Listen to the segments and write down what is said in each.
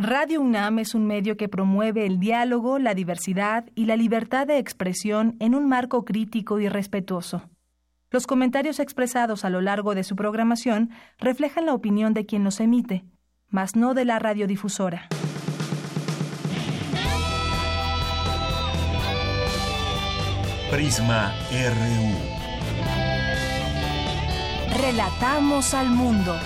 Radio UNAM es un medio que promueve el diálogo, la diversidad y la libertad de expresión en un marco crítico y respetuoso. Los comentarios expresados a lo largo de su programación reflejan la opinión de quien los emite, mas no de la radiodifusora. Prisma RU. Relatamos al mundo.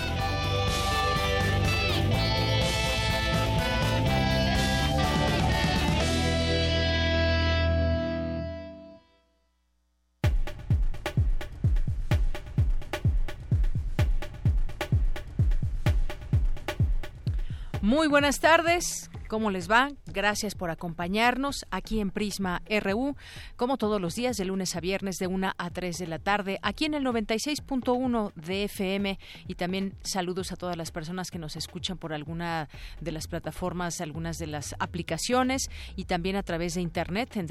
Muy buenas tardes, ¿cómo les va? Gracias por acompañarnos aquí en Prisma RU, como todos los días de lunes a viernes de 1 a 3 de la tarde, aquí en el 96.1 de FM, y también saludos a todas las personas que nos escuchan por alguna de las plataformas, algunas de las aplicaciones, y también a través de internet en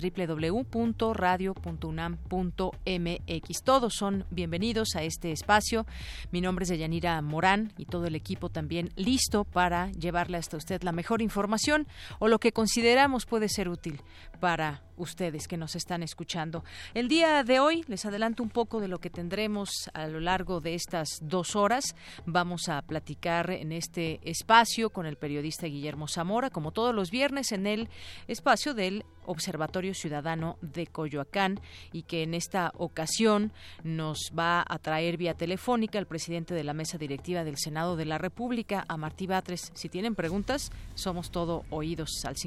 www.radio.unam.mx. Todos son bienvenidos a este espacio. Mi nombre es Deyanira Morán y todo el equipo también listo para llevarle hasta usted la mejor información o lo que consideramos puede ser útil para ustedes que nos están escuchando. El día de hoy les adelanto un poco de lo que tendremos a lo largo de estas 2 horas. Vamos a platicar en este espacio con el periodista Guillermo Zamora, como todos los viernes, en el espacio del Observatorio Ciudadano de Coyoacán, y que en esta ocasión nos va a traer vía telefónica el presidente de la mesa directiva del Senado de la República, a Martí Batres. Si tienen preguntas, somos todo oídos al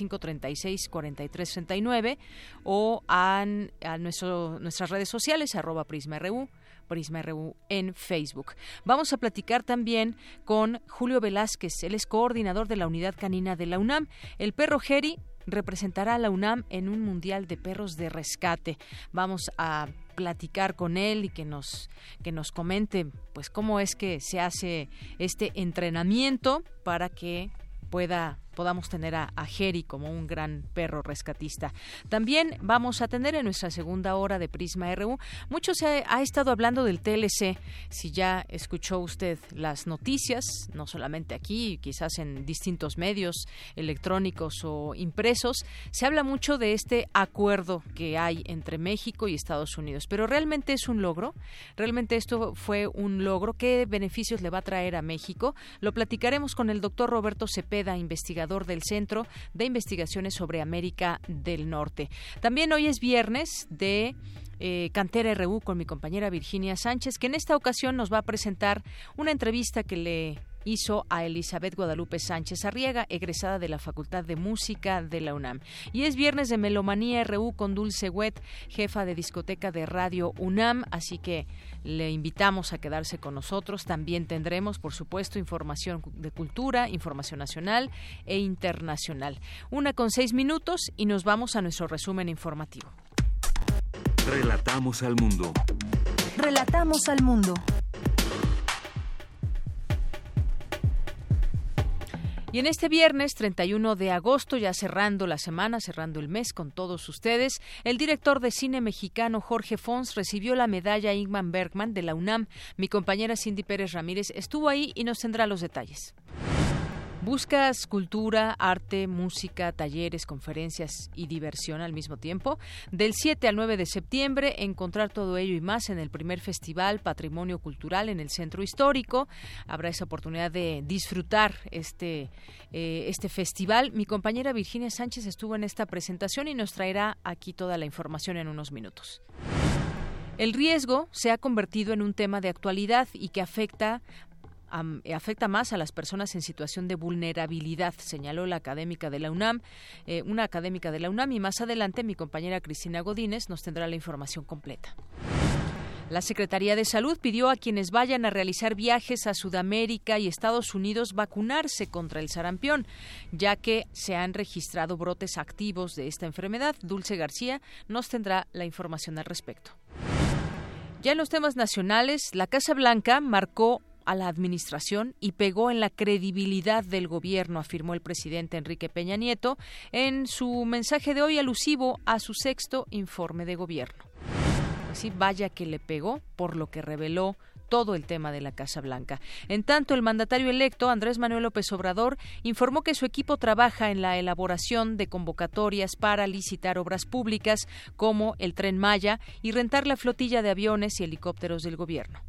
5536-4339 o a nuestras redes sociales, @PrismaRU, PrismaRU en Facebook. Vamos a platicar también con Julio Velázquez, él es coordinador de la Unidad Canina de la UNAM. El perro Jerry representará a la UNAM en un mundial de perros de rescate. Vamos a platicar con él y que nos comente pues cómo es que se hace este entrenamiento para que podamos tener a Jerry como un gran perro rescatista. También vamos a tener en nuestra segunda hora de Prisma RU, mucho se ha estado hablando del TLC. Si ya escuchó usted las noticias, no solamente aquí, quizás en distintos medios electrónicos o impresos, se habla mucho de este acuerdo que hay entre México y Estados Unidos. Pero ¿realmente es un logro? ¿Realmente esto fue un logro? ¿Qué beneficios le va a traer a México? Lo platicaremos con el doctor Roberto Cepeda, investigador del Centro de Investigaciones sobre América del Norte. También hoy es viernes de Cantera RU con mi compañera Virginia Sánchez, que en esta ocasión nos va a presentar una entrevista que le hizo a Elizabeth Guadalupe Sánchez Arriaga, egresada de la Facultad de Música de la UNAM. Y es viernes de Melomanía RU con Dulce Wet, jefa de discoteca de Radio UNAM, así que le invitamos a quedarse con nosotros. También tendremos, por supuesto, información de cultura, información nacional e internacional. 1:06 y nos vamos a nuestro resumen informativo. Relatamos al mundo. Relatamos al mundo. Y en este viernes 31 de agosto, ya cerrando la semana, cerrando el mes con todos ustedes, el director de cine mexicano Jorge Fons recibió la medalla Ingmar Bergman de la UNAM. Mi compañera Cindy Pérez Ramírez estuvo ahí y nos tendrá los detalles. ¿Buscas cultura, arte, música, talleres, conferencias y diversión al mismo tiempo? Del 7 al 9 de septiembre, encontrar todo ello y más en el primer Festival Patrimonio Cultural en el Centro Histórico. Habrá esa oportunidad de disfrutar este festival. Mi compañera Virginia Sánchez estuvo en esta presentación y nos traerá aquí toda la información en unos minutos. El riesgo se ha convertido en un tema de actualidad y que afecta más a las personas en situación de vulnerabilidad, señaló la académica de la UNAM, una académica de la UNAM, y más adelante mi compañera Cristina Godínez nos tendrá la información completa. La Secretaría de Salud pidió a quienes vayan a realizar viajes a Sudamérica y Estados Unidos vacunarse contra el sarampión, ya que se han registrado brotes activos de esta enfermedad. Dulce García nos tendrá la información al respecto. Ya en los temas nacionales, la Casa Blanca marcó a la administración y pegó en la credibilidad del gobierno, afirmó el presidente Enrique Peña Nieto en su mensaje de hoy alusivo a su 6º informe de gobierno. Pues sí, vaya que le pegó por lo que reveló todo el tema de la Casa Blanca. En tanto, el mandatario electo, Andrés Manuel López Obrador, informó que su equipo trabaja en la elaboración de convocatorias para licitar obras públicas como el Tren Maya y rentar la flotilla de aviones y helicópteros del gobierno.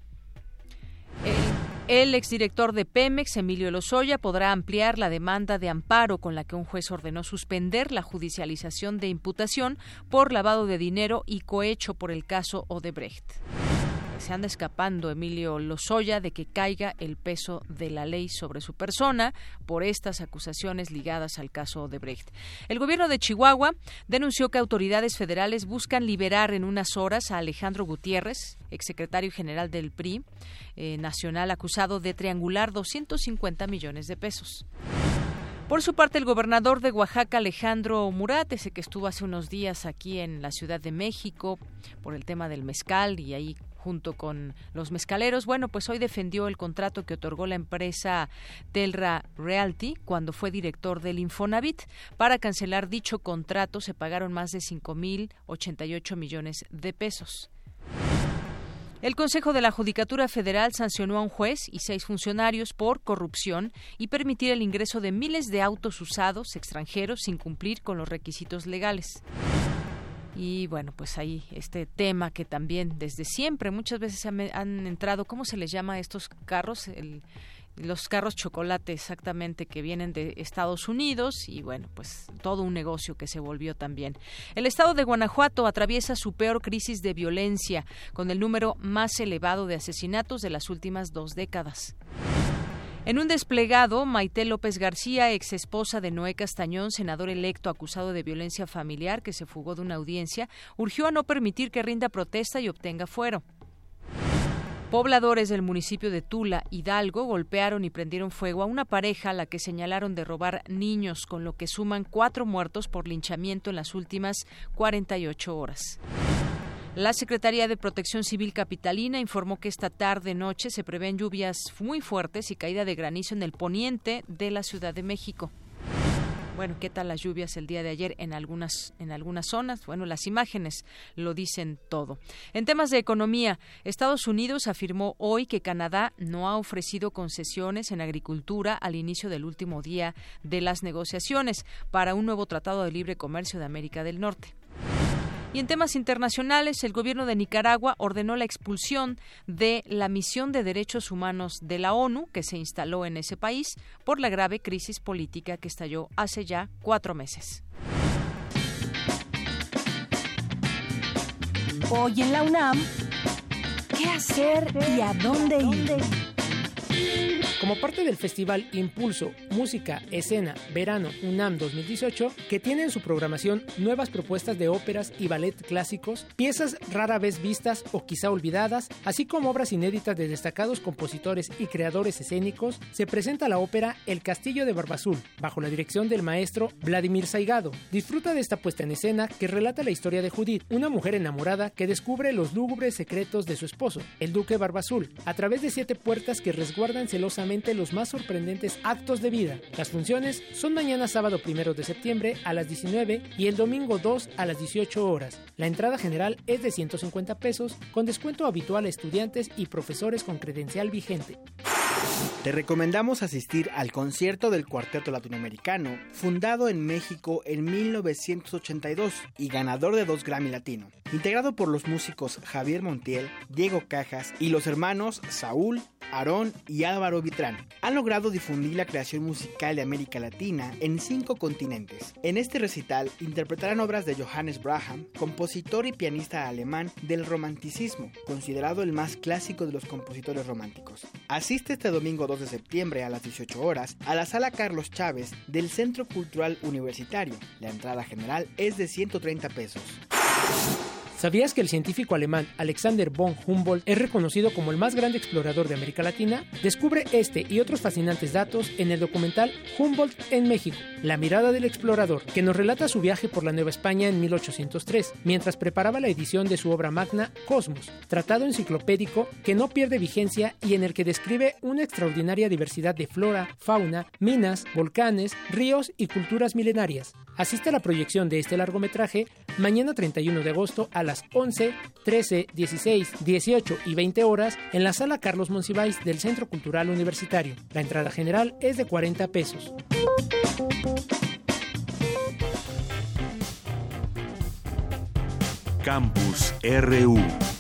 El exdirector de Pemex, Emilio Lozoya, podrá ampliar la demanda de amparo con la que un juez ordenó suspender la judicialización de imputación por lavado de dinero y cohecho por el caso Odebrecht. Se anda escapando Emilio Lozoya de que caiga el peso de la ley sobre su persona por estas acusaciones ligadas al caso Odebrecht. El gobierno de Chihuahua denunció que autoridades federales buscan liberar en unas horas a Alejandro Gutiérrez, exsecretario general del PRI nacional, acusado de triangular 250 millones de pesos. Por su parte, el gobernador de Oaxaca, Alejandro Murat, ese que estuvo hace unos días aquí en la Ciudad de México por el tema del mezcal y ahí junto con los mezcaleros, bueno, pues hoy defendió el contrato que otorgó la empresa Telra Realty cuando fue director del Infonavit. Para cancelar dicho contrato se pagaron más de 5,088 millones de pesos. El Consejo de la Judicatura Federal sancionó a un juez y 6 funcionarios por corrupción y permitir el ingreso de miles de autos usados extranjeros sin cumplir con los requisitos legales. Y bueno, pues ahí este tema que también desde siempre muchas veces han entrado, ¿cómo se les llama a estos carros? Los carros chocolate, exactamente, que vienen de Estados Unidos y bueno, pues todo un negocio que se volvió también. El estado de Guanajuato atraviesa su peor crisis de violencia, con el número más elevado de asesinatos de las últimas 2 décadas. En un desplegado, Maite López García, ex esposa de Noé Castañón, senador electo acusado de violencia familiar que se fugó de una audiencia, urgió a no permitir que rinda protesta y obtenga fuero. Pobladores del municipio de Tula, Hidalgo, golpearon y prendieron fuego a una pareja a la que señalaron de robar niños, con lo que suman 4 muertos por linchamiento en las últimas 48 horas. La Secretaría de Protección Civil capitalina informó que esta tarde-noche se prevén lluvias muy fuertes y caída de granizo en el poniente de la Ciudad de México. Bueno, ¿qué tal las lluvias el día de ayer en algunas zonas? Bueno, las imágenes lo dicen todo. En temas de economía, Estados Unidos afirmó hoy que Canadá no ha ofrecido concesiones en agricultura al inicio del último día de las negociaciones para un nuevo Tratado de Libre Comercio de América del Norte. Y en temas internacionales, el gobierno de Nicaragua ordenó la expulsión de la misión de derechos humanos de la ONU que se instaló en ese país por la grave crisis política que estalló hace ya 4 meses. Hoy en la UNAM, ¿qué hacer y a dónde ir? Como parte del Festival Impulso, Música, Escena, Verano UNAM 2018, que tiene en su programación nuevas propuestas de óperas y ballet clásicos, piezas rara vez vistas o quizá olvidadas, así como obras inéditas de destacados compositores y creadores escénicos, se presenta la ópera El Castillo de Barbazul, bajo la dirección del maestro Vladimir Saigado. Disfruta de esta puesta en escena que relata la historia de Judith, una mujer enamorada que descubre los lúgubres secretos de su esposo, el duque Barbazul, a través de 7 puertas que resguardan celosamente los más sorprendentes actos de vida. Las funciones son mañana sábado 1 de septiembre a las 19 y el domingo 2 a las 18 horas. La entrada general es de 150 pesos con descuento habitual a estudiantes y profesores con credencial vigente. Te recomendamos asistir al concierto del Cuarteto Latinoamericano, fundado en México en 1982 y ganador de 2 Grammy Latino. Integrado por los músicos Javier Montiel, Diego Cajas y los hermanos Saúl, Aarón y Álvaro Vitrán, han logrado difundir la creación musical de América Latina en 5 continentes. En este recital interpretarán obras de Johannes Braham, compositor y pianista alemán del romanticismo, considerado el más clásico de los compositores románticos. Asiste este domingo 2 de septiembre a las 18 horas a la Sala Carlos Chávez del Centro Cultural Universitario. La entrada general es de 130 pesos. ¿Sabías que el científico alemán Alexander von Humboldt es reconocido como el más grande explorador de América Latina? Descubre este y otros fascinantes datos en el documental Humboldt en México, la mirada del explorador, que nos relata su viaje por la Nueva España en 1803, mientras preparaba la edición de su obra magna Cosmos, tratado enciclopédico que no pierde vigencia y en el que describe una extraordinaria diversidad de flora, fauna, minas, volcanes, ríos y culturas milenarias. Asiste a la proyección de este largometraje mañana 31 de agosto a las 11, 13, 16, 18 y 20 horas en la Sala Carlos Monsiváis del Centro Cultural Universitario. La entrada general es de 40 pesos. Campus RU.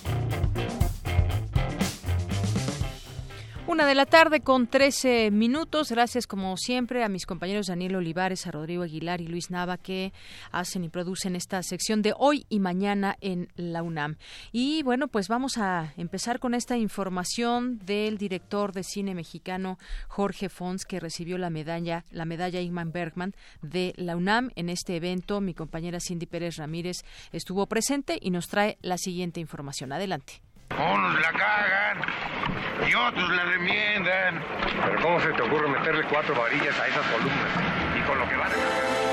1:13 p.m. Gracias como siempre a mis compañeros Daniel Olivares, a Rodrigo Aguilar y Luis Nava que hacen y producen esta sección de hoy y mañana en la UNAM. Y bueno, pues vamos a empezar con esta información del director de cine mexicano Jorge Fons, que recibió la medalla Ingmar Bergman de la UNAM. En este evento mi compañera Cindy Pérez Ramírez estuvo presente y nos trae la siguiente información. Adelante. Unos la cagan y otros la remiendan. Pero ¿cómo se te ocurre meterle 4 varillas a esas columnas? Y con lo que van a cargar.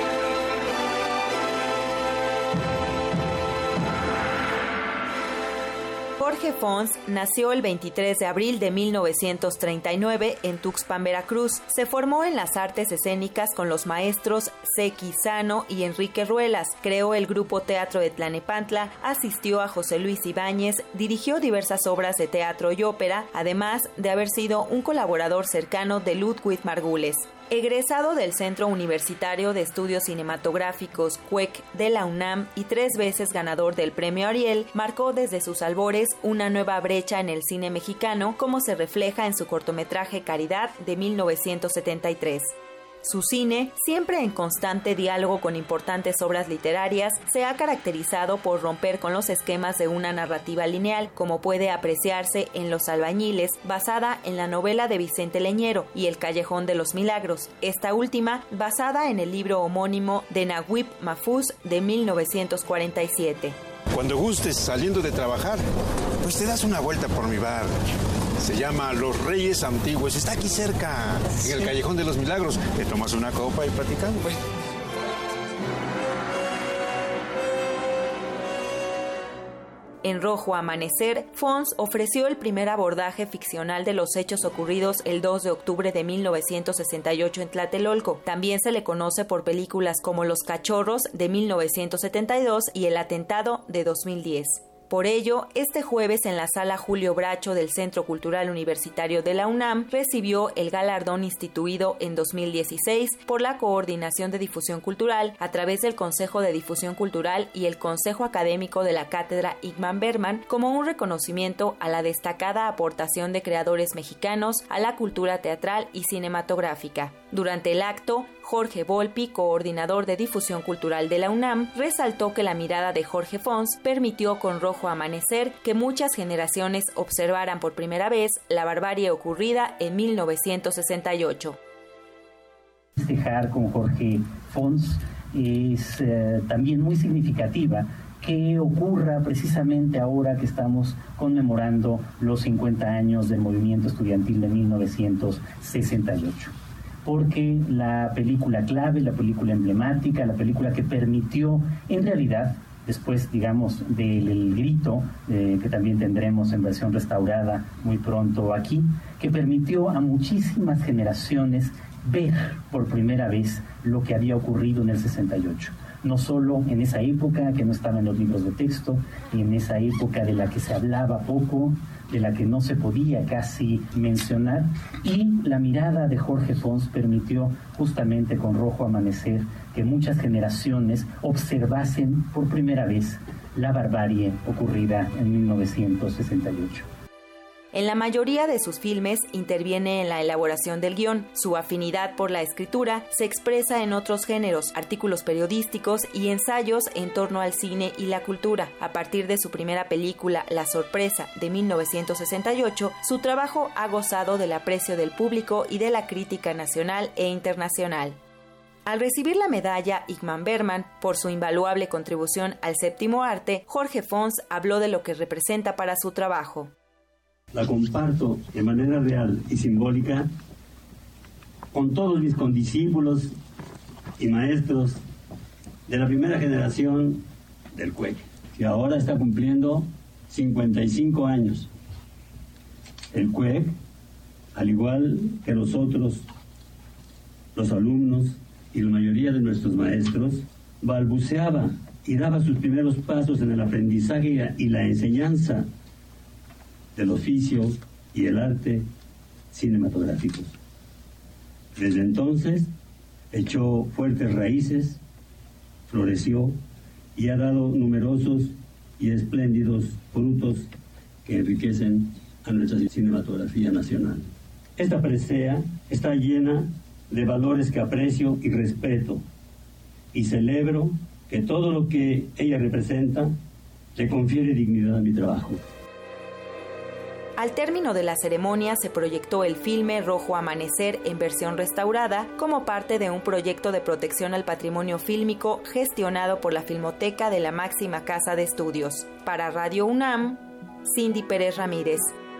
Jorge Fons nació el 23 de abril de 1939 en Tuxpan, Veracruz. Se formó en las artes escénicas con los maestros Seki Sano y Enrique Ruelas. Creó el grupo Teatro de Tlalnepantla, asistió a José Luis Ibáñez, dirigió diversas obras de teatro y ópera, además de haber sido un colaborador cercano de Ludwig Margules. Egresado del Centro Universitario de Estudios Cinematográficos CUEC de la UNAM y 3 veces ganador del Premio Ariel, marcó desde sus albores una nueva brecha en el cine mexicano, como se refleja en su cortometraje Caridad de 1973. Su cine, siempre en constante diálogo con importantes obras literarias, se ha caracterizado por romper con los esquemas de una narrativa lineal, como puede apreciarse en Los Albañiles, basada en la novela de Vicente Leñero, y El Callejón de los Milagros, esta última basada en el libro homónimo de Naguib Mahfouz de 1947. Cuando gustes, saliendo de trabajar, pues te das una vuelta por mi bar. Se llama Los Reyes Antiguos. Está aquí cerca, en el Callejón de los Milagros. Te tomas una copa y platicamos. En Rojo Amanecer, Fons ofreció el primer abordaje ficcional de los hechos ocurridos el 2 de octubre de 1968 en Tlatelolco. También se le conoce por películas como Los Cachorros de 1972 y El Atentado de 2010. Por ello, este jueves en la Sala Julio Bracho del Centro Cultural Universitario de la UNAM recibió el galardón instituido en 2016 por la Coordinación de Difusión Cultural a través del Consejo de Difusión Cultural y el Consejo Académico de la Cátedra Ingmar Bergman como un reconocimiento a la destacada aportación de creadores mexicanos a la cultura teatral y cinematográfica. Durante el acto, Jorge Volpi, coordinador de difusión cultural de la UNAM, resaltó que la mirada de Jorge Fons permitió con Rojo Amanecer que muchas generaciones observaran por primera vez la barbarie ocurrida en 1968. Festejar con Jorge Fons es también muy significativa que ocurra precisamente ahora que estamos conmemorando los 50 años del movimiento estudiantil de 1968. Porque la película clave, la película emblemática, la película que permitió, en realidad, después, digamos, del Grito, que también tendremos en versión restaurada muy pronto aquí, que permitió a muchísimas generaciones ver por primera vez lo que había ocurrido en el 68. No solo en esa época que no estaba en los libros de texto, y en esa época de la que se hablaba poco, de la que no se podía casi mencionar, y la mirada de Jorge Fons permitió justamente con Rojo Amanecer que muchas generaciones observasen por primera vez la barbarie ocurrida en 1968. En la mayoría de sus filmes interviene en la elaboración del guión. Su afinidad por la escritura se expresa en otros géneros, artículos periodísticos y ensayos en torno al cine y la cultura. A partir de su primera película, La Sorpresa, de 1968, su trabajo ha gozado del aprecio del público y de la crítica nacional e internacional. Al recibir la medalla Ingmar Bergman por su invaluable contribución al séptimo arte, Jorge Fons habló de lo que representa para su trabajo. La comparto de manera real y simbólica con todos mis condiscípulos y maestros de la primera generación del CUEC, que ahora está cumpliendo 55 años. El CUEC, al igual que nosotros, los alumnos y la mayoría de nuestros maestros, balbuceaba y daba sus primeros pasos en el aprendizaje y la enseñanza del oficio y el arte cinematográficos. Desde entonces echó fuertes raíces, floreció y ha dado numerosos y espléndidos frutos que enriquecen a nuestra cinematografía nacional. Esta presea está llena de valores que aprecio y respeto, y celebro que todo lo que ella representa le confiere dignidad a mi trabajo. Al término de la ceremonia se proyectó el filme Rojo Amanecer en versión restaurada como parte de un proyecto de protección al patrimonio fílmico gestionado por la Filmoteca de la máxima casa de estudios. Para Radio UNAM, Cindy Pérez Ramírez.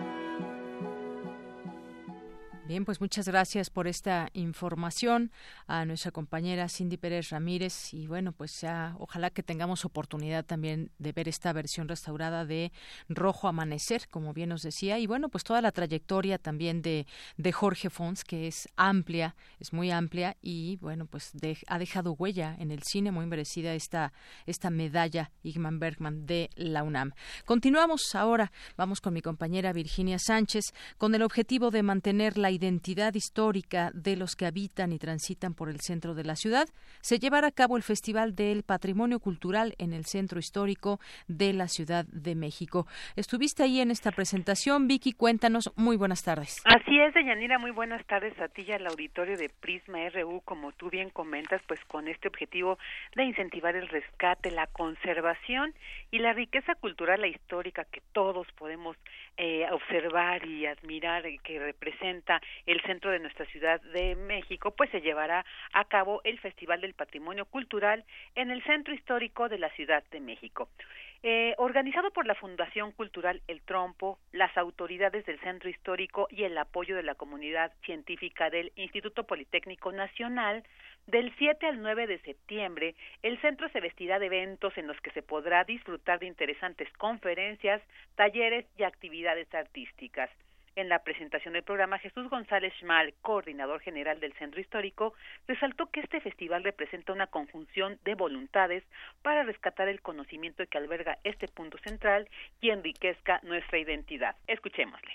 Bien, pues muchas gracias por esta información a nuestra compañera Cindy Pérez Ramírez y bueno, pues ya ojalá que tengamos oportunidad también de ver esta versión restaurada de Rojo Amanecer, como bien nos decía, y bueno, pues toda la trayectoria también de Jorge Fons, que es amplia, es muy amplia y bueno, pues ha dejado huella en el cine, muy merecida esta medalla Ingmar Bergman de la UNAM. Continuamos ahora, vamos con mi compañera Virginia Sánchez, con el objetivo de mantener la identidad histórica de los que habitan y transitan por el centro de la ciudad, se llevará a cabo el Festival del Patrimonio Cultural en el Centro Histórico de la Ciudad de México. Estuviste ahí en esta presentación, Vicky, cuéntanos, muy buenas tardes. Así es, Deyanira, muy buenas tardes a ti y al auditorio de Prisma RU, como tú bien comentas, pues con este objetivo de incentivar el rescate, la conservación y la riqueza cultural e histórica que todos podemos observar y admirar, que representa el centro de nuestra Ciudad de México, pues se llevará a cabo el Festival del Patrimonio Cultural en el Centro Histórico de la Ciudad de México. Organizado por la Fundación Cultural El Trompo, las autoridades del Centro Histórico y el apoyo de la comunidad científica del Instituto Politécnico Nacional, del 7 al 9 de septiembre, el centro se vestirá de eventos en los que se podrá disfrutar de interesantes conferencias, talleres y actividades artísticas. En la presentación del programa, Jesús González Schmal, coordinador general del Centro Histórico, resaltó que este festival representa una conjunción de voluntades para rescatar el conocimiento que alberga este punto central y enriquezca nuestra identidad. Escuchémosle.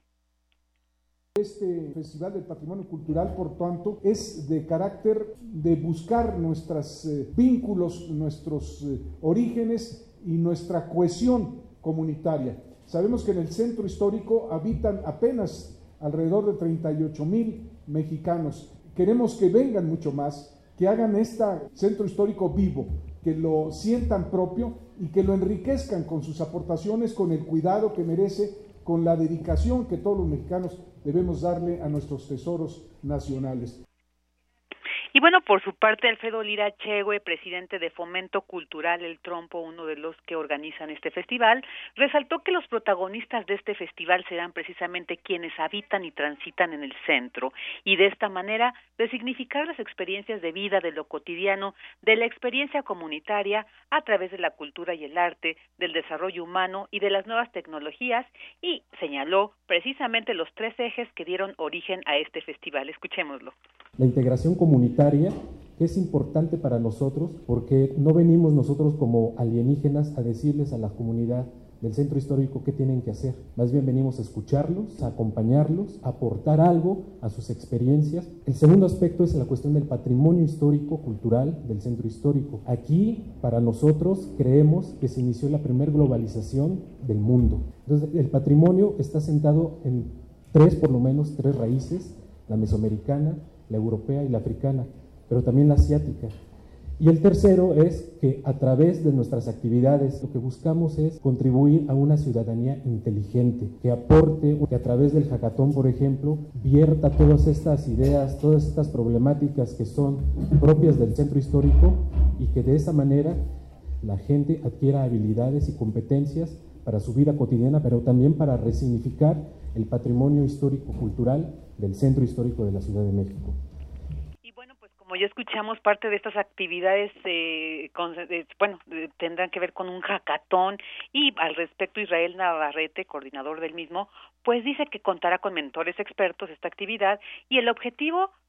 Este Festival del Patrimonio Cultural, por tanto, es de carácter de buscar nuestros vínculos, nuestros orígenes y nuestra cohesión comunitaria. Sabemos que en el centro histórico habitan apenas alrededor de 38,000 mexicanos. Queremos que vengan mucho más, que hagan este centro histórico vivo, que lo sientan propio y que lo enriquezcan con sus aportaciones, con el cuidado que merece, con la dedicación que todos los mexicanos debemos darle a nuestros tesoros nacionales. Y bueno, por su parte, Alfredo Lira Chehue, presidente de Fomento Cultural El Trompo, uno de los que organizan este festival, resaltó que los protagonistas de este festival serán precisamente quienes habitan y transitan en el centro, y de esta manera resignificar las experiencias de vida, de lo cotidiano, de la experiencia comunitaria a través de la cultura y el arte, del desarrollo humano y de las nuevas tecnologías, y señaló precisamente los 3 ejes que dieron origen a este festival. Escuchémoslo. La integración comunitaria, que es importante para nosotros, porque no venimos nosotros como alienígenas a decirles a la comunidad del centro histórico qué tienen que hacer. Más bien venimos a escucharlos, a acompañarlos, a aportar algo a sus experiencias. El segundo aspecto es la cuestión del patrimonio histórico, cultural del centro histórico. Aquí, para nosotros, creemos que se inició la primera globalización del mundo. Entonces, el patrimonio está sentado en por lo menos tres raíces: la mesoamericana, la europea y la africana, pero también la asiática. Y el tercero es que a través de nuestras actividades lo que buscamos es contribuir a una ciudadanía inteligente, que aporte, que a través del hackathon, por ejemplo, vierta todas estas ideas, todas estas problemáticas que son propias del centro histórico y que de esa manera la gente adquiera habilidades y competencias para su vida cotidiana, pero también para resignificar el patrimonio histórico-cultural del Centro Histórico de la Ciudad de México. Y bueno, pues como ya escuchamos, parte de estas actividades tendrán que ver con un hackathon, y al respecto Israel Navarrete, coordinador del mismo, pues dice que contará con mentores expertos esta actividad, y el objetivo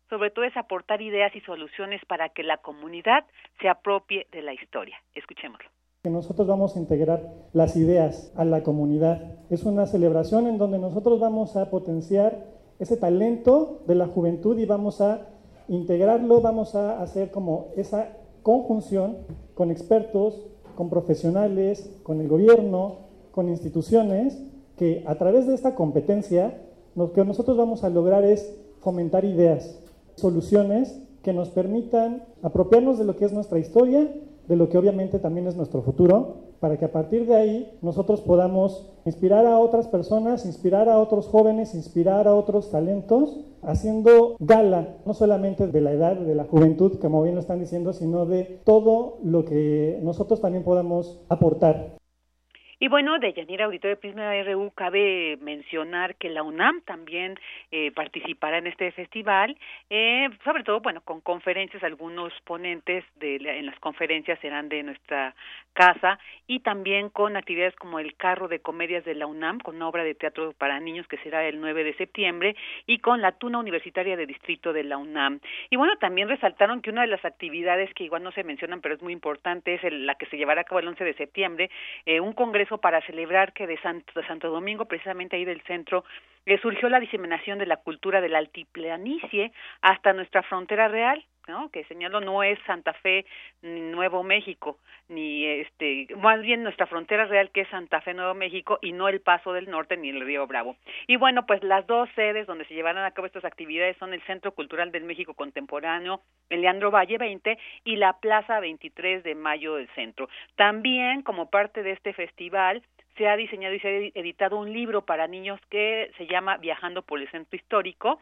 sobre todo es aportar ideas y soluciones para que la comunidad se apropie de la historia. Escuchémoslo. Que nosotros vamos a integrar las ideas a la comunidad. Es una celebración en donde nosotros vamos a potenciar ese talento de la juventud y vamos a integrarlo, vamos a hacer como esa conjunción con expertos, con profesionales, con el gobierno, con instituciones, que a través de esta competencia lo que nosotros vamos a lograr es fomentar ideas, soluciones que nos permitan apropiarnos de lo que es nuestra historia, de lo que obviamente también es nuestro futuro, para que a partir de ahí nosotros podamos inspirar a otras personas, inspirar a otros jóvenes, inspirar a otros talentos, haciendo gala no solamente de la edad, de la juventud, como bien lo están diciendo, sino de todo lo que nosotros también podamos aportar. Y bueno, de Yanira, auditorio de Prisma RU, cabe mencionar que la UNAM también participará en este festival, sobre todo, bueno, con conferencias. Algunos ponentes en las conferencias serán de nuestra casa, y también con actividades como el carro de comedias de la UNAM, con una obra de teatro para niños que será el 9 de septiembre, y con la Tuna Universitaria de Distrito de la UNAM. Y bueno, también resaltaron que una de las actividades que igual no se mencionan, pero es muy importante, es la que se llevará a cabo el 11 de septiembre, un congreso para celebrar que de Santo Domingo, precisamente ahí del centro, surgió la diseminación de la cultura de la altiplanicie hasta nuestra frontera real, ¿no? Que señalo, no es Santa Fe ni Nuevo México, ni más bien nuestra frontera real, que es Santa Fe, Nuevo México, y no el Paso del Norte ni el Río Bravo. Y bueno, pues las dos sedes donde se llevarán a cabo estas actividades son el Centro Cultural del México Contemporáneo, el Leandro Valle 20, y la Plaza 23 de Mayo del Centro. También, como parte de este festival, se ha diseñado y se ha editado un libro para niños que se llama Viajando por el Centro Histórico,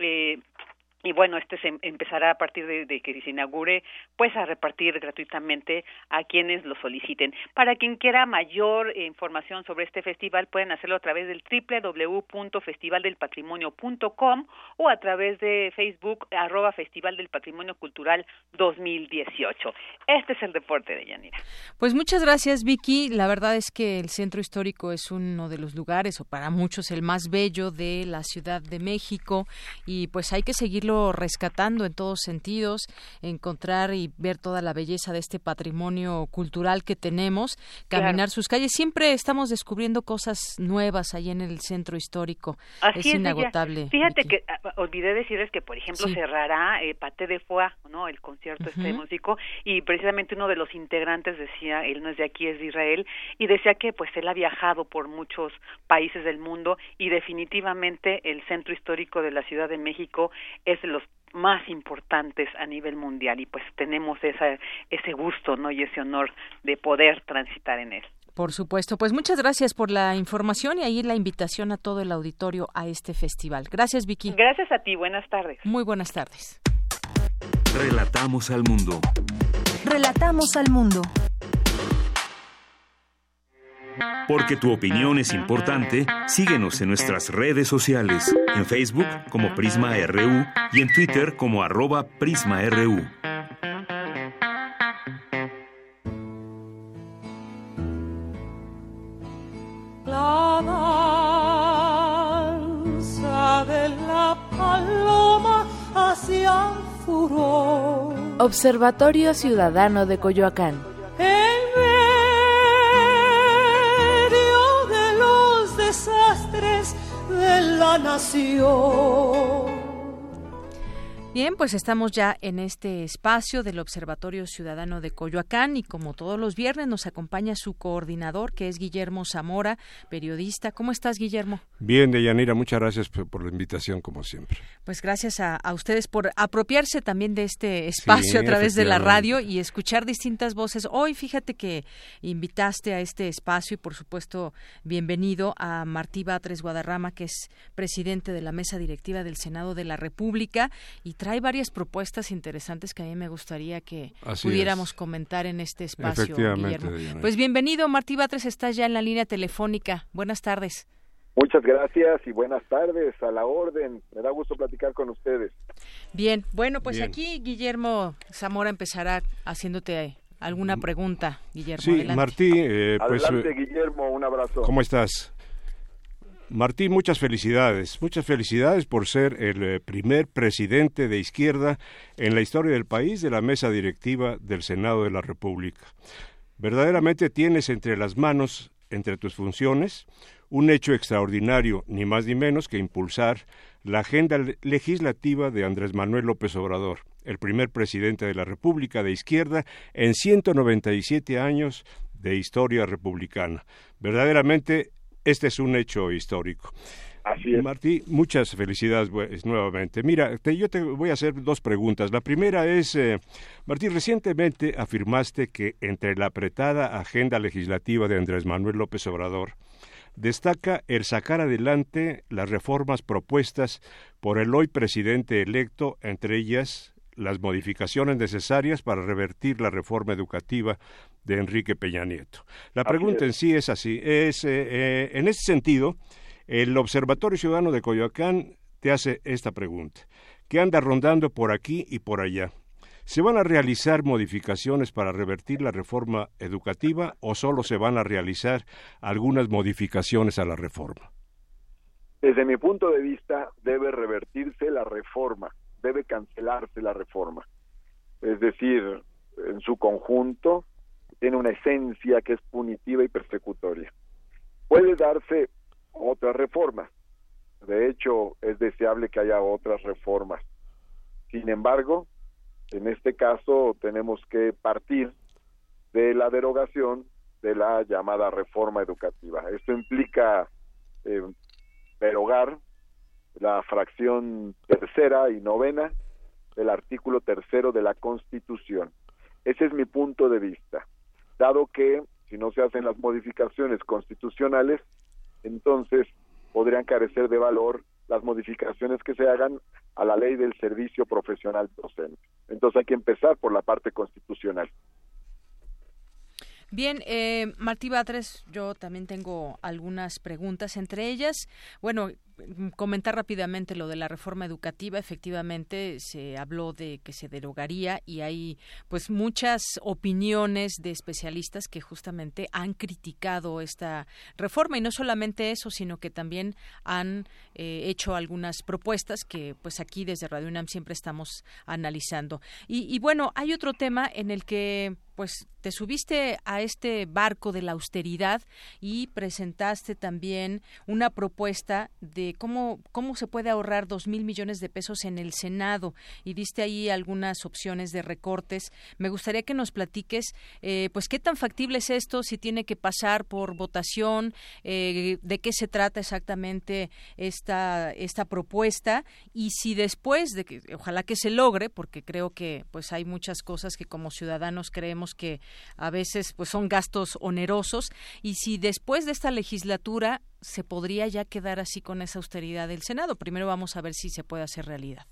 y bueno, se empezará a partir de que se inaugure, pues a repartir gratuitamente a quienes lo soliciten. Para quien quiera mayor información sobre este festival, pueden hacerlo a través del www.festivaldelpatrimonio.com o a través de Facebook, @Festival del Patrimonio Cultural 2018. Este es el reporte de Yanira. Pues muchas gracias, Vicky. La verdad es que el Centro Histórico es uno de los lugares, o para muchos el más bello de la Ciudad de México, y pues hay que seguirlo rescatando en todos sentidos, encontrar y ver toda la belleza de este patrimonio cultural que tenemos, caminar sus calles. Siempre estamos descubriendo cosas nuevas ahí en el Centro Histórico. Así es inagotable. Fíjate, Vicky, que olvidé decirles que, por ejemplo, cerrará Paté de Foix, ¿no? El concierto músico, y precisamente uno de los integrantes decía, él no es de aquí, es de Israel, y decía que pues él ha viajado por muchos países del mundo, y definitivamente el Centro Histórico de la Ciudad de México es de los más importantes a nivel mundial, y pues tenemos ese gusto, ¿no? Y ese honor de poder transitar en él. Por supuesto. Pues muchas gracias por la información y ahí la invitación a todo el auditorio a este festival. Gracias, Vicky. Gracias a ti. Buenas tardes. Muy buenas tardes. Relatamos al mundo. Relatamos al mundo. Porque tu opinión es importante, síguenos en nuestras redes sociales, en Facebook como Prisma RU y en Twitter como @PrismaRU. La danza de la paloma hacia el furor. Observatorio Ciudadano de Coyoacán. Desastres de la nación. Bien, pues estamos ya en este espacio del Observatorio Ciudadano de Coyoacán, y como todos los viernes nos acompaña su coordinador, que es Guillermo Zamora, periodista. ¿Cómo estás, Guillermo? Bien, Deyanira, muchas gracias por la invitación, como siempre. Pues gracias a ustedes por apropiarse también de este espacio a través de la radio y escuchar distintas voces. Hoy, fíjate que invitaste a este espacio, y por supuesto, bienvenido a Martí Batres Guadarrama, que es presidente de la mesa directiva del Senado de la República, y trae varias propuestas interesantes que a mí me gustaría que pudiéramos comentar en este espacio, Guillermo. Pues bienvenido, Martí Batres, estás ya en la línea telefónica. Buenas tardes. Muchas gracias y buenas tardes, a la orden. Me da gusto platicar con ustedes. Bien, bueno, pues aquí Guillermo Zamora empezará haciéndote alguna pregunta, Guillermo. Sí, adelante. Martí, adelante, Guillermo, un abrazo. ¿Cómo estás? Martín, muchas felicidades por ser el primer presidente de izquierda en la historia del país de la mesa directiva del Senado de la República. Verdaderamente tienes entre las manos, entre tus funciones, un hecho extraordinario, ni más ni menos que impulsar la agenda legislativa de Andrés Manuel López Obrador, el primer presidente de la República de izquierda en 197 años de historia republicana. Verdaderamente, este es un hecho histórico. Así es. Martí, muchas felicidades nuevamente. Mira, yo te voy a hacer dos preguntas. La primera es, Martí, recientemente afirmaste que entre la apretada agenda legislativa de Andrés Manuel López Obrador destaca el sacar adelante las reformas propuestas por el hoy presidente electo, entre ellas las modificaciones necesarias para revertir la reforma educativa de Enrique Peña Nieto. La pregunta en sí es así. En ese sentido, el Observatorio Ciudadano de Coyoacán te hace esta pregunta, que anda rondando por aquí y por allá. ¿Se van a realizar modificaciones para revertir la reforma educativa o solo se van a realizar algunas modificaciones a la reforma? Desde mi punto de vista, debe revertirse la reforma, debe cancelarse la reforma. Es decir, en su conjunto, tiene una esencia que es punitiva y persecutoria. Puede darse otras reformas. De hecho, es deseable que haya otras reformas. Sin embargo, en este caso tenemos que partir de la derogación de la llamada reforma educativa. Esto implica derogar la fracción 3ª y 9ª del artículo 3º de la Constitución. Ese es mi punto de vista. Dado que si no se hacen las modificaciones constitucionales, entonces podrían carecer de valor las modificaciones que se hagan a la ley del servicio profesional docente. Entonces hay que empezar por la parte constitucional. Bien, Martí Batres, yo también tengo algunas preguntas, entre ellas, bueno, comentar rápidamente lo de la reforma educativa. Efectivamente se habló de que se derogaría y hay pues muchas opiniones de especialistas que justamente han criticado esta reforma, y no solamente eso, sino que también han hecho algunas propuestas que pues aquí desde Radio UNAM siempre estamos analizando. Y bueno, hay otro tema en el que pues te subiste a este barco de la austeridad y presentaste también una propuesta de cómo se puede ahorrar 2,000 millones de pesos en el Senado, y diste ahí algunas opciones de recortes. Me gustaría que nos platiques pues qué tan factible es esto, si tiene que pasar por votación, de qué se trata exactamente esta propuesta, y si después de que ojalá que se logre, porque creo que pues hay muchas cosas que como ciudadanos creemos que a veces pues son gastos onerosos, y si después de esta legislatura se podría ya quedar así con esa austeridad del Senado. Primero vamos a ver si se puede hacer realidad.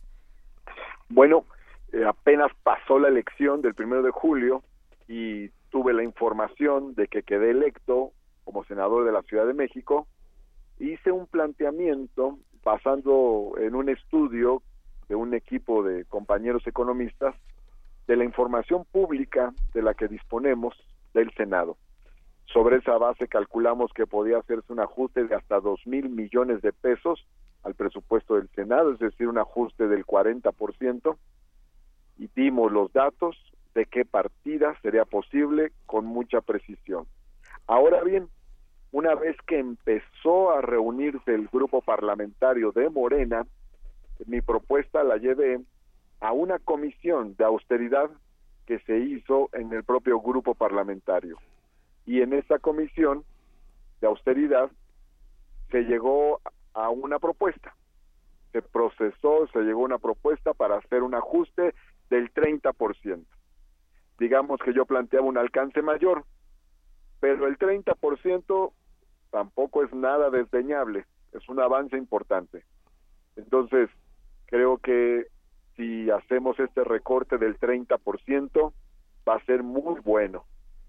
Bueno, apenas pasó la elección del 1 de julio y tuve la información de que quedé electo como senador de la Ciudad de México. Hice un planteamiento basando en un estudio de un equipo de compañeros economistas de la información pública de la que disponemos del Senado. Sobre esa base calculamos que podía hacerse un ajuste de hasta 2,000 millones de pesos al presupuesto del Senado, es decir, un ajuste del 40%, y dimos los datos de qué partida sería posible con mucha precisión. Ahora bien, una vez que empezó a reunirse el grupo parlamentario de Morena, mi propuesta la llevé a una comisión de austeridad que se hizo en el propio grupo parlamentario. Y en esa comisión de austeridad se llegó a una propuesta. Se procesó, se llegó a una propuesta para hacer un ajuste del 30%. Digamos que yo planteaba un alcance mayor, pero el 30% tampoco es nada desdeñable, es un avance importante. Entonces, creo que si hacemos este recorte del 30%, va a ser muy bueno.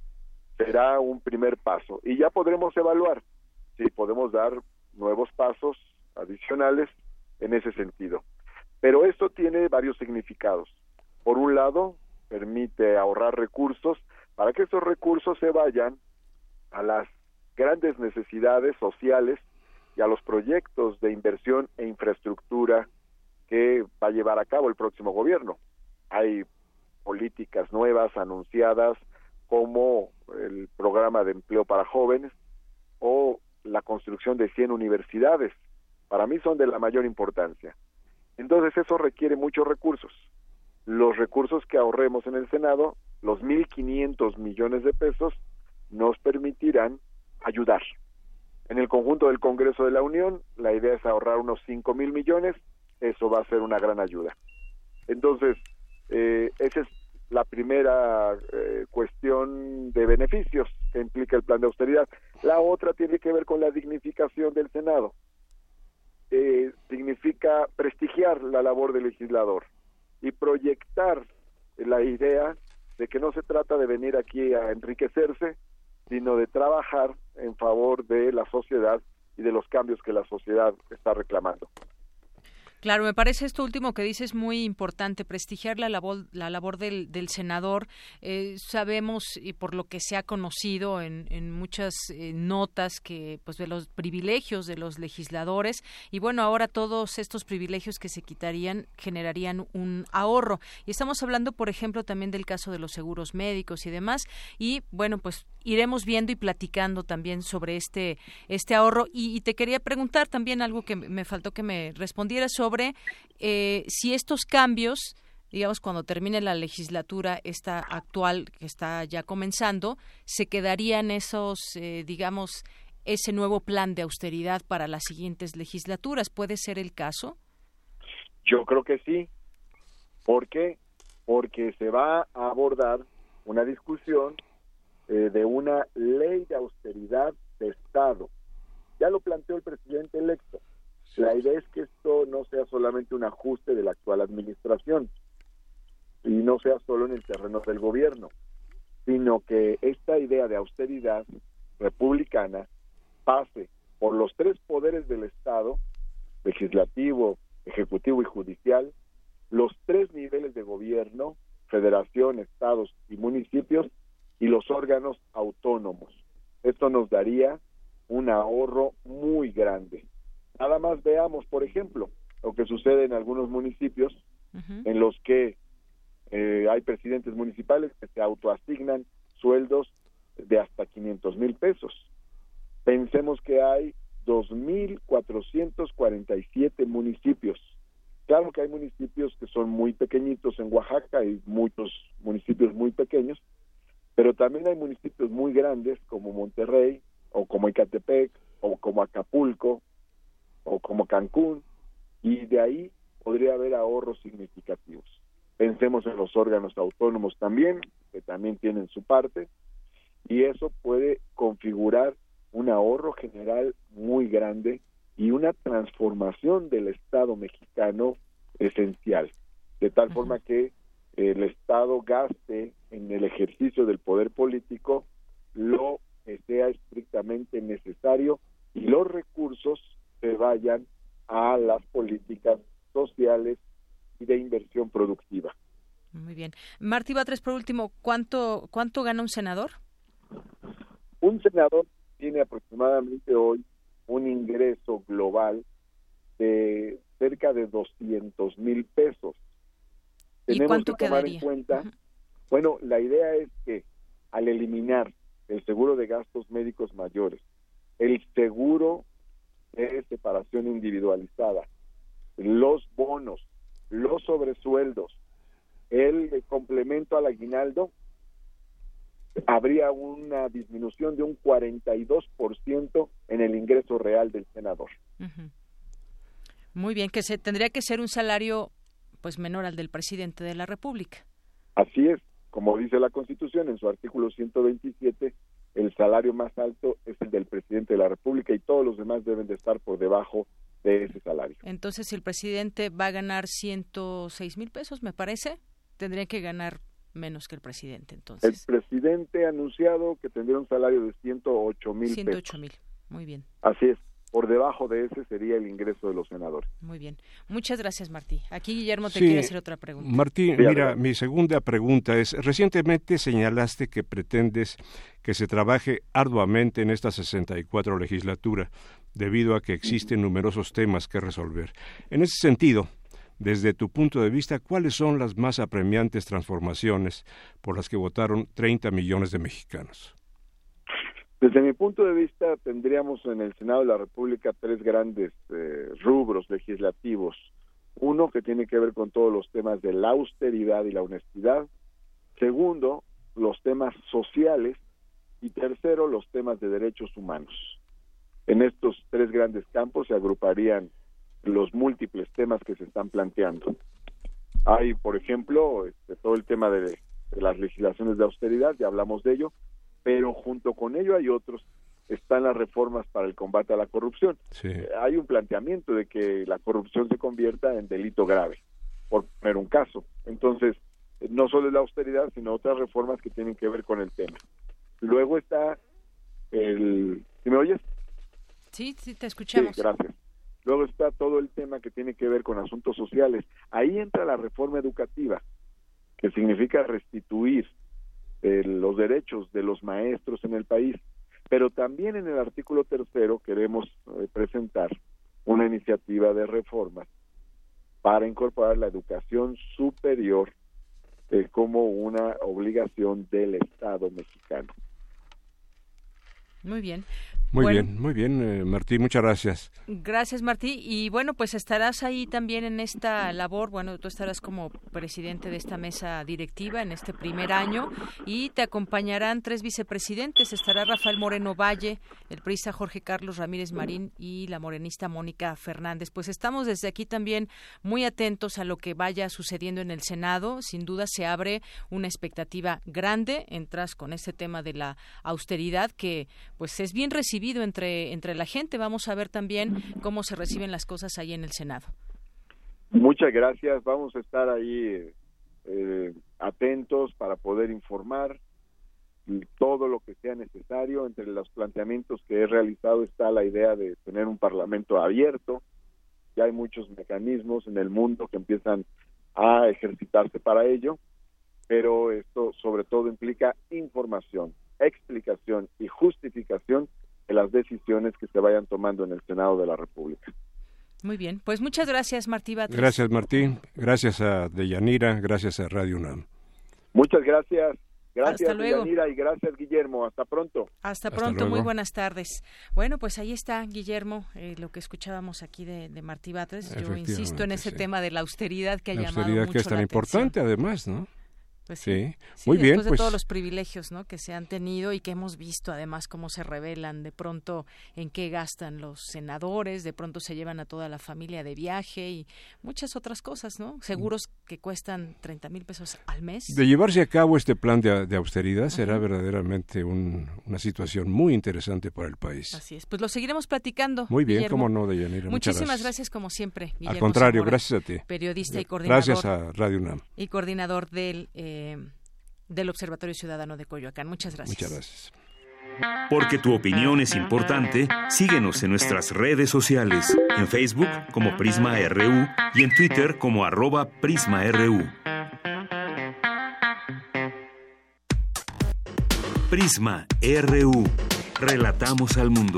Será un primer paso. Y ya podremos evaluar si podemos dar nuevos pasos adicionales en ese sentido. Pero esto tiene varios significados. Por un lado, permite ahorrar recursos para que esos recursos se vayan a las grandes necesidades sociales y a los proyectos de inversión e infraestructura que va a llevar a cabo el próximo gobierno. Hay políticas nuevas anunciadas como el programa de empleo para jóvenes o la construcción de 100 universidades. Para mí son de la mayor importancia. Entonces eso requiere muchos recursos. Los recursos que ahorremos en el Senado, los 1.500 millones de pesos, nos permitirán ayudar. En el conjunto del Congreso de la Unión, la idea es ahorrar unos 5,000 millones, eso va a ser una gran ayuda. Entonces, esa es la primera cuestión de beneficios que implica el plan de austeridad. La otra tiene que ver con la dignificación del Senado. Significa prestigiar la labor del legislador y proyectar la idea de que no se trata de venir aquí a enriquecerse, sino de trabajar en favor de la sociedad y de los cambios que la sociedad está reclamando. Claro, me parece esto último que dices muy importante, prestigiar la labor del senador. Sabemos, y por lo que se ha conocido en muchas notas, que pues de los privilegios de los legisladores, y bueno, ahora todos estos privilegios que se quitarían generarían un ahorro. Y estamos hablando, por ejemplo, también del caso de los seguros médicos y demás, y bueno, pues iremos viendo y platicando también sobre este ahorro. Y te quería preguntar también algo que me faltó que me respondieras sobre si estos cambios, digamos, cuando termine la legislatura esta actual que está ya comenzando, se quedarían esos, digamos, ese nuevo plan de austeridad para las siguientes legislaturas. ¿Puede ser el caso? Yo creo que sí. ¿Por qué? Porque se va a abordar una discusión de una ley de austeridad de Estado. Ya lo planteó el presidente electo. La idea es que esto no sea solamente un ajuste de la actual administración y no sea solo en el terreno del gobierno, sino que esta idea de austeridad republicana pase por los tres poderes del Estado, legislativo, ejecutivo y judicial, los tres niveles de gobierno, federación, estados y municipios, y los órganos autónomos. Esto nos daría un ahorro muy grande. Nada más veamos, por ejemplo, lo que sucede en algunos municipios en los que hay presidentes municipales que se autoasignan sueldos de hasta 500,000 pesos. Pensemos que hay 2,447 municipios. Claro que hay municipios que son muy pequeñitos en Oaxaca, hay muchos municipios muy pequeños, pero también hay municipios muy grandes como Monterrey, o como Ecatepec, o como Acapulco, o como Cancún, y de ahí podría haber ahorros significativos. Pensemos en los órganos autónomos también, que también tienen su parte, y eso puede configurar un ahorro general muy grande y una transformación del Estado mexicano esencial, de tal forma que el Estado gaste en el ejercicio del poder político lo que sea estrictamente necesario y los recursos se vayan a las políticas sociales y de inversión productiva. Muy bien. Martí Batres, por último, ¿cuánto gana un senador? Un senador tiene aproximadamente hoy un ingreso global de cerca de 200,000 pesos. ¿Y cuánto que tomar quedaría? En cuenta, bueno, la idea es que al eliminar el seguro de gastos médicos mayores, el seguro de separación individualizada, los bonos, los sobresueldos, el complemento al aguinaldo, habría una disminución de un 42% en el ingreso real del senador. Muy bien, que tendría que ser un salario pues menor al del presidente de la República. Así es, como dice la Constitución en su artículo 127, el salario más alto es el del presidente de la República y todos los demás deben de estar por debajo de ese salario. Entonces, si el presidente va a ganar 106,000 pesos, me parece, tendría que ganar menos que el presidente, entonces. El presidente ha anunciado que tendría un salario de 108,000 pesos. 108,000, muy bien. Así es, por debajo de ese sería el ingreso de los senadores. Muy bien. Muchas gracias, Martí. Aquí Guillermo te quiere hacer otra pregunta. Martí, mira, mi segunda pregunta es, recientemente señalaste que pretendes que se trabaje arduamente en esta 64 legislatura, debido a que existen numerosos temas que resolver. En ese sentido, desde tu punto de vista, ¿cuáles son las más apremiantes transformaciones por las que votaron 30 millones de mexicanos? Desde mi punto de vista, tendríamos en el Senado de la República 3 grandes rubros legislativos. Uno, que tiene que ver con todos los temas de la austeridad y la honestidad. Segundo, los temas sociales. Y tercero, los temas de derechos humanos. En estos 3 grandes campos se agruparían los múltiples temas que se están planteando. Hay, por ejemplo, todo el tema de las legislaciones de austeridad, ya hablamos de ello, pero junto con ello hay otros, están las reformas para el combate a la corrupción. Sí. Hay un planteamiento de que la corrupción se convierta en delito grave, por poner un caso. Entonces, no solo es la austeridad, sino otras reformas que tienen que ver con el tema. Luego está ¿sí me oyes? Sí, te escuchamos. Sí, gracias. Luego está todo el tema que tiene que ver con asuntos sociales. Ahí entra la reforma educativa, que significa restituir los derechos de los maestros en el país. Pero también en el artículo 3 queremos presentar una iniciativa de reformas para incorporar la educación superior como una obligación del Estado mexicano. Muy bien. Muy bien, Martí, muchas gracias. Gracias, Martí. Y bueno, pues estarás ahí también en esta labor. Bueno, tú estarás como presidente de esta mesa directiva en este primer año y te acompañarán 3 vicepresidentes. Estará Rafael Moreno Valle, el priista Jorge Carlos Ramírez Marín y la morenista Mónica Fernández. Pues estamos desde aquí también muy atentos a lo que vaya sucediendo en el Senado. Sin duda se abre una expectativa grande. Entras con este tema de la austeridad que pues es bien recibido entre la gente. Vamos a ver también cómo se reciben las cosas ahí en el Senado. Muchas gracias. Vamos a estar ahí atentos para poder informar todo lo que sea necesario. Entre los planteamientos que he realizado está la idea de tener un parlamento abierto. Ya hay muchos mecanismos en el mundo que empiezan a ejercitarse para ello, pero esto sobre todo implica información, explicación y justificación de las decisiones que se vayan tomando en el Senado de la República. Muy bien, pues muchas gracias, Martí Batres. Gracias, Martín. Gracias a Deyanira, gracias a Radio UNAM. Muchas gracias. Gracias, Deyanira, y gracias, Guillermo. Hasta pronto. Hasta pronto, muy buenas tardes. Bueno, pues ahí está, Guillermo, lo que escuchábamos aquí de Martí Batres. Yo insisto en ese tema de la austeridad que ha llamado mucho la atención. La austeridad que es tan importante, además, ¿no? Pues sí, muy bien. Después de todos los privilegios, ¿no?, que se han tenido y que hemos visto, además, cómo se revelan de pronto en qué gastan los senadores, de pronto se llevan a toda la familia de viaje y muchas otras cosas, ¿no? Seguros que cuestan 30,000 pesos al mes. De llevarse a cabo este plan de austeridad será verdaderamente una situación muy interesante para el país. Así es, pues lo seguiremos platicando. Muy bien, Guillermo. Cómo no, Deyanira. Muchísimas gracias como siempre, Guillermo Al contrario, Zamora, gracias a ti. Periodista y coordinador. Gracias a Radio UNAM. Y coordinador del Observatorio Ciudadano de Coyoacán. Muchas gracias. Muchas gracias. Porque tu opinión es importante, síguenos en nuestras redes sociales, en Facebook como Prisma RU y en Twitter como @PrismaRU. Prisma RU. Relatamos al mundo.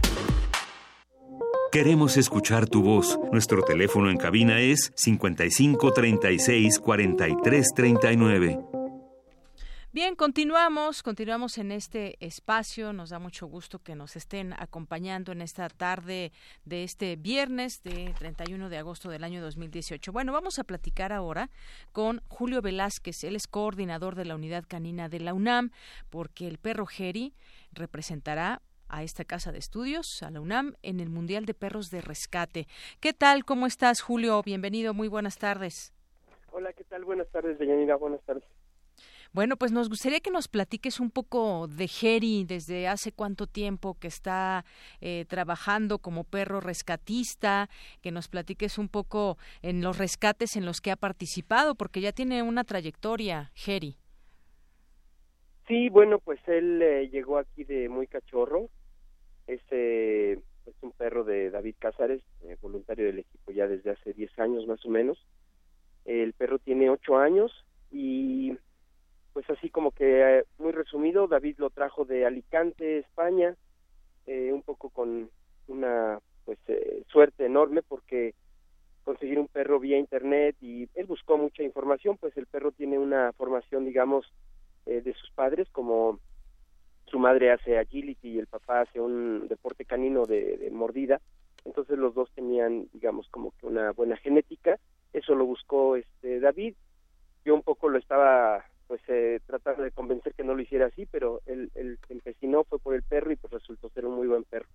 Queremos escuchar tu voz. Nuestro teléfono en cabina es 55 36 43 39. Bien, continuamos en este espacio. Nos da mucho gusto que nos estén acompañando en esta tarde de este viernes de 31 de agosto del año 2018. Bueno, vamos a platicar ahora con Julio Velázquez. Él es coordinador de la Unidad Canina de la UNAM, porque el perro Jerry representará a esta casa de estudios, a la UNAM, en el Mundial de Perros de Rescate. ¿Qué tal? ¿Cómo estás, Julio? Bienvenido, muy buenas tardes. Hola, ¿qué tal? Buenas tardes, Deyanira, buenas tardes. Bueno, pues nos gustaría que nos platiques un poco de Jerry, desde hace cuánto tiempo que está trabajando como perro rescatista, que nos platiques un poco en los rescates en los que ha participado, porque ya tiene una trayectoria, Jerry. Sí, bueno, pues él llegó aquí de muy cachorro. Es un perro de David Cázares, voluntario del equipo ya desde hace 10 años más o menos. El perro tiene 8 años y pues así como que muy resumido, David lo trajo de Alicante, España, un poco con una pues suerte enorme, porque conseguir un perro vía internet, y él buscó mucha información, pues el perro tiene una formación, digamos, de sus padres, como su madre hace agility y el papá hace un deporte canino de mordida, entonces los dos tenían, digamos, como que una buena genética. Eso lo buscó David. Yo un poco lo estaba pues tratando de convencer que no lo hiciera así, pero él se empecinó, fue por el perro, y pues resultó ser un muy buen perro.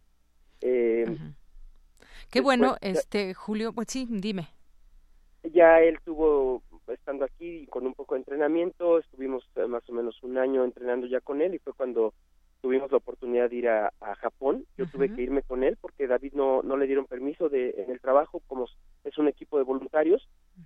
Qué bueno, Julio, pues sí, dime. Ya él tuvo, estando aquí con un poco de entrenamiento, estuvimos más o menos un año entrenando ya con él, y fue cuando tuvimos la oportunidad de ir a Japón. Yo tuve que irme con él porque David no le dieron permiso en el trabajo, como es un equipo de voluntarios.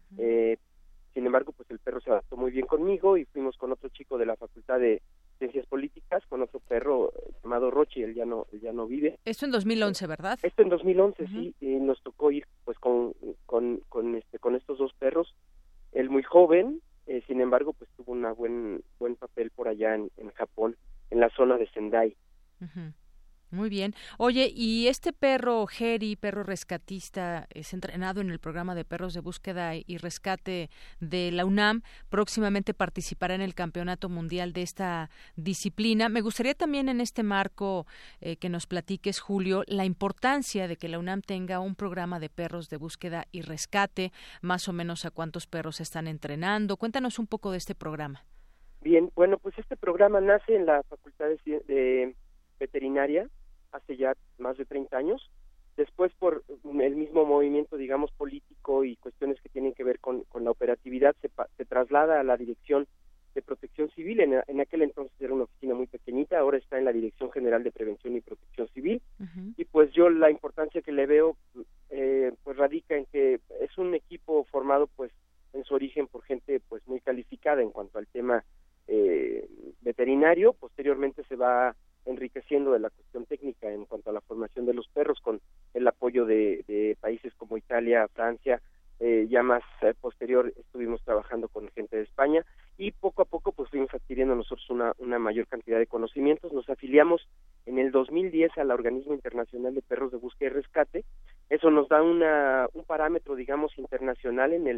Sin embargo, pues el perro se adaptó muy bien conmigo, y fuimos con otro chico de la Facultad de Ciencias Políticas, con otro perro llamado Rochi. Él ya no vive. Esto en 2011, ¿verdad? Esto en 2011, sí, y nos tocó ir pues con estos dos perros. Él muy joven, sin embargo, pues tuvo un buen papel por allá en Japón, en la zona de Sendai. Muy bien. Oye, ¿y este perro Jerry, perro rescatista, es entrenado en el programa de perros de búsqueda y rescate de la UNAM? Próximamente participará en el Campeonato Mundial de esta disciplina. Me gustaría también en este marco que nos platiques, Julio, la importancia de que la UNAM tenga un programa de perros de búsqueda y rescate, más o menos a cuántos perros están entrenando. Cuéntanos un poco de este programa. Bien, bueno, pues este programa nace en la Facultad de Veterinaria hace ya más de 30 años. Después, por el mismo movimiento, digamos, político y cuestiones que tienen que ver con la operatividad, se traslada a la Dirección de Protección Civil. En aquel entonces era una oficina muy pequeñita, ahora está en la Dirección General de Prevención y Protección Civil. Y pues yo la importancia que le veo pues radica en que es un equipo formado pues en su origen por gente pues muy calificada en cuanto al tema veterinario. Posteriormente se va enriqueciendo de la cuestión técnica en cuanto a la formación de los perros, con el apoyo de países como Italia, Francia. Ya más posterior estuvimos trabajando con gente de España, y poco a poco pues fuimos adquiriendo nosotros una mayor cantidad de conocimientos. Nos afiliamos en el 2010 al Organismo Internacional de Perros de Búsqueda y Rescate. Eso nos da un parámetro, digamos, internacional en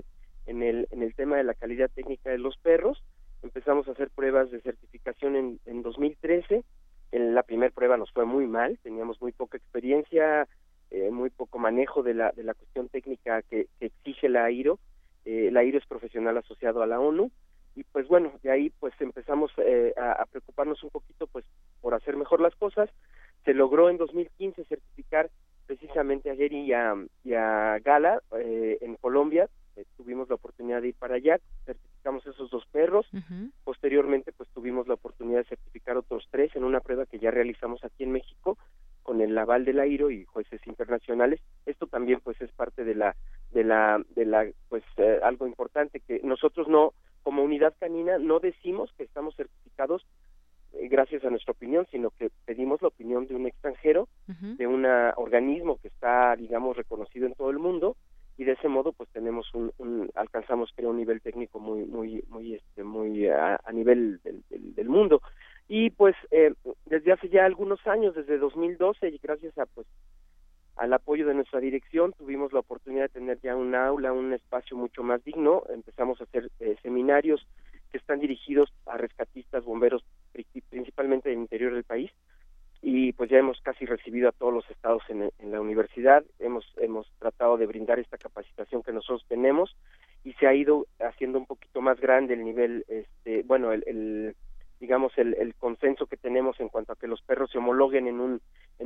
el tema de la calidad técnica de los perros. Empezamos a hacer pruebas de certificación en 2013. En la primera prueba nos fue muy mal, teníamos muy poca experiencia, muy poco manejo de la cuestión técnica que exige la AIRO. La AIRO es profesional asociado a la ONU, y pues bueno, de ahí pues empezamos a preocuparnos un poquito pues por hacer mejor las cosas. Se logró en 2015 certificar precisamente a Jerry y a Gala en Colombia. Tuvimos la oportunidad de ir para allá, certificamos esos dos perros. Posteriormente pues tuvimos la oportunidad de certificar otros 3 en una prueba que ya realizamos aquí en México con el aval de la AIRO y jueces internacionales. Esto también pues es parte de la pues algo importante, que nosotros no, como unidad canina, no decimos que estamos certificados gracias a nuestra opinión, sino que pedimos la opinión de un extranjero, de un organismo que está, digamos, reconocido en todo el mundo, y de ese modo pues tenemos alcanzamos, creo, un nivel técnico muy a nivel del mundo. Y pues desde hace ya algunos años, desde 2012, y gracias al apoyo de nuestra dirección, tuvimos la oportunidad de tener ya un aula, un espacio mucho más digno. Empezamos a hacer seminarios que están dirigidos a rescatistas, bomberos, principalmente del interior del país, y pues ya hemos casi recibido a todos los estados en la universidad. Hemos tratado de brindar esta capacitación que nosotros tenemos, y se ha ido haciendo un poquito más grande el nivel, digamos el consenso que tenemos en cuanto a que los perros se homologuen en un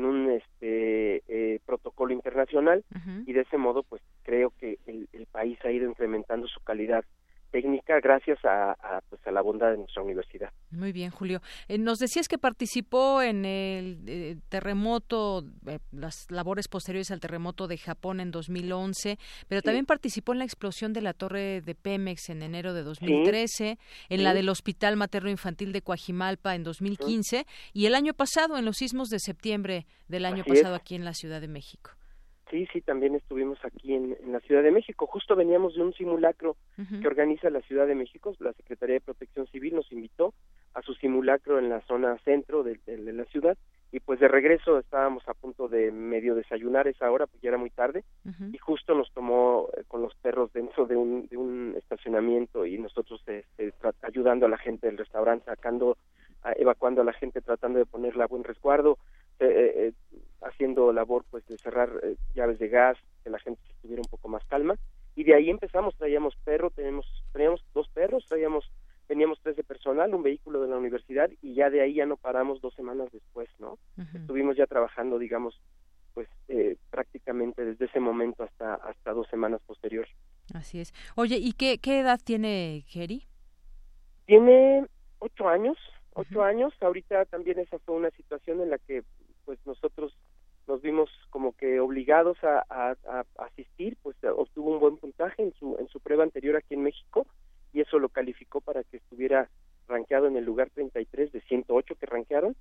protocolo internacional, y de ese modo pues creo que el país ha ido incrementando su calidad técnica gracias a la bondad de nuestra universidad. Muy bien, Julio. Nos decías que participó en el terremoto, las labores posteriores al terremoto de Japón en 2011, pero también participó en la explosión de la torre de Pemex en enero de 2013, en la del Hospital Materno Infantil de Coajimalpa en 2015, y el año pasado en los sismos de septiembre del año pasado aquí en la Ciudad de México. Sí, también estuvimos aquí en la Ciudad de México. Justo veníamos de un simulacro que organiza la Ciudad de México. La Secretaría de Protección Civil nos invitó a su simulacro en la zona centro de la ciudad, y pues de regreso estábamos a punto de medio desayunar esa hora, porque ya era muy tarde, y justo nos tomó con los perros dentro de un estacionamiento, y nosotros ayudando a la gente del restaurante, evacuando a la gente, tratando de ponerla a buen resguardo, haciendo labor pues de cerrar llaves de gas, que la gente estuviera un poco más calma, y de ahí empezamos. Traíamos teníamos 2 perros, teníamos 3 de personal, un vehículo de la universidad, y ya de ahí ya no paramos 2 semanas después, ¿no? Estuvimos ya trabajando, digamos, pues prácticamente desde ese momento hasta 2 semanas posterior. Así es. Oye, ¿y qué edad tiene Geri? Tiene 8 años. 8 años. Ahorita también esa fue una situación en la que pues nosotros nos vimos como que obligados a asistir, pues obtuvo un buen puntaje en su prueba anterior aquí en México, y eso lo calificó para que estuviera rankeado en el lugar 33 de 108 que rankearon.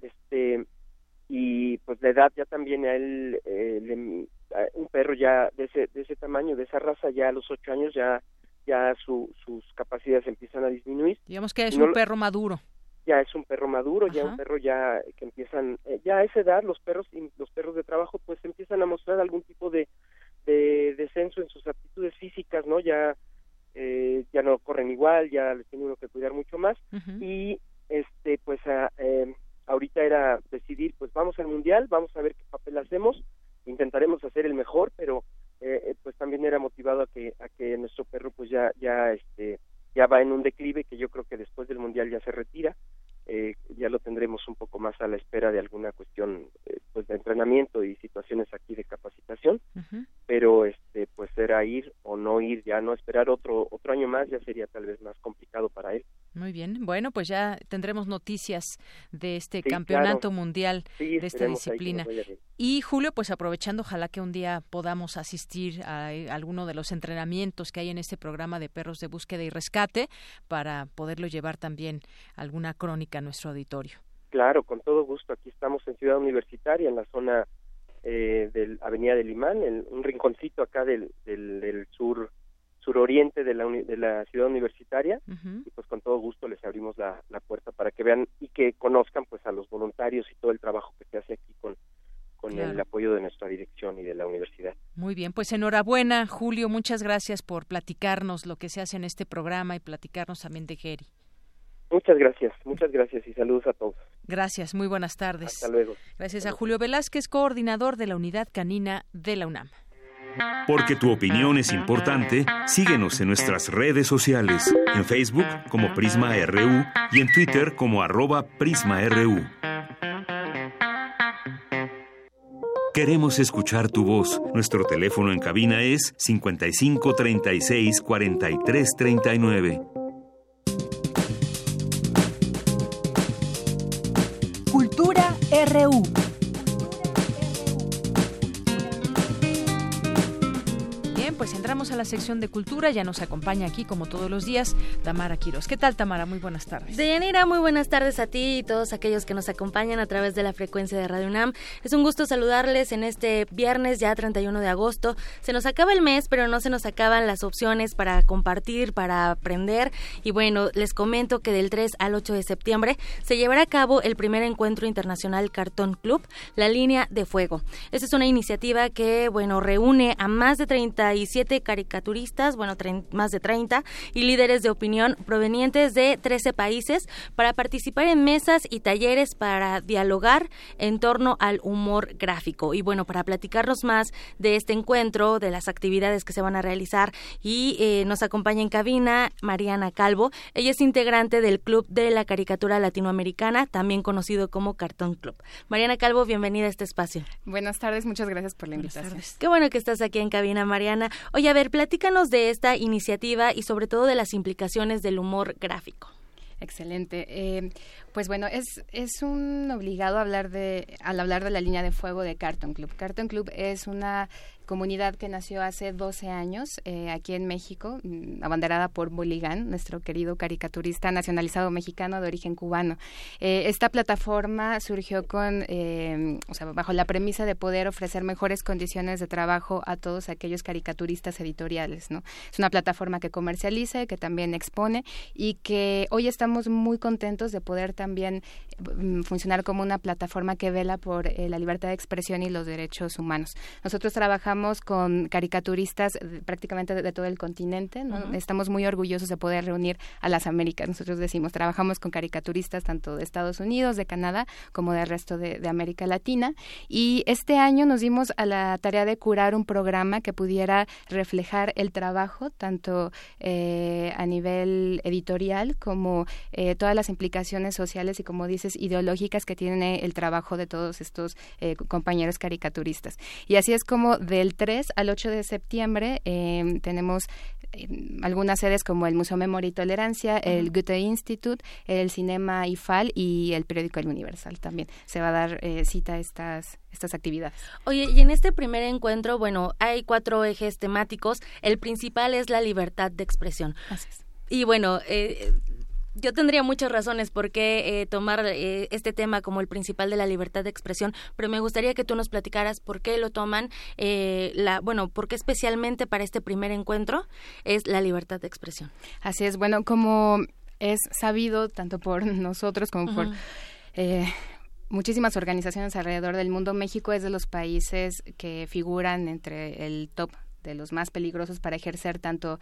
Y pues la edad ya también a él, un perro ya de ese tamaño, de esa raza, ya a los 8 años ya sus capacidades empiezan a disminuir. Digamos que es un perro maduro. Ya es un perro maduro, ya un perro ya que empiezan, ya a esa edad los perros de trabajo pues empiezan a mostrar algún tipo de descenso en sus aptitudes físicas, ¿no? Ya no corren igual, ya les tiene uno que cuidar mucho más, y pues ahorita era decidir, pues vamos al mundial, vamos a ver qué papel hacemos, intentaremos hacer el mejor, pero pues también era motivado a que nuestro perro pues ya va en un declive, que yo creo que después del mundial ya se retira. Ya lo tendremos un poco más a la espera de alguna cuestión pues de entrenamiento y situaciones aquí de capacitación, pero pues era ir o no ir, ya no esperar otro año más, ya sería tal vez más complicado para él. Muy bien, bueno, pues ya tendremos noticias de este campeonato mundial de esta disciplina. Y Julio, pues aprovechando, ojalá que un día podamos asistir a alguno de los entrenamientos que hay en este programa de perros de búsqueda y rescate, para poderlo llevar también alguna crónica a nuestro auditorio. Claro, con todo gusto. Aquí estamos en Ciudad Universitaria, en la zona de Avenida del Imán, un rinconcito acá del suroriente de la Ciudad Universitaria, y pues con todo gusto les abrimos la puerta para que vean y que conozcan pues a los voluntarios y todo el trabajo que se hace aquí con el apoyo de nuestra dirección y de la universidad. Muy bien, pues enhorabuena, Julio, muchas gracias por platicarnos lo que se hace en este programa y platicarnos también de Geri. Muchas gracias y saludos a todos. Gracias, muy buenas tardes. Hasta luego. Gracias a Julio Velázquez, coordinador de la Unidad Canina de la UNAM. Porque tu opinión es importante, síguenos en nuestras redes sociales, en Facebook como Prisma RU y en Twitter como @PrismaRU. Queremos escuchar tu voz. Nuestro teléfono en cabina es 55 36 43 39. Cultura RU. Pues entramos a la sección de cultura, ya nos acompaña aquí como todos los días Tamara Quirós. ¿Qué tal, Tamara? Muy buenas tardes. Deyanira, muy buenas tardes a ti y todos aquellos que nos acompañan a través de la frecuencia de Radio UNAM. Es un gusto saludarles en este viernes ya 31 de agosto. Se nos acaba el mes, pero no se nos acaban las opciones para compartir, para aprender. Y bueno, les comento que del 3 al 8 de septiembre se llevará a cabo el primer encuentro internacional Cartón Club, la línea de fuego. Esta es una iniciativa que, bueno, reúne a más de 37 caricaturistas, más de 30, y líderes de opinión provenientes de 13 países para participar en mesas y talleres para dialogar en torno al humor gráfico. Y bueno, para platicarnos más de este encuentro, de las actividades que se van a realizar, y nos acompaña en cabina Mariana Calvo. Ella es integrante del Club de la Caricatura Latinoamericana, también conocido como Cartón Club. Mariana Calvo, bienvenida a este espacio. Buenas tardes, muchas gracias por la invitación. Qué bueno que estás aquí en cabina, Mariana. Oye, a ver, platícanos de esta iniciativa y sobre todo de las implicaciones del humor gráfico. Excelente. Pues bueno, es un obligado al hablar de la línea de fuego de Cartón Club. Cartón Club es una comunidad que nació hace 12 años aquí en México, abanderada por Boligán, nuestro querido caricaturista nacionalizado mexicano de origen cubano. Esta plataforma surgió bajo la premisa de poder ofrecer mejores condiciones de trabajo a todos aquellos caricaturistas editoriales, ¿no? Es una plataforma que comercializa, que también expone y que hoy estamos muy contentos de poder también funcionar como una plataforma que vela por la libertad de expresión y los derechos humanos. Nosotros trabajamos con caricaturistas prácticamente de todo el continente, ¿no? Uh-huh. Estamos muy orgullosos de poder reunir a las Américas. Nosotros decimos, trabajamos con caricaturistas tanto de Estados Unidos, de Canadá, como del resto de América Latina. Y este año nos dimos a la tarea de curar un programa que pudiera reflejar el trabajo, tanto a nivel editorial como todas las implicaciones sociales y, como dices, ideológicas que tiene el trabajo de todos estos compañeros caricaturistas. Y así es como del 3 al 8 de septiembre tenemos algunas sedes como el Museo Memoria y Tolerancia, el Goethe Institut, el Cinema IFAL y el periódico El Universal. También se va a dar cita a estas actividades. Oye, y en este primer encuentro, bueno, hay 4 ejes temáticos. El principal es la libertad de expresión. Así es. Y bueno, yo tendría muchas razones por qué tomar este tema como el principal de la libertad de expresión, pero me gustaría que tú nos platicaras por qué lo toman, por qué especialmente para este primer encuentro es la libertad de expresión. Así es, bueno, como es sabido tanto por nosotros como por muchísimas organizaciones alrededor del mundo, México es de los países que figuran entre el top de los más peligrosos para ejercer tanto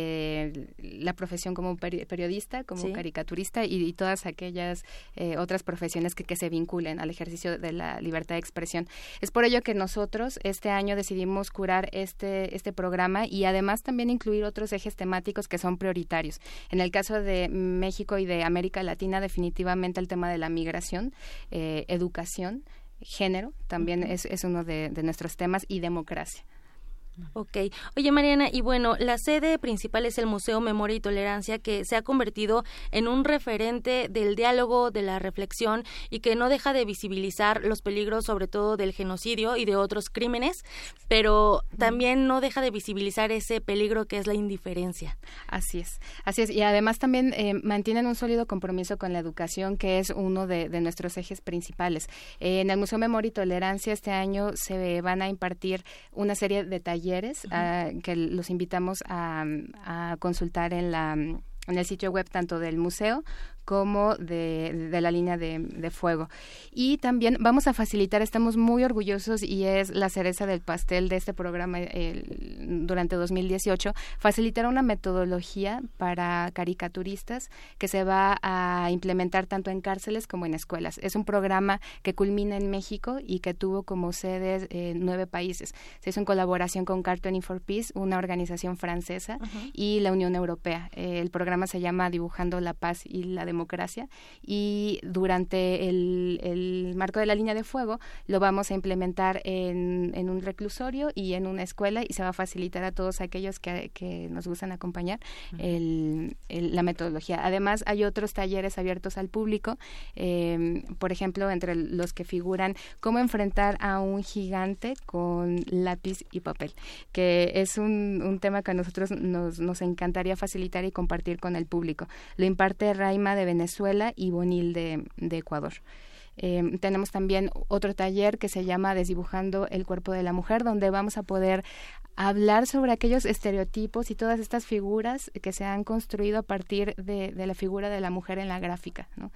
la profesión como periodista, como caricaturista y todas aquellas otras profesiones que se vinculen al ejercicio de la libertad de expresión. Es por ello que nosotros este año decidimos curar este programa y además también incluir otros ejes temáticos que son prioritarios. En el caso de México y de América Latina, definitivamente el tema de la migración, educación, género, también es uno de nuestros temas, y democracia. Ok. Oye, Mariana, y bueno, la sede principal es el Museo Memoria y Tolerancia, que se ha convertido en un referente del diálogo, de la reflexión, y que no deja de visibilizar los peligros, sobre todo del genocidio y de otros crímenes, pero también no deja de visibilizar ese peligro que es la indiferencia. Así es. Y además también mantienen un sólido compromiso con la educación, que es uno de nuestros ejes principales. En el Museo Memoria y Tolerancia este año se van a impartir una serie de talleres que los invitamos a consultar en el sitio web tanto del museo como de la línea de fuego. Y también vamos a facilitar, estamos muy orgullosos y es la cereza del pastel de este programa durante 2018, facilitar una metodología para caricaturistas que se va a implementar tanto en cárceles como en escuelas. Es un programa que culmina en México y que tuvo como sedes 9 países. Se hizo en colaboración con Cartooning for Peace, una organización francesa, y la Unión Europea. El programa se llama Dibujando la Paz y la Democracia, y durante el marco de la línea de fuego lo vamos a implementar en un reclusorio y en una escuela, y se va a facilitar a todos aquellos que nos gustan acompañar la metodología. Además, hay otros talleres abiertos al público, por ejemplo, entre los que figuran cómo enfrentar a un gigante con lápiz y papel, que es un tema que a nosotros nos encantaría facilitar y compartir con el público. Lo imparte Raima de Venezuela y Bonil de Ecuador. Tenemos también otro taller que se llama Desdibujando el cuerpo de la mujer, donde vamos a poder hablar sobre aquellos estereotipos y todas estas figuras que se han construido a partir de la figura de la mujer en la gráfica, ¿no?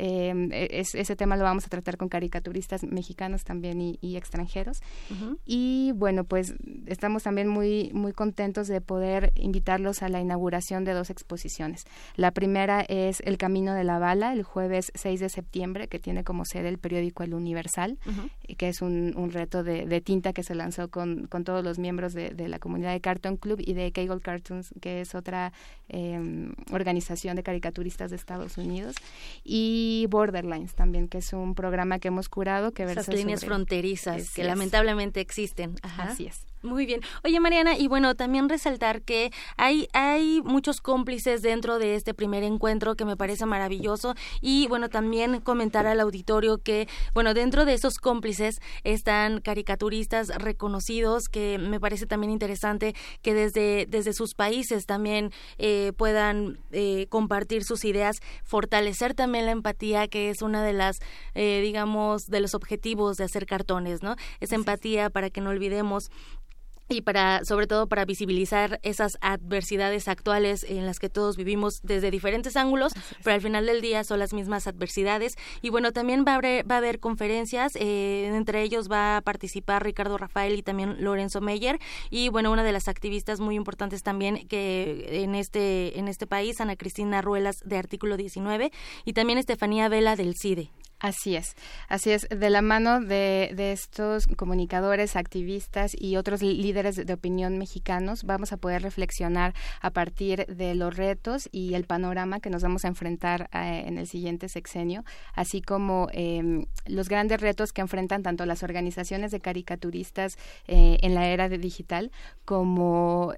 Ese tema lo vamos a tratar con caricaturistas mexicanos también y extranjeros. Y bueno, pues estamos también muy, muy contentos de poder invitarlos a la inauguración de 2 exposiciones. La primera es El Camino de la Bala, el jueves 6 de septiembre, que tiene como sede el periódico El Universal, que es un reto de tinta que se lanzó con todos los miembros de la comunidad de Cartoon Club y de Kegel Cartoons, que es otra organización de caricaturistas de Estados Unidos, y Borderlines también, que es un programa que hemos curado que versa esas líneas fronterizas que lamentablemente existen. Así es. Muy bien. Oye, Mariana, y bueno, también resaltar que hay muchos cómplices dentro de este primer encuentro que me parece maravilloso, y bueno, también comentar al auditorio que, bueno, dentro de esos cómplices están caricaturistas reconocidos, que me parece también interesante que desde sus países también puedan compartir sus ideas, fortalecer también la empatía, que es una de las, digamos, de los objetivos de hacer cartones, ¿no? Esa empatía para que no olvidemos, y sobre todo para visibilizar esas adversidades actuales en las que todos vivimos desde diferentes ángulos, pero al final del día son las mismas adversidades. Y bueno, también va a haber conferencias, entre ellos va a participar Ricardo Rafael y también Lorenzo Meyer, y bueno, una de las activistas muy importantes también que en este país, Ana Cristina Ruelas de Artículo 19, y también Estefanía Vela del CIDE. Así es, de la mano de estos comunicadores, activistas y otros líderes de opinión mexicanos, vamos a poder reflexionar a partir de los retos y el panorama que nos vamos a enfrentar en el siguiente sexenio, así como los grandes retos que enfrentan tanto las organizaciones de caricaturistas en la era digital, como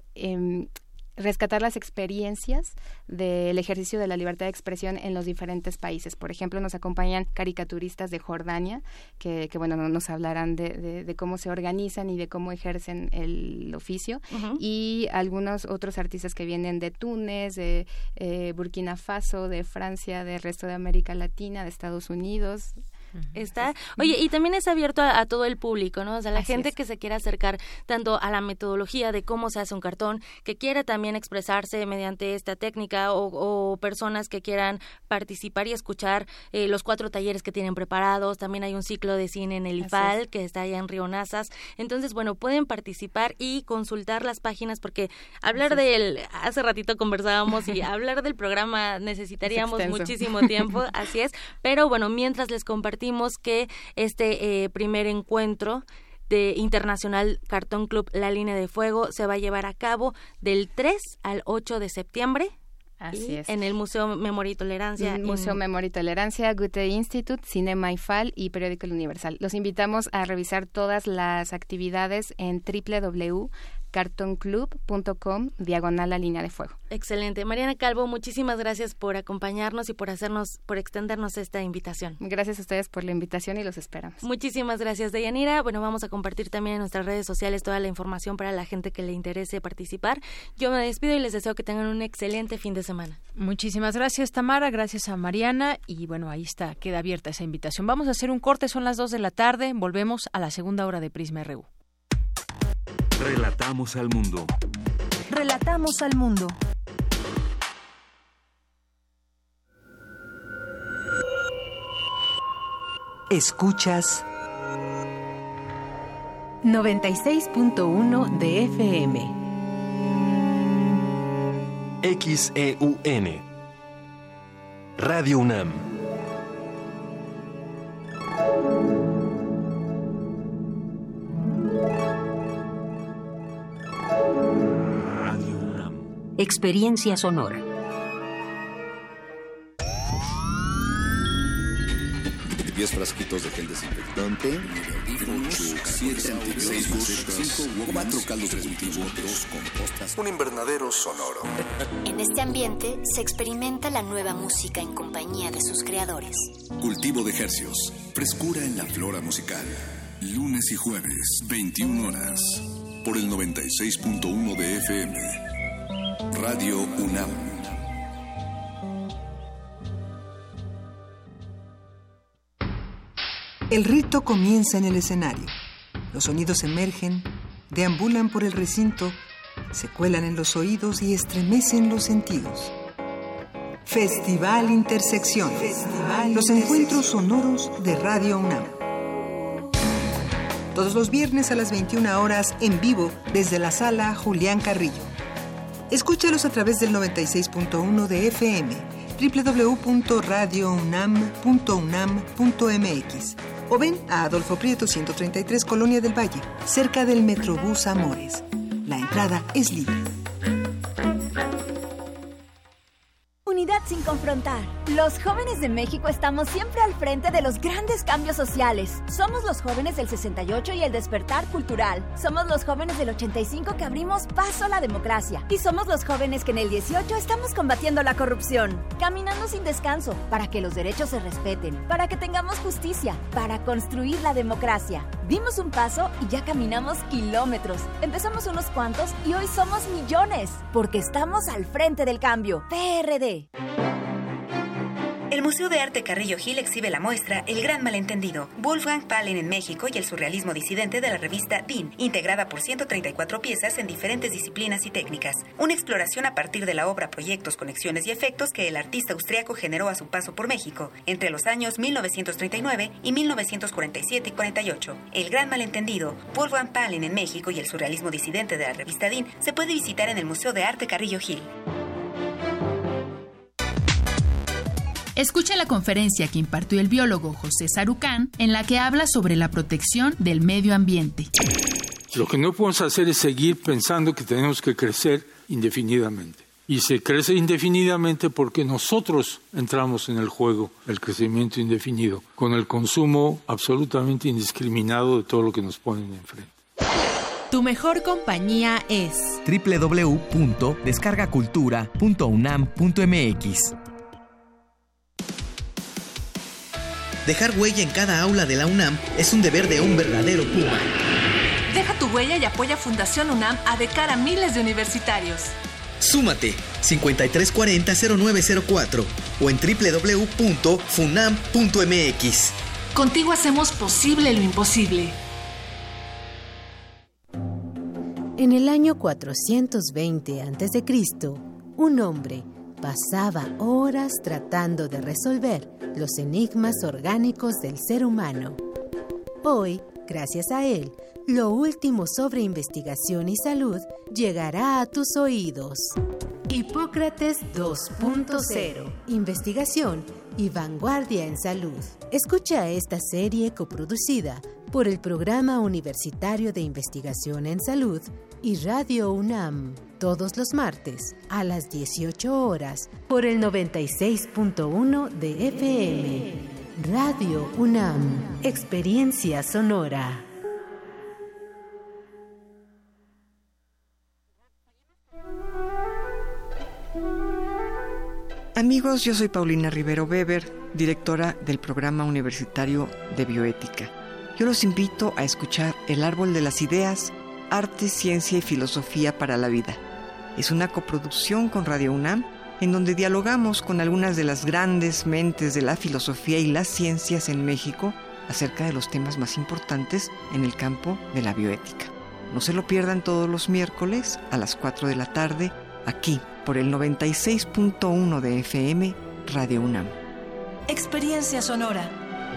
rescatar las experiencias del ejercicio de la libertad de expresión en los diferentes países. Por ejemplo, nos acompañan caricaturistas de Jordania, que bueno, nos hablarán de cómo se organizan y de cómo ejercen el oficio, y algunos otros artistas que vienen de Túnez, de Burkina Faso, de Francia, del resto de América Latina, de Estados Unidos. Está, oye, y también es abierto a todo el público, ¿no? O sea, la gente que se quiera acercar tanto a la metodología de cómo se hace un cartón, que quiera también expresarse mediante esta técnica, o personas que quieran participar y escuchar los 4 talleres que tienen preparados. También hay un ciclo de cine en el IFAL, que está allá en Río Nazas. Entonces, bueno, pueden participar y consultar las páginas, porque hablar hace ratito conversábamos, y hablar del programa necesitaríamos muchísimo tiempo, así es, pero bueno, mientras les compartimos que este primer encuentro de Internacional Cartón Club La Línea de Fuego se va a llevar a cabo del 3 al 8 de septiembre. Así es. En el Museo Memoria y Tolerancia. Museo Memoria y Tolerancia, Goethe Institut, Cinema IFAL y Periódico El Universal. Los invitamos a revisar todas las actividades en www.cartonclub.com/La Línea de Fuego. Excelente. Mariana Calvo, muchísimas gracias por acompañarnos y por extendernos esta invitación. Gracias a ustedes por la invitación y los esperamos. Muchísimas gracias, Deyanira. Bueno, vamos a compartir también en nuestras redes sociales toda la información para la gente que le interese participar. Yo me despido y les deseo que tengan un excelente fin de semana. Muchísimas gracias, Tamara, gracias a Mariana, y bueno, ahí está, queda abierta esa invitación. Vamos a hacer un corte, son las 2 de la tarde, volvemos a la segunda hora de Prisma RU. Relatamos al mundo. Relatamos al mundo. Escuchas 96.1 de FM. XEUN Radio UNAM. Radio UNAM. Experiencia sonora. Frasquitos de gel desinfectante, 4 caldos de cultivo, 2 compostas, un invernadero sonoro. En este ambiente se experimenta la nueva música en compañía de sus creadores. Cultivo de hercios, frescura en la flora musical. Lunes y jueves, 21 horas, por el 96.1 de FM. Radio UNAM. El rito comienza en el escenario. Los sonidos emergen, deambulan por el recinto, se cuelan en los oídos y estremecen los sentidos. Festival Intersección. Los encuentros sonoros de Radio UNAM. Todos los viernes a las 21 horas en vivo desde la sala Julián Carrillo. Escúchalos a través del 96.1 de FM, www.radiounam.unam.mx. O ven a Adolfo Prieto 133, Colonia del Valle, cerca del Metrobús Amores. La entrada es libre. Unidad 50. sin confrontar. Los jóvenes de México estamos siempre al frente de los grandes cambios sociales. Somos los jóvenes del 68 y el despertar cultural. Somos los jóvenes del 85 que abrimos paso a la democracia. Y somos los jóvenes que en el 18 estamos combatiendo la corrupción. Caminando sin descanso para que los derechos se respeten, para que tengamos justicia, para construir la democracia. Dimos un paso y ya caminamos kilómetros. Empezamos unos cuantos y hoy somos millones. Porque estamos al frente del cambio. PRD. El Museo de Arte Carrillo Gil exhibe la muestra El Gran Malentendido, Wolfgang Paalen en México y el surrealismo disidente de la revista DIN, integrada por 134 piezas en diferentes disciplinas y técnicas. Una exploración a partir de la obra, proyectos, conexiones y efectos que el artista austriaco generó a su paso por México entre los años 1939 y 1947 y 48. El Gran Malentendido, Wolfgang Paalen en México y el surrealismo disidente de la revista DIN se puede visitar en el Museo de Arte Carrillo Gil. Escucha la conferencia que impartió el biólogo José Sarucán, en la que habla sobre la protección del medio ambiente. Lo que no podemos hacer es seguir pensando que tenemos que crecer indefinidamente. Y se crece indefinidamente porque nosotros entramos en el juego del crecimiento indefinido, con el consumo absolutamente indiscriminado de todo lo que nos ponen enfrente. Tu mejor compañía es www.descargacultura.unam.mx. Dejar huella en cada aula de la UNAM es un deber de un verdadero Puma. Deja tu huella y apoya Fundación UNAM a de cara a miles de universitarios. Súmate 5340-0904 o en www.funam.mx. Contigo hacemos posible lo imposible. En el año 420 a.C., un hombre pasaba horas tratando de resolver los enigmas orgánicos del ser humano. Hoy, gracias a él, lo último sobre investigación y salud llegará a tus oídos. Hipócrates 2.0. Investigación y vanguardia en salud. Escucha esta serie coproducida por el Programa Universitario de Investigación en Salud y Radio UNAM, todos los martes a las 18 horas por el 96.1 de FM. Radio UNAM, experiencia sonora. Amigos, yo soy Paulina Rivero Weber, directora del Programa Universitario de Bioética. Yo los invito a escuchar El Árbol de las Ideas, Arte, Ciencia y Filosofía para la Vida. Es una coproducción con Radio UNAM, en donde dialogamos con algunas de las grandes mentes de la filosofía y las ciencias en México acerca de los temas más importantes en el campo de la bioética. No se lo pierdan todos los miércoles a las 4 de la tarde, aquí por el 96.1 de FM, Radio UNAM. Experiencia sonora.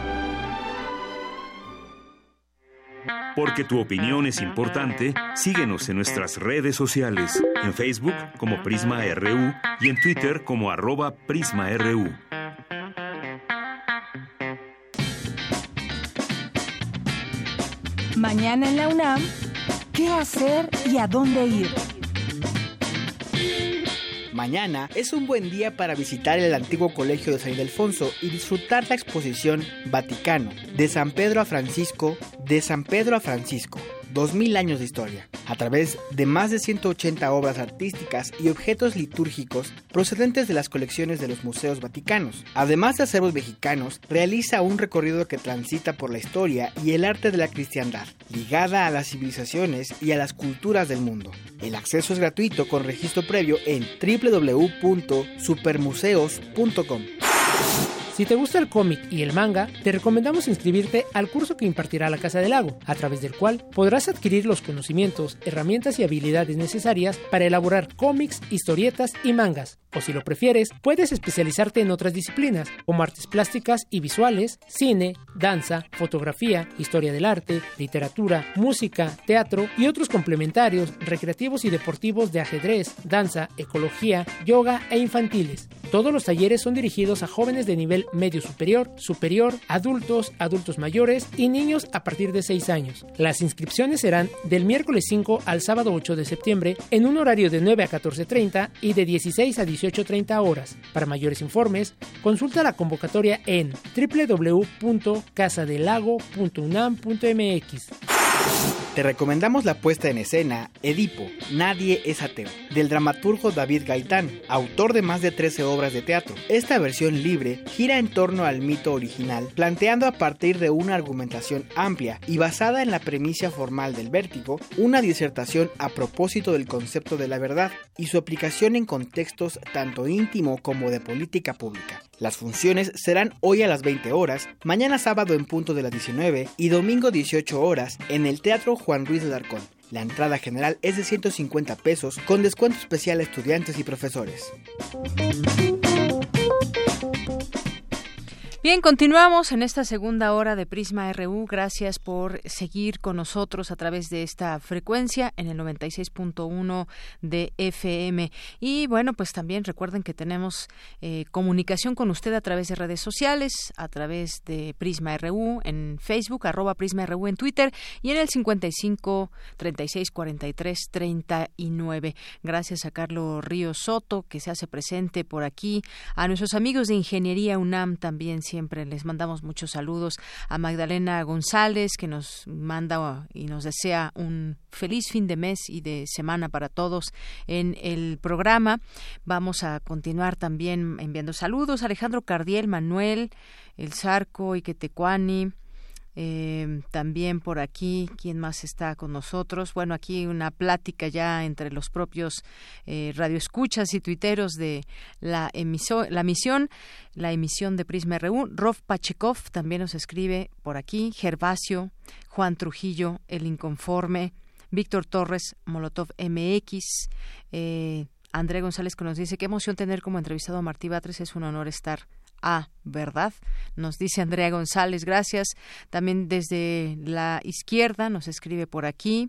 Porque tu opinión es importante, síguenos en nuestras redes sociales, en Facebook como Prisma RU y en Twitter como @PrismaRU. Mañana en la UNAM, ¿qué hacer y a dónde ir? Mañana es un buen día para visitar el antiguo colegio de San Ildefonso y disfrutar la exposición Vaticano, de San Pedro a Francisco, 2000 años de historia, a través de más de 180 obras artísticas y objetos litúrgicos procedentes de las colecciones de los museos vaticanos. Además de acervos mexicanos, realiza un recorrido que transita por la historia y el arte de la cristiandad, ligada a las civilizaciones y a las culturas del mundo. El acceso es gratuito con registro previo en www.supermuseos.com. Si te gusta el cómic y el manga, te recomendamos inscribirte al curso que impartirá la Casa del Lago, a través del cual podrás adquirir los conocimientos, herramientas y habilidades necesarias para elaborar cómics, historietas y mangas. O si lo prefieres, puedes especializarte en otras disciplinas, como artes plásticas y visuales, cine, danza, fotografía, historia del arte, literatura, música, teatro y otros complementarios, recreativos y deportivos de ajedrez, danza, ecología, yoga e infantiles. Todos los talleres son dirigidos a jóvenes de nivel medio superior, superior, adultos, adultos mayores y niños a partir de 6 años. Las inscripciones serán del miércoles 5 al sábado 8 de septiembre en un horario de 9 a 14:30 y de 16 a 18:30 horas. Para mayores informes, consulta la convocatoria en www.casadelago.unam.mx. Te recomendamos la puesta en escena Edipo, Nadie es ateo, del dramaturgo David Gaitán, autor de más de 13 obras de teatro. Esta versión libre gira en torno al mito original, planteando a partir de una argumentación amplia y basada en la premisa formal del vértigo, una disertación a propósito del concepto de la verdad y su aplicación en contextos tanto íntimo como de política pública. Las funciones serán hoy a las 20 horas, mañana sábado en punto de las 19 y domingo 18 horas en el Teatro Juan Ruiz de Alarcón. La entrada general es de 150 pesos con descuento especial a estudiantes y profesores. Bien, continuamos en esta segunda hora de Prisma RU. Gracias por seguir con nosotros a través de esta frecuencia en el 96.1 de FM. Y bueno, pues también recuerden que tenemos comunicación con usted a través de redes sociales, a través de Prisma RU en Facebook, @Prisma RU en Twitter y en el 55 36 43 39. Gracias a Carlos Ríos Soto, que se hace presente por aquí, a nuestros amigos de Ingeniería UNAM también. Siempre les mandamos muchos saludos, a Magdalena González, que nos manda y nos desea un feliz fin de mes y de semana para todos en el programa. Vamos a continuar también enviando saludos a Alejandro Cardiel, Manuel, El Zarco, Iquetecuani. También por aquí, ¿quién más está con nosotros? Bueno, aquí una plática ya entre los propios radioescuchas y tuiteros de la emisión de Prisma RU. Rolf Pachekov también nos escribe por aquí, Gervasio, Juan Trujillo, El Inconforme, Víctor Torres, Molotov MX, André González, que nos dice: qué emoción tener como entrevistado a Martí Batres, es un honor estar. ¿Verdad? Nos dice Andrea González, gracias. También desde la izquierda nos escribe por aquí.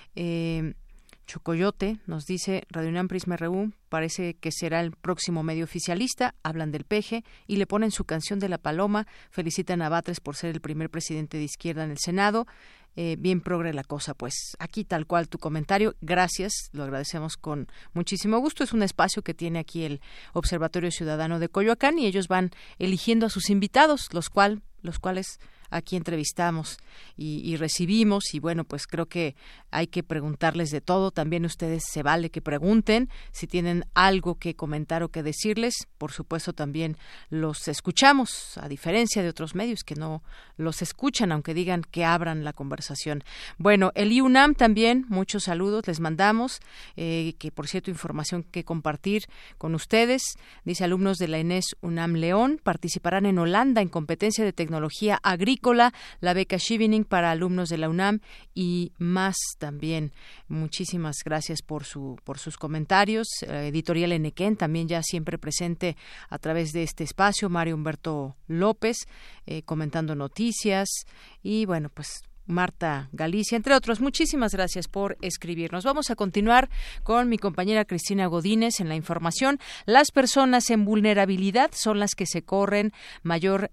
Chocoyote nos dice: Radio UNAM Prisma RU parece que será el próximo medio oficialista. Hablan del peje y le ponen su canción de la paloma. Felicitan a Batres por ser el primer presidente de izquierda en el Senado. Bien progre la cosa, pues aquí tal cual tu comentario, gracias, lo agradecemos con muchísimo gusto. Es un espacio que tiene aquí el Observatorio Ciudadano de Coyoacán y ellos van eligiendo a sus invitados, los cuales aquí entrevistamos y recibimos, y bueno, pues creo que hay que preguntarles de todo. También ustedes se vale que pregunten si tienen algo que comentar o que decirles. Por supuesto también los escuchamos, a diferencia de otros medios que no los escuchan, aunque digan que abran la conversación. Bueno, el IUNAM también, muchos saludos les mandamos, que por cierto información que compartir con ustedes. Dice: alumnos de la ENES UNAM León participarán en Holanda en competencia de tecnología agrícola, la beca Chevening para alumnos de la UNAM y más también. Muchísimas gracias por sus comentarios. Editorial Enequén también ya siempre presente a través de este espacio. Mario Humberto López comentando noticias y bueno, pues Marta Galicia, entre otros. Muchísimas gracias por escribirnos. Vamos a continuar con mi compañera Cristina Godínez en la información. Las personas en vulnerabilidad son las que corren mayor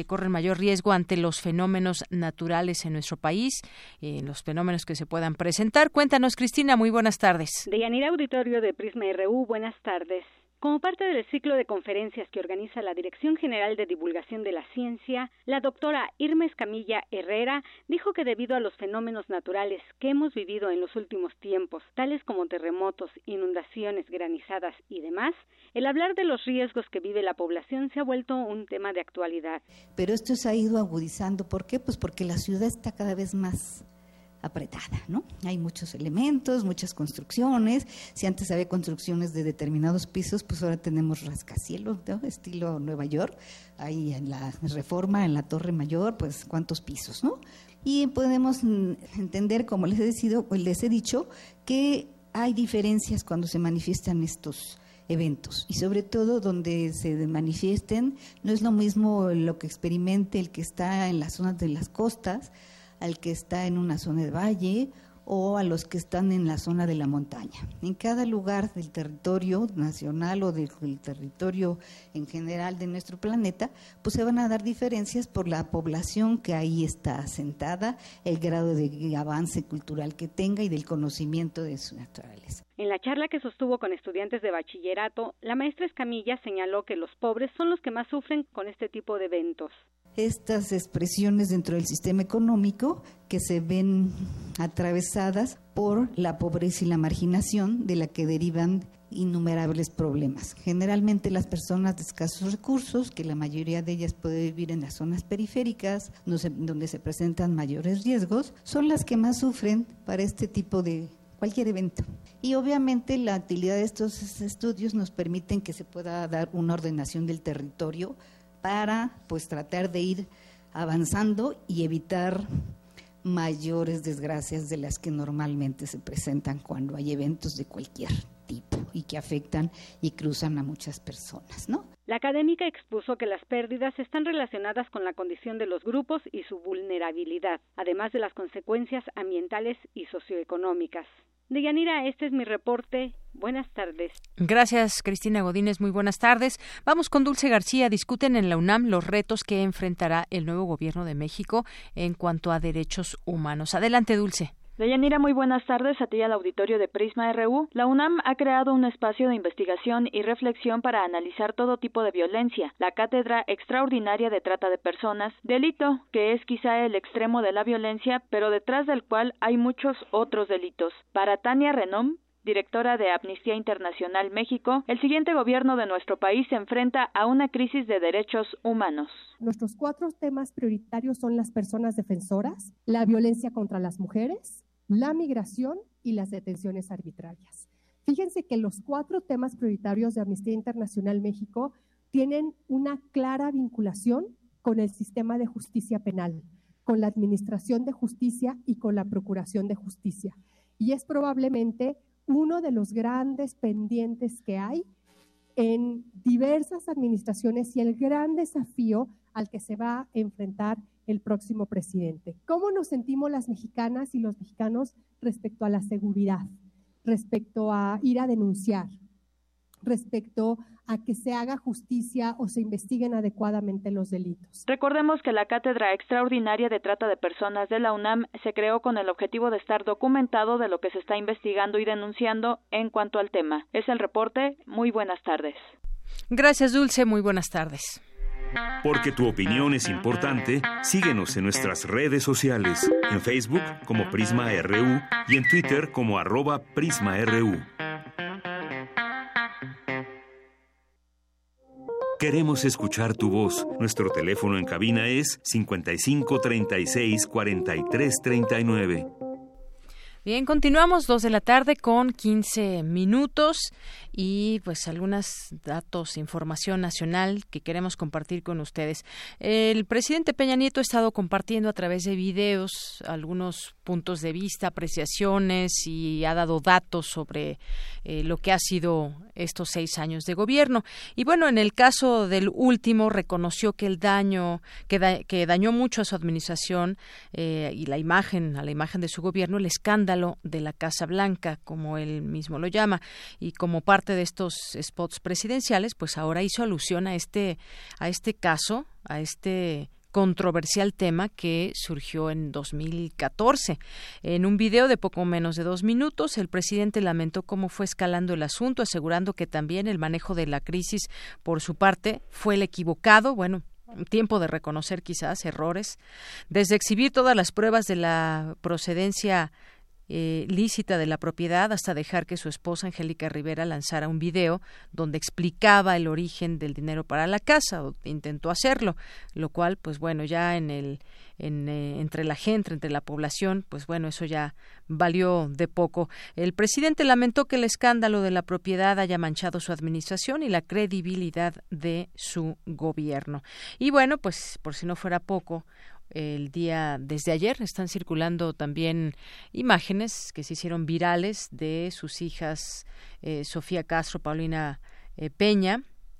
riesgo ante los fenómenos naturales en nuestro país, los fenómenos que se puedan presentar. Cuéntanos, Cristina, muy buenas tardes. Deyanira, auditorio de Prisma RU, buenas tardes. Como parte del ciclo de conferencias que organiza la Dirección General de Divulgación de la Ciencia, la doctora Irma Escamilla Herrera dijo que debido a los fenómenos naturales que hemos vivido en los últimos tiempos, tales como terremotos, inundaciones, granizadas y demás, el hablar de los riesgos que vive la población se ha vuelto un tema de actualidad. Pero esto se ha ido agudizando. ¿Por qué? Pues porque la ciudad está cada vez más apretada, ¿no? Hay muchos elementos, muchas construcciones. Si antes había construcciones de determinados pisos, pues ahora tenemos rascacielos, ¿no? Estilo Nueva York. Ahí en la Reforma, en la Torre Mayor, pues cuántos pisos, ¿no? Y podemos entender, como les he dicho, que hay diferencias cuando se manifiestan estos eventos, y sobre todo donde se manifiesten. No es lo mismo lo que experimente el que está en las zonas de las costas al que está en una zona de valle o a los que están en la zona de la montaña. En cada lugar del territorio nacional o del territorio en general de nuestro planeta, pues se van a dar diferencias por la población que ahí está asentada, el grado de avance cultural que tenga y del conocimiento de su naturaleza. En la charla que sostuvo con estudiantes de bachillerato, la maestra Escamilla señaló que los pobres son los que más sufren con este tipo de eventos. Estas expresiones dentro del sistema económico que se ven atravesadas por la pobreza y la marginación, de la que derivan innumerables problemas. Generalmente las personas de escasos recursos, que la mayoría de ellas puede vivir en las zonas periféricas, donde se presentan mayores riesgos, son las que más sufren para este tipo de cualquier evento. Y obviamente la utilidad de estos estudios nos permiten que se pueda dar una ordenación del territorio para pues tratar de ir avanzando y evitar mayores desgracias de las que normalmente se presentan cuando hay eventos de cualquier tipo y que afectan y cruzan a muchas personas, ¿no? La académica expuso que las pérdidas están relacionadas con la condición de los grupos y su vulnerabilidad, además de las consecuencias ambientales y socioeconómicas. Deyanira, este es mi reporte. Buenas tardes. Gracias, Cristina Godínez. Muy buenas tardes. Vamos con Dulce García. Discuten en la UNAM los retos que enfrentará el nuevo gobierno de México en cuanto a derechos humanos. Adelante, Dulce. Deyanira, muy buenas tardes a ti y al auditorio de Prisma RU. La UNAM ha creado un espacio de investigación y reflexión para analizar todo tipo de violencia, la Cátedra Extraordinaria de Trata de Personas, delito que es quizá el extremo de la violencia, pero detrás del cual hay muchos otros delitos. Para Tania Renom, directora de Amnistía Internacional México, el siguiente gobierno de nuestro país se enfrenta a una crisis de derechos humanos. Nuestros 4 temas prioritarios son las personas defensoras, la violencia contra las mujeres, la migración y las detenciones arbitrarias. Fíjense que los 4 temas prioritarios de Amnistía Internacional México tienen una clara vinculación con el sistema de justicia penal, con la administración de justicia y con la procuración de justicia. Y es probablemente uno de los grandes pendientes que hay en diversas administraciones y el gran desafío al que se va a enfrentar el próximo presidente. ¿Cómo nos sentimos las mexicanas y los mexicanos respecto a la seguridad, respecto a ir a denunciar, respecto a que se haga justicia o se investiguen adecuadamente los delitos? Recordemos que la Cátedra Extraordinaria de Trata de Personas de la UNAM se creó con el objetivo de estar documentado de lo que se está investigando y denunciando en cuanto al tema. Es el reporte. Muy buenas tardes. Gracias, Dulce. Muy buenas tardes. Porque tu opinión es importante, síguenos en nuestras redes sociales, en Facebook como Prisma RU y en Twitter como @PrismaRU. Queremos escuchar tu voz. Nuestro teléfono en cabina es 55 36 43 39. Bien, continuamos 2 de la tarde con 15 minutos y pues algunos datos, información nacional que queremos compartir con ustedes. El presidente Peña Nieto ha estado compartiendo a través de videos algunos puntos de vista, apreciaciones y ha dado datos sobre lo que ha sido estos 6 años de gobierno. Y bueno, en el caso del último reconoció que el daño que dañó mucho a su administración y a la imagen de su gobierno, el escándalo de la Casa Blanca, como él mismo lo llama, y como parte de estos spots presidenciales, pues ahora hizo alusión a este caso, a este controversial tema que surgió en 2014. En un video de poco menos de 2 minutos, el presidente lamentó cómo fue escalando el asunto, asegurando que también el manejo de la crisis, por su parte, fue el equivocado. Bueno, tiempo de reconocer quizás errores, desde exhibir todas las pruebas de la procedencia lícita de la propiedad hasta dejar que su esposa Angélica Rivera lanzara un video donde explicaba el origen del dinero para la casa, o intentó hacerlo, lo cual pues bueno, ya entre la gente, entre la población, pues bueno, eso ya valió de poco. El presidente lamentó que el escándalo de la propiedad haya manchado su administración y la credibilidad de su gobierno. Y bueno, pues por si no fuera poco, desde ayer están circulando también imágenes que se hicieron virales de sus hijas Sofía Castro, Paulina Peña,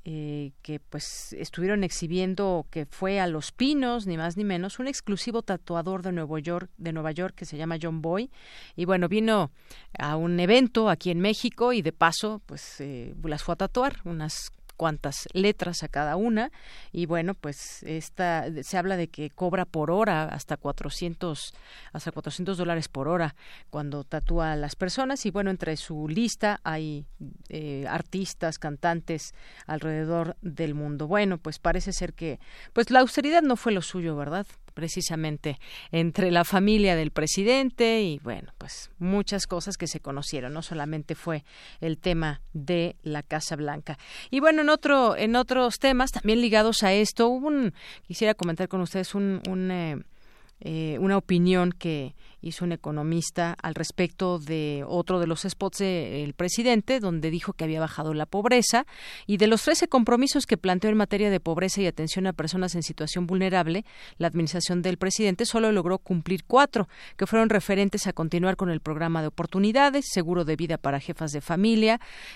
que pues estuvieron exhibiendo, que fue a Los Pinos, ni más ni menos, un exclusivo tatuador de Nueva York que se llama John Boy, y bueno, vino a un evento aquí en México y de paso pues las fue a tatuar unas cuantas letras a cada una, y bueno, pues se habla de que cobra por hora hasta $400 por hora cuando tatúa a las personas, y bueno, entre su lista hay artistas, cantantes alrededor del mundo. Bueno, pues parece ser que pues la austeridad no fue lo suyo, ¿verdad? Precisamente entre la familia del presidente y bueno, pues muchas cosas que se conocieron, no solamente fue el tema de la Casa Blanca. Y bueno, en otros temas también ligados a esto, quisiera comentar con ustedes una opinión que hizo un economista al respecto de otro de los spots del presidente, donde dijo que había bajado la pobreza, y de los 13 compromisos que planteó en materia de pobreza y atención a personas en situación vulnerable, la administración del presidente solo logró cumplir 4, que fueron referentes a continuar con el programa de oportunidades, seguro de vida para jefas de familia,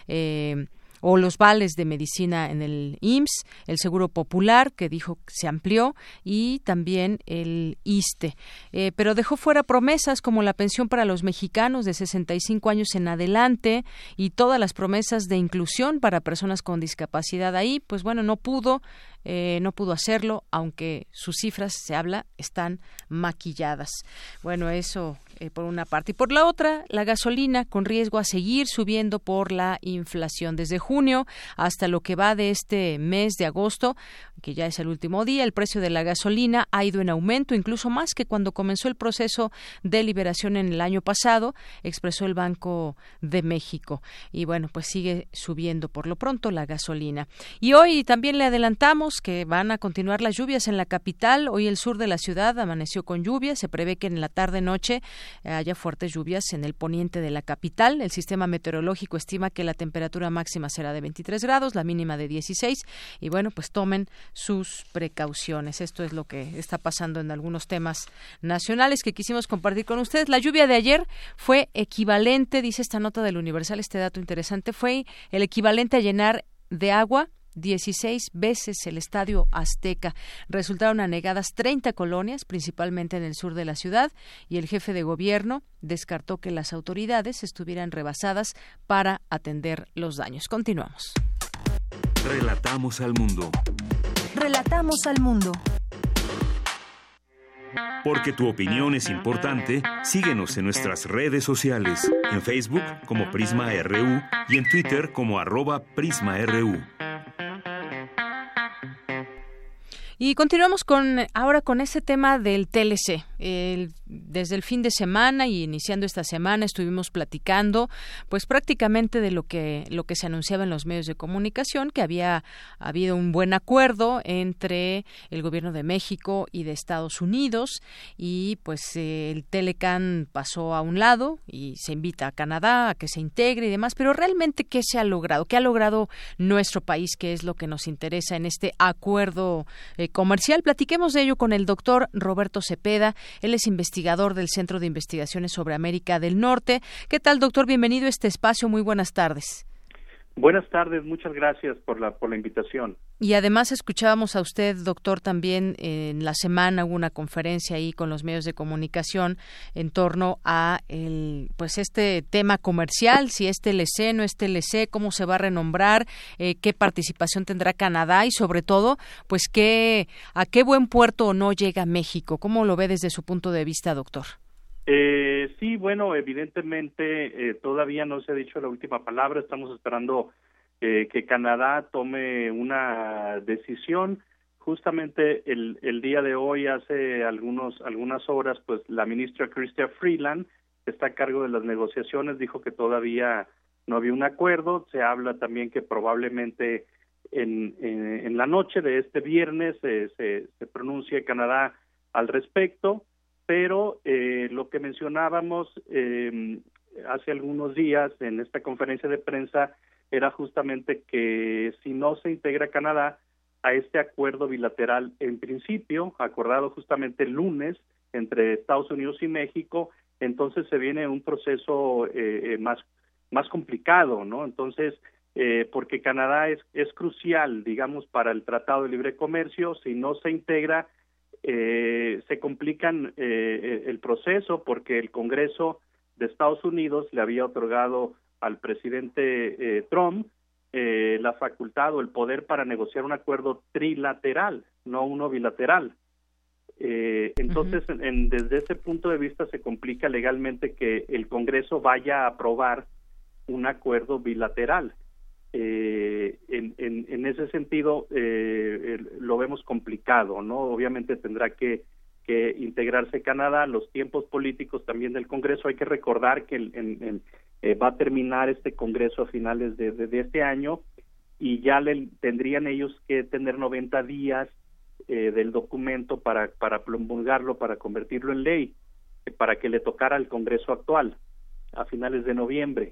o los vales de medicina en el IMSS, el Seguro Popular, que dijo que se amplió, y también el ISSSTE. Pero dejó fuera promesas como la pensión para los mexicanos de 65 años en adelante y todas las promesas de inclusión para personas con discapacidad. Ahí, pues bueno, no pudo hacerlo, aunque sus cifras, se habla, están maquilladas. Bueno, eso por una parte. Y por la otra, la gasolina con riesgo a seguir subiendo por la inflación. Desde junio hasta lo que va de este mes de agosto, que ya es el último día, el precio de la gasolina ha ido en aumento, incluso más que cuando comenzó el proceso de liberación en el año pasado, expresó el Banco de México. Y bueno, pues sigue subiendo por lo pronto la gasolina. Y hoy también le adelantamos que van a continuar las lluvias en la capital. Hoy el sur de la ciudad amaneció con lluvia. Se prevé que en la tarde-noche haya fuertes lluvias en el poniente de la capital. El sistema meteorológico estima que la temperatura máxima será de 23 grados, la mínima de 16. Y bueno, pues tomen sus precauciones. Esto es lo que está pasando en algunos temas nacionales que quisimos compartir con ustedes. La lluvia de ayer fue equivalente, dice esta nota del Universal, este dato interesante, fue el equivalente a llenar de agua 16 veces el Estadio Azteca. Resultaron anegadas 30 colonias, principalmente en el sur de la ciudad, y el jefe de gobierno descartó que las autoridades estuvieran rebasadas para atender los daños. Continuamos. Relatamos al mundo. Relatamos al mundo. Porque tu opinión es importante, síguenos en nuestras redes sociales, en Facebook como Prisma RU y en Twitter como @PrismaRU. Y continuamos ahora con ese tema del TLC. Desde el fin de semana y iniciando esta semana estuvimos platicando pues prácticamente de lo que se anunciaba en los medios de comunicación, que había habido un buen acuerdo entre el gobierno de México y de Estados Unidos, y pues el Telecan pasó a un lado y se invita a Canadá a que se integre y demás, pero realmente ¿qué se ha logrado? ¿Qué ha logrado nuestro país? ¿Qué es lo que nos interesa en este acuerdo comercial? Platiquemos de ello con el doctor Roberto Cepeda. Él es investigador del Centro de Investigaciones sobre América del Norte. ¿Qué tal, doctor? Bienvenido a este espacio. Muy buenas tardes. Buenas tardes, muchas gracias por la invitación. Y además escuchábamos a usted, doctor, también en la semana hubo una conferencia ahí con los medios de comunicación en torno a este tema comercial, si es TLC, no es TLC, cómo se va a renombrar, qué participación tendrá Canadá y sobre todo, pues a qué buen puerto o no llega México. ¿Cómo lo ve desde su punto de vista, doctor? Sí, bueno, evidentemente todavía no se ha dicho la última palabra. Estamos esperando que Canadá tome una decisión. Justamente el día de hoy, hace algunas horas, pues la ministra Chrystia Freeland, que está a cargo de las negociaciones, dijo que todavía no había un acuerdo. Se habla también que probablemente en la noche de este viernes se pronuncie Canadá al respecto. Pero lo que mencionábamos hace algunos días en esta conferencia de prensa era justamente que si no se integra Canadá a este acuerdo bilateral en principio, acordado justamente el lunes entre Estados Unidos y México, entonces se viene un proceso más complicado, ¿no? Entonces, porque Canadá es crucial, digamos, para el Tratado de Libre Comercio. Si no se integra, se complican el proceso, porque el Congreso de Estados Unidos le había otorgado al presidente Trump la facultad o el poder para negociar un acuerdo trilateral, no uno bilateral. Entonces, desde ese punto de vista se complica legalmente que el Congreso vaya a aprobar un acuerdo bilateral. En ese sentido lo vemos complicado, ¿no? Obviamente tendrá que integrarse Canadá. Los tiempos políticos también del Congreso, hay que recordar que va a terminar este Congreso a finales de este año, y ya tendrían ellos que tener 90 días del documento para promulgarlo, para convertirlo en ley, para que le tocara al Congreso actual a finales de noviembre.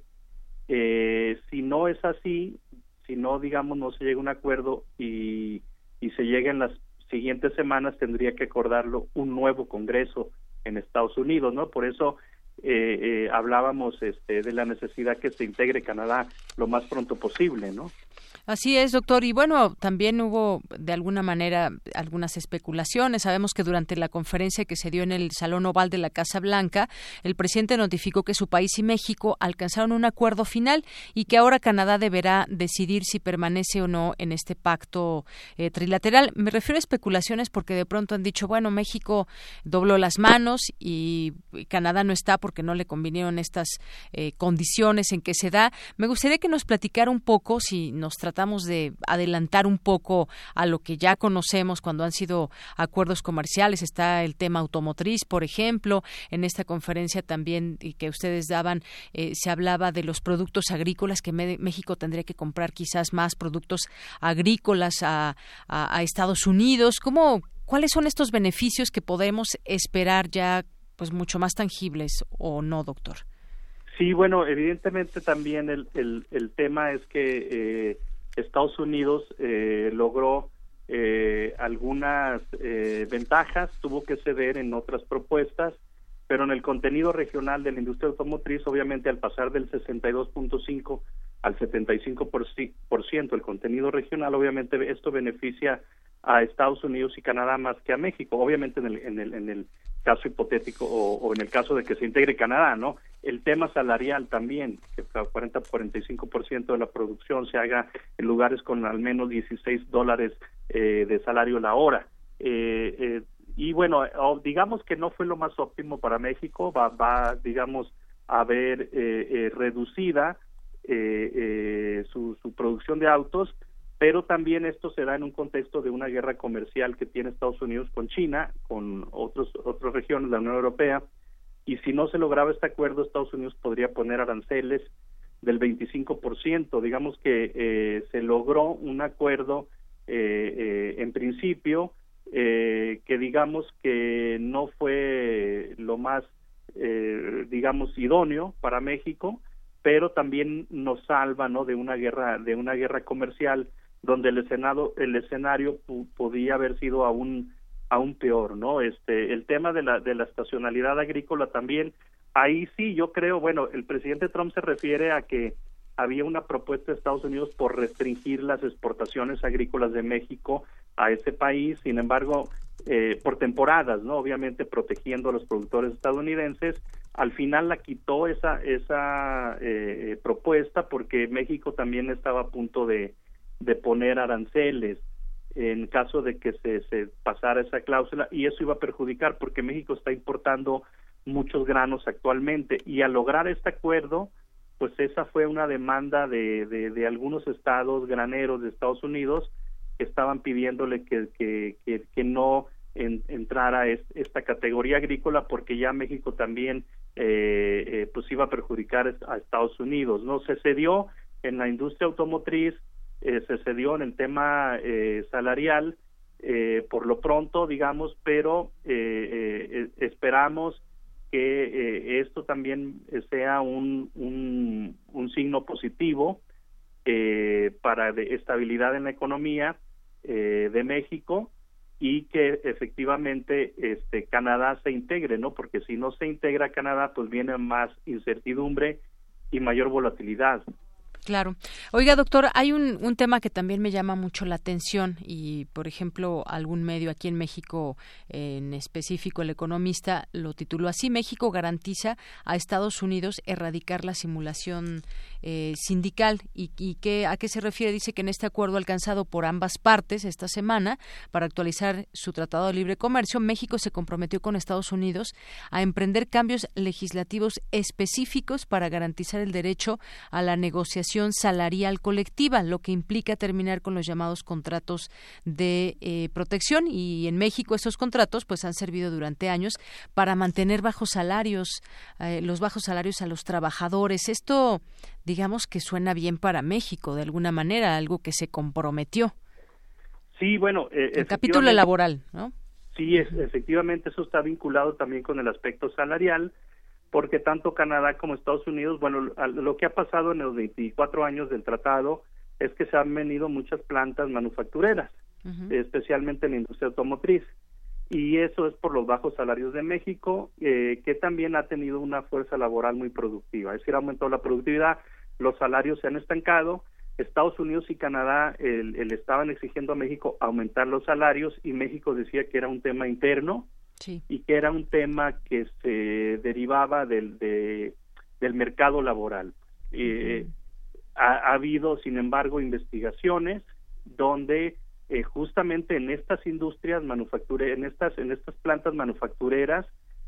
Si no es así, si no, digamos, no se llega a un acuerdo y se llega en las siguientes semanas, tendría que acordarlo un nuevo Congreso en Estados Unidos, ¿no? Por eso hablábamos de la necesidad que se integre Canadá lo más pronto posible, ¿no? Así es, doctor. Y bueno, también hubo de alguna manera algunas especulaciones. Sabemos que durante la conferencia que se dio en el Salón Oval de la Casa Blanca, el presidente notificó que su país y México alcanzaron un acuerdo final y que ahora Canadá deberá decidir si permanece o no en este pacto trilateral. Me refiero a especulaciones porque de pronto han dicho, bueno, México dobló las manos y Canadá no está porque no le convinieron estas condiciones en que se da. Me gustaría que nos platicara un poco, si nos tratamos de adelantar un poco a lo que ya conocemos cuando han sido acuerdos comerciales. Está el tema automotriz, por ejemplo. En esta conferencia también que ustedes daban, se hablaba de los productos agrícolas, que México tendría que comprar quizás más productos agrícolas a Estados Unidos. ¿Cuáles son estos beneficios que podemos esperar ya pues mucho más tangibles o no, doctor? Sí, bueno, evidentemente también el tema es que Estados Unidos logró algunas ventajas, tuvo que ceder en otras propuestas, pero en el contenido regional de la industria automotriz, obviamente al pasar del 62.5 al 75% el contenido regional, obviamente esto beneficia a Estados Unidos y Canadá más que a México, obviamente en el caso hipotético o en el caso de que se integre Canadá, ¿no? El tema salarial también, que el 40-45% de la producción se haga en lugares con al menos $16 de salario la hora. Y bueno, digamos que no fue lo más óptimo para México, va digamos, a ver reducida su producción de autos, pero también esto se da en un contexto de una guerra comercial que tiene Estados Unidos con China, con otras regiones de la Unión Europea, y si no se lograba este acuerdo, Estados Unidos podría poner aranceles del 25%. Digamos que se logró un acuerdo en principio que digamos que no fue lo más digamos idóneo para México, pero también nos salva, ¿no?, de una guerra comercial donde el escenario podía haber sido aún peor, ¿no? El tema de la estacionalidad agrícola también, ahí sí yo creo, bueno, el presidente Trump se refiere a que había una propuesta de Estados Unidos por restringir las exportaciones agrícolas de México a ese país, sin embargo, por temporadas, ¿no? Obviamente protegiendo a los productores estadounidenses. Al final la quitó esa propuesta porque México también estaba a punto de poner aranceles en caso de que se pasara esa cláusula, y eso iba a perjudicar porque México está importando muchos granos actualmente, y al lograr este acuerdo, pues esa fue una demanda de algunos estados graneros de Estados Unidos que estaban pidiéndole que no entrara esta categoría agrícola, porque ya México también pues iba a perjudicar a Estados Unidos, ¿no? Se cedió en la industria automotriz, se cedió en el tema salarial por lo pronto, digamos, pero esperamos que esto también sea un signo positivo para estabilidad en la economía de México, y que efectivamente Canadá se integre, ¿no? Porque si no se integra Canadá, pues viene más incertidumbre y mayor volatilidad. Claro. Oiga, doctor, hay un tema que también me llama mucho la atención y, por ejemplo, algún medio aquí en México, en específico El Economista, lo tituló así: México garantiza a Estados Unidos erradicar la simulación sindical. ¿Y a qué se refiere? Dice que en este acuerdo alcanzado por ambas partes esta semana para actualizar su Tratado de Libre Comercio, México se comprometió con Estados Unidos a emprender cambios legislativos específicos para garantizar el derecho a la negociación salarial colectiva, lo que implica terminar con los llamados contratos de protección. Y en México estos contratos pues han servido durante años para mantener bajos salarios, los bajos salarios a los trabajadores. Esto, digamos que suena bien para México, de alguna manera, algo que se comprometió. Sí, bueno, el capítulo laboral, ¿no? Sí, efectivamente eso está vinculado también con el aspecto salarial, porque tanto Canadá como Estados Unidos, bueno, lo que ha pasado en los 24 años del tratado es que se han venido muchas plantas manufactureras, especialmente en la industria automotriz, y eso es por los bajos salarios de México, que también ha tenido una fuerza laboral muy productiva, es decir, ha aumentado la productividad, los salarios se han estancado. Estados Unidos y Canadá le estaban exigiendo a México aumentar los salarios y México decía que era un tema interno, sí, y que era un tema que se derivaba del mercado laboral. Ha habido, sin embargo, investigaciones donde justamente en estas industrias manufactureras, en estas plantas manufactureras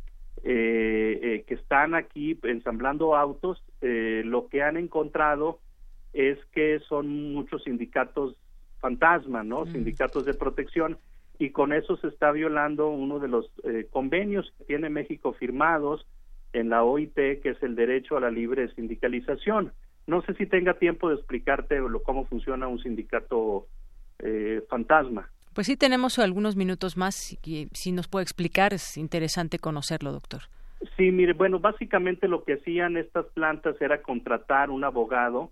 que están aquí ensamblando autos, lo que han encontrado es que son muchos sindicatos fantasma, ¿no? Sindicatos de protección, y con eso se está violando uno de los convenios que tiene México firmados en la OIT, que es el derecho a la libre sindicalización. No sé si tenga tiempo de explicarte cómo funciona un sindicato fantasma. Pues sí, tenemos algunos minutos más, y si nos puede explicar, es interesante conocerlo, doctor. Sí, mire, bueno, básicamente lo que hacían estas plantas era contratar un abogado,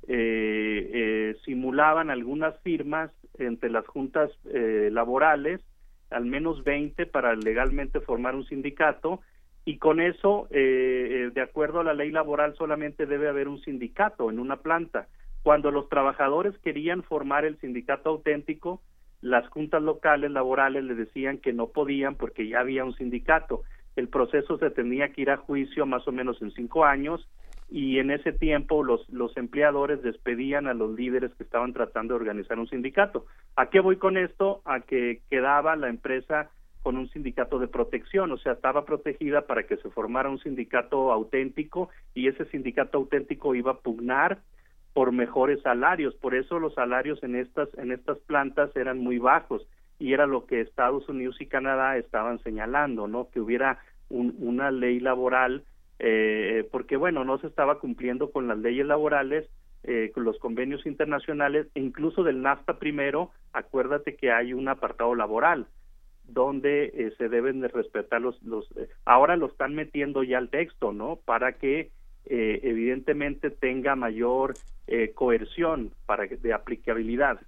simulaban algunas firmas entre las juntas laborales, al menos 20 para legalmente formar un sindicato, y con eso, de acuerdo a la ley laboral, solamente debe haber un sindicato en una planta. Cuando los trabajadores querían formar el sindicato auténtico, las juntas locales laborales les decían que no podían porque ya había un sindicato. El proceso se tenía que ir a juicio más o menos en 5 años, y en ese tiempo los empleadores despedían a los líderes que estaban tratando de organizar un sindicato. ¿A qué voy con esto? A que quedaba la empresa con un sindicato de protección, o sea, estaba protegida para que se formara un sindicato auténtico, y ese sindicato auténtico iba a pugnar por mejores salarios. Por eso los salarios en estas plantas eran muy bajos, y era lo que Estados Unidos y Canadá estaban señalando, ¿no? Que hubiera una ley laboral, porque bueno, no se estaba cumpliendo con las leyes laborales, con los convenios internacionales, e incluso del NAFTA primero. Acuérdate que hay un apartado laboral donde se deben de respetar ahora lo están metiendo ya al texto, ¿no? Para que evidentemente tenga mayor coerción de aplicabilidad.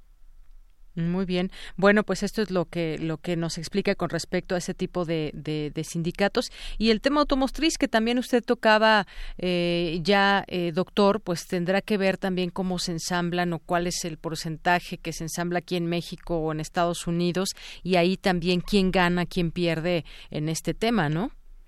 Muy bien. Bueno, pues esto es lo que nos explica con respecto a ese tipo de sindicatos. Y el tema automotriz que también usted tocaba doctor, pues tendrá que ver también cómo se ensamblan o cuál es el porcentaje que se ensambla aquí en México o en Estados Unidos, y ahí también quién gana, quién pierde en este tema, ¿no?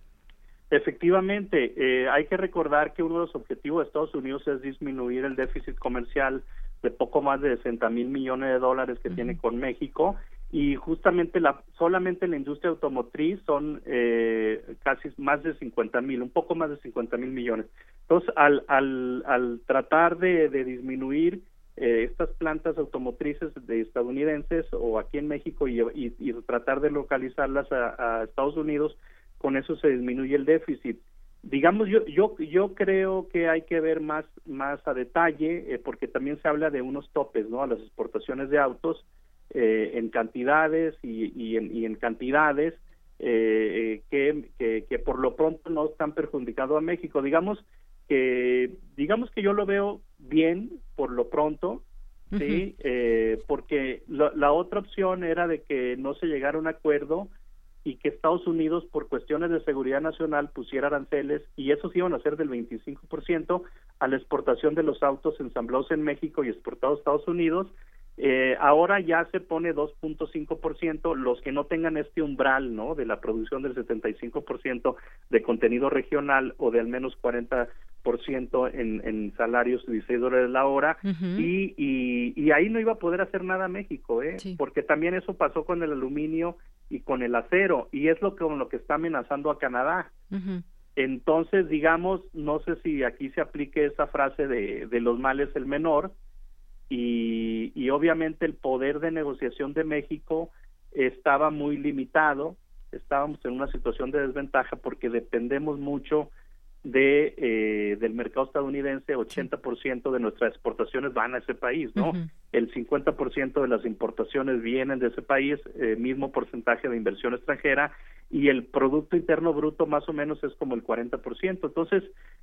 Efectivamente, hay que recordar que uno de los objetivos de Estados Unidos es disminuir el déficit comercial de poco más de 60,000 millones de dólares que tiene con México, y justamente solamente la industria automotriz son casi más de 50,000, un poco más de 50,000 millones. Entonces, al tratar de disminuir estas plantas automotrices estadounidenses o aquí en México y tratar de localizarlas a Estados Unidos, con eso se disminuye el déficit. Digamos, yo creo que hay que ver más a detalle, porque también se habla de unos topes, ¿no?, a las exportaciones de autos, en cantidades y en cantidades que por lo pronto no están perjudicando a México. Digamos que yo lo veo bien por lo pronto, sí, porque la otra opción era de que no se llegara a un acuerdo y que Estados Unidos, por cuestiones de seguridad nacional, pusiera aranceles, y esos iban a ser del 25%, a la exportación de los autos ensamblados en México y exportados a Estados Unidos. Ahora ya se pone 2.5%, los que no tengan este umbral, ¿no?, de la producción del 75% de contenido regional o de al menos 40% en salarios de $16 la hora, y ahí no iba a poder hacer nada México, porque también eso pasó con el aluminio y con el acero, y es con lo que está amenazando a Canadá. Entonces, digamos, no sé si aquí se aplique esa frase de los males el menor, y obviamente el poder de negociación de México estaba muy limitado. Estábamos en una situación de desventaja porque dependemos mucho del mercado estadounidense. 80% de nuestras exportaciones van a ese país, ¿no? El 50% de las importaciones vienen de ese país, mismo porcentaje de inversión extranjera, y el Producto Interno Bruto más o menos es como el 40%. Entonces,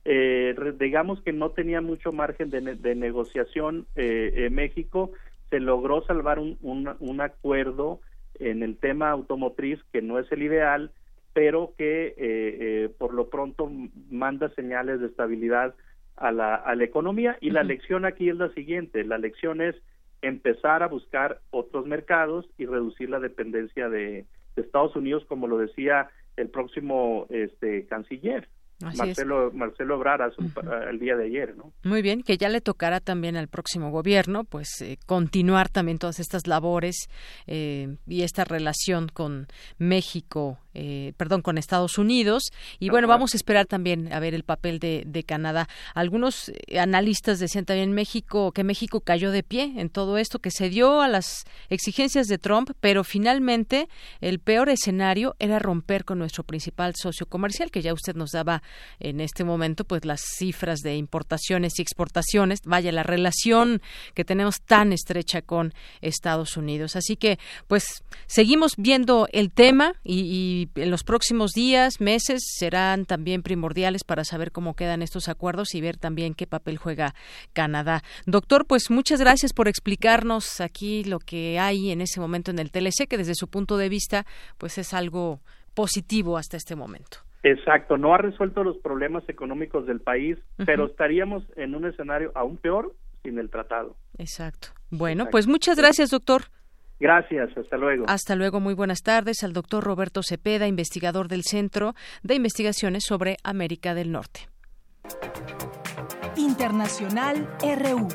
digamos que no tenía mucho margen de negociación México. Se logró salvar un acuerdo en el tema automotriz, que no es el ideal, pero que por lo pronto manda señales de estabilidad a la economía, y la lección aquí es la siguiente: la lección es empezar a buscar otros mercados y reducir la dependencia de Estados Unidos, como lo decía el próximo canciller. Marcelo Ebrard el día de ayer, ¿no? Muy bien, que ya le tocará también al próximo gobierno, pues continuar también todas estas labores y esta relación con México, con Estados Unidos, y bueno, vamos a esperar también a ver el papel de Canadá. Algunos analistas decían también que México cayó de pie en todo esto, que se dio a las exigencias de Trump, pero finalmente el peor escenario era romper con nuestro principal socio comercial, que ya usted nos daba en este momento pues las cifras de importaciones y exportaciones, vaya, la relación que tenemos tan estrecha con Estados Unidos. Así que pues seguimos viendo el tema y en los próximos días, meses serán también primordiales para saber cómo quedan estos acuerdos y ver también qué papel juega Canadá. Doctor, pues muchas gracias por explicarnos aquí lo que hay en ese momento en el TLC, que desde su punto de vista pues es algo positivo hasta este momento. Exacto, no ha resuelto los problemas económicos del país, pero estaríamos en un escenario aún peor sin el tratado. Exacto. Bueno, pues muchas gracias, doctor. Gracias, hasta luego. Hasta luego, muy buenas tardes al doctor Roberto Cepeda, investigador del Centro de Investigaciones sobre América del Norte. Internacional RU.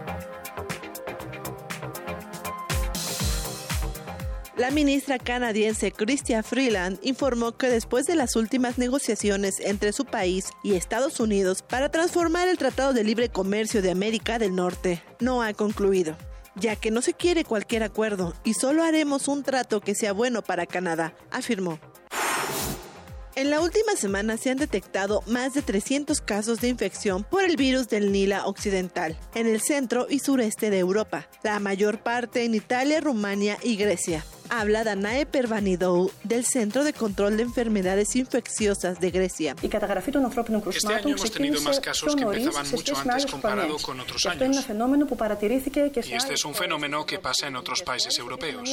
La ministra canadiense Chrystia Freeland informó que después de las últimas negociaciones entre su país y Estados Unidos para transformar el Tratado de Libre Comercio de América del Norte, no ha concluido, ya que no se quiere cualquier acuerdo y solo haremos un trato que sea bueno para Canadá, afirmó. En la última semana se han detectado más de 300 casos de infección por el virus del Nila Occidental en el centro y sureste de Europa, la mayor parte en Italia, Rumania y Grecia. Habla Danae Pervanidou del Centro de Control de Enfermedades Infecciosas de Grecia. Este año hemos tenido más casos que empezaban mucho antes comparado con otros años. Y este es un fenómeno que pasa en otros países europeos.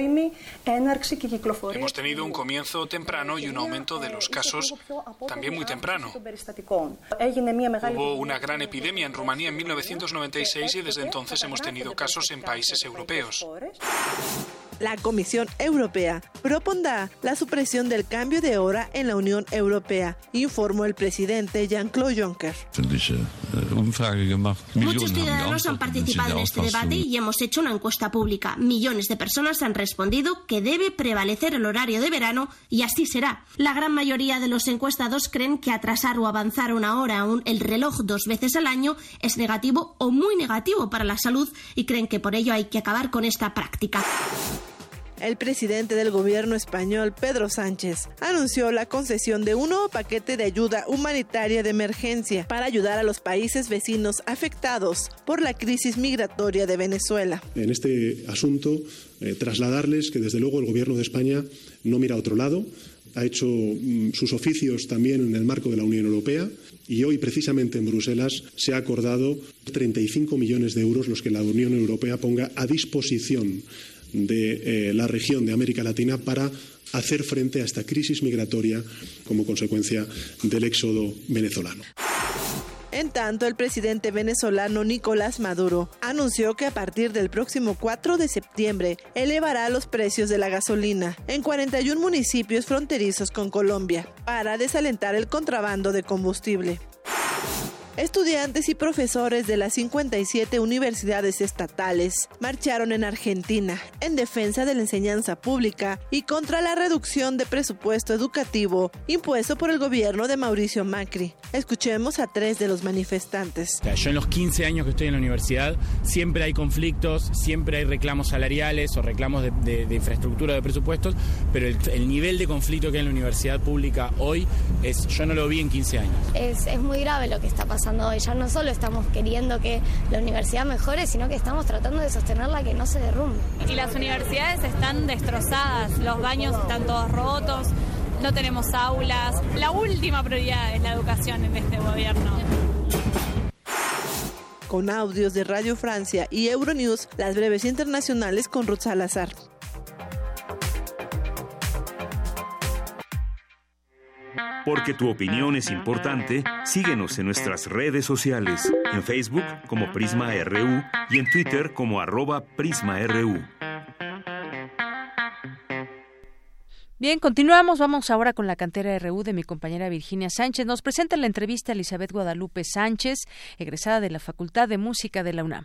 Hemos tenido un comienzo temprano y un aumento de los casos también muy temprano. Hubo una gran epidemia en Rumanía en 1996 y desde entonces hemos tenido casos en países europeos. La Comisión Europea propondrá la supresión del cambio de hora en la Unión Europea, informó el presidente Jean-Claude Juncker. Muchos ciudadanos han participado en este debate y hemos hecho una encuesta pública. Millones de personas han respondido que debe prevalecer el horario de verano y así será. La gran mayoría de los encuestados creen que atrasar o avanzar una hora el reloj 2 veces al año es negativo o muy negativo para la salud y creen que por ello hay que acabar con esta práctica. El presidente del gobierno español, Pedro Sánchez, anunció la concesión de un nuevo paquete de ayuda humanitaria de emergencia para ayudar a los países vecinos afectados por la crisis migratoria de Venezuela. En este asunto, trasladarles que desde luego el gobierno de España no mira a otro lado, ha hecho sus oficios también en el marco de la Unión Europea y hoy precisamente en Bruselas se ha acordado 35 millones de euros los que la Unión Europea ponga a disposición de la región de América Latina para hacer frente a esta crisis migratoria como consecuencia del éxodo venezolano. En tanto, el presidente venezolano Nicolás Maduro anunció que a partir del próximo 4 de septiembre elevará los precios de la gasolina en 41 municipios fronterizos con Colombia para desalentar el contrabando de combustible. Estudiantes y profesores de las 57 universidades estatales marcharon en Argentina en defensa de la enseñanza pública y contra la reducción de presupuesto educativo impuesto por el gobierno de Mauricio Macri. Escuchemos a 3 de los manifestantes. Yo en los 15 años que estoy en la universidad siempre hay conflictos, siempre hay reclamos salariales o reclamos de infraestructura, de presupuestos, pero el nivel de conflicto que hay en la universidad pública hoy yo no lo vi en 15 años. Es muy grave lo que está pasando hoy. Ya no solo estamos queriendo que la universidad mejore, sino que estamos tratando de sostenerla que no se derrumbe. Y las universidades están destrozadas, los baños están todos rotos, no tenemos aulas. La última prioridad es la educación en este gobierno. Con audios de Radio Francia y Euronews, las breves internacionales con Ruth Salazar. Porque tu opinión es importante, síguenos en nuestras redes sociales, en Facebook como Prisma RU y en Twitter como @PrismaRU. Bien, continuamos. Vamos ahora con la cantera RU de mi compañera Virginia Sánchez. Nos presenta la entrevista Elizabeth Guadalupe Sánchez, egresada de la Facultad de Música de la UNAM.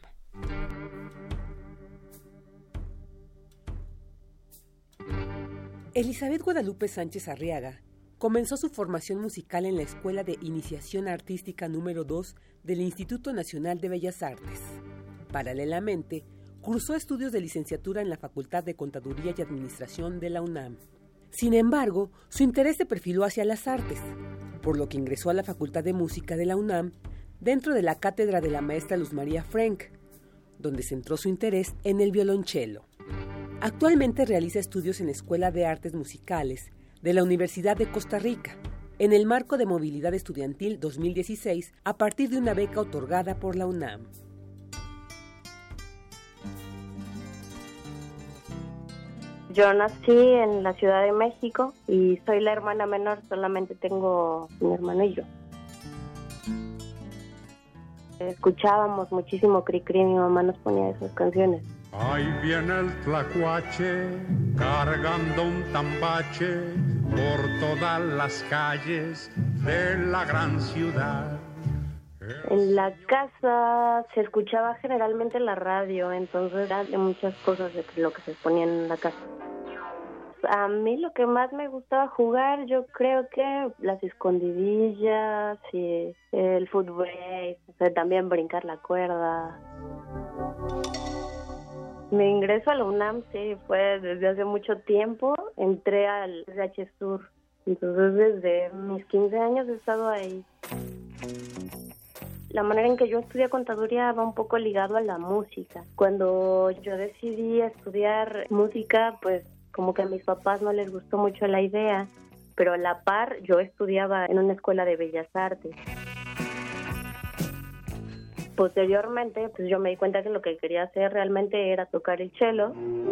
Elizabeth Guadalupe Sánchez Arriaga comenzó su formación musical en la Escuela de Iniciación Artística número 2 del Instituto Nacional de Bellas Artes. Paralelamente, cursó estudios de licenciatura en la Facultad de Contaduría y Administración de la UNAM. Sin embargo, su interés se perfiló hacia las artes, por lo que ingresó a la Facultad de Música de la UNAM dentro de la cátedra de la maestra Luz María Frank, donde centró su interés en el violonchelo. Actualmente realiza estudios en la Escuela de Artes Musicales de la Universidad de Costa Rica, en el marco de Movilidad Estudiantil 2016, a partir de una beca otorgada por la UNAM. Yo nací en la Ciudad de México y soy la hermana menor, solamente tengo un hermano y yo. Escuchábamos muchísimo Cricri, mi mamá nos ponía esas canciones. Ahí viene el tlacuache, cargando un tambache por todas las calles de la gran ciudad. En la casa se escuchaba generalmente la radio, entonces era de muchas cosas de lo que se ponían en la casa. A mí lo que más me gustaba jugar, yo creo que las escondidillas y el fútbol, o sea, también brincar la cuerda. Mi ingreso a la UNAM sí fue desde hace mucho tiempo. Entré al SH Sur, entonces desde mis 15 años he estado ahí. La manera en que yo estudié contaduría va un poco ligado a la música. Cuando yo decidí estudiar música, pues como que a mis papás no les gustó mucho la idea, pero a la par yo estudiaba en una escuela de bellas artes. Posteriormente, pues yo me di cuenta que lo que quería hacer realmente era tocar el cello.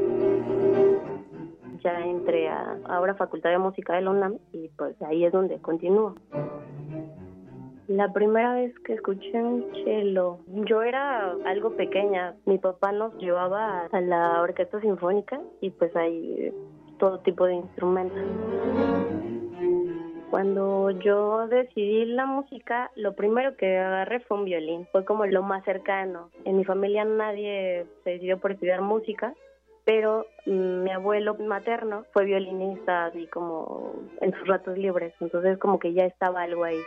Ya entré a ahora Facultad de Música de la UNAM y pues ahí es donde continúo. La primera vez que escuché un cello, yo era algo pequeña. Mi papá nos llevaba a la orquesta sinfónica y pues hay todo tipo de instrumentos. Cuando yo decidí la música, lo primero que agarré fue un violín. Fue como lo más cercano. En mi familia nadie se decidió por estudiar música, pero mi abuelo materno fue violinista así como en sus ratos libres. Entonces como que ya estaba algo ahí.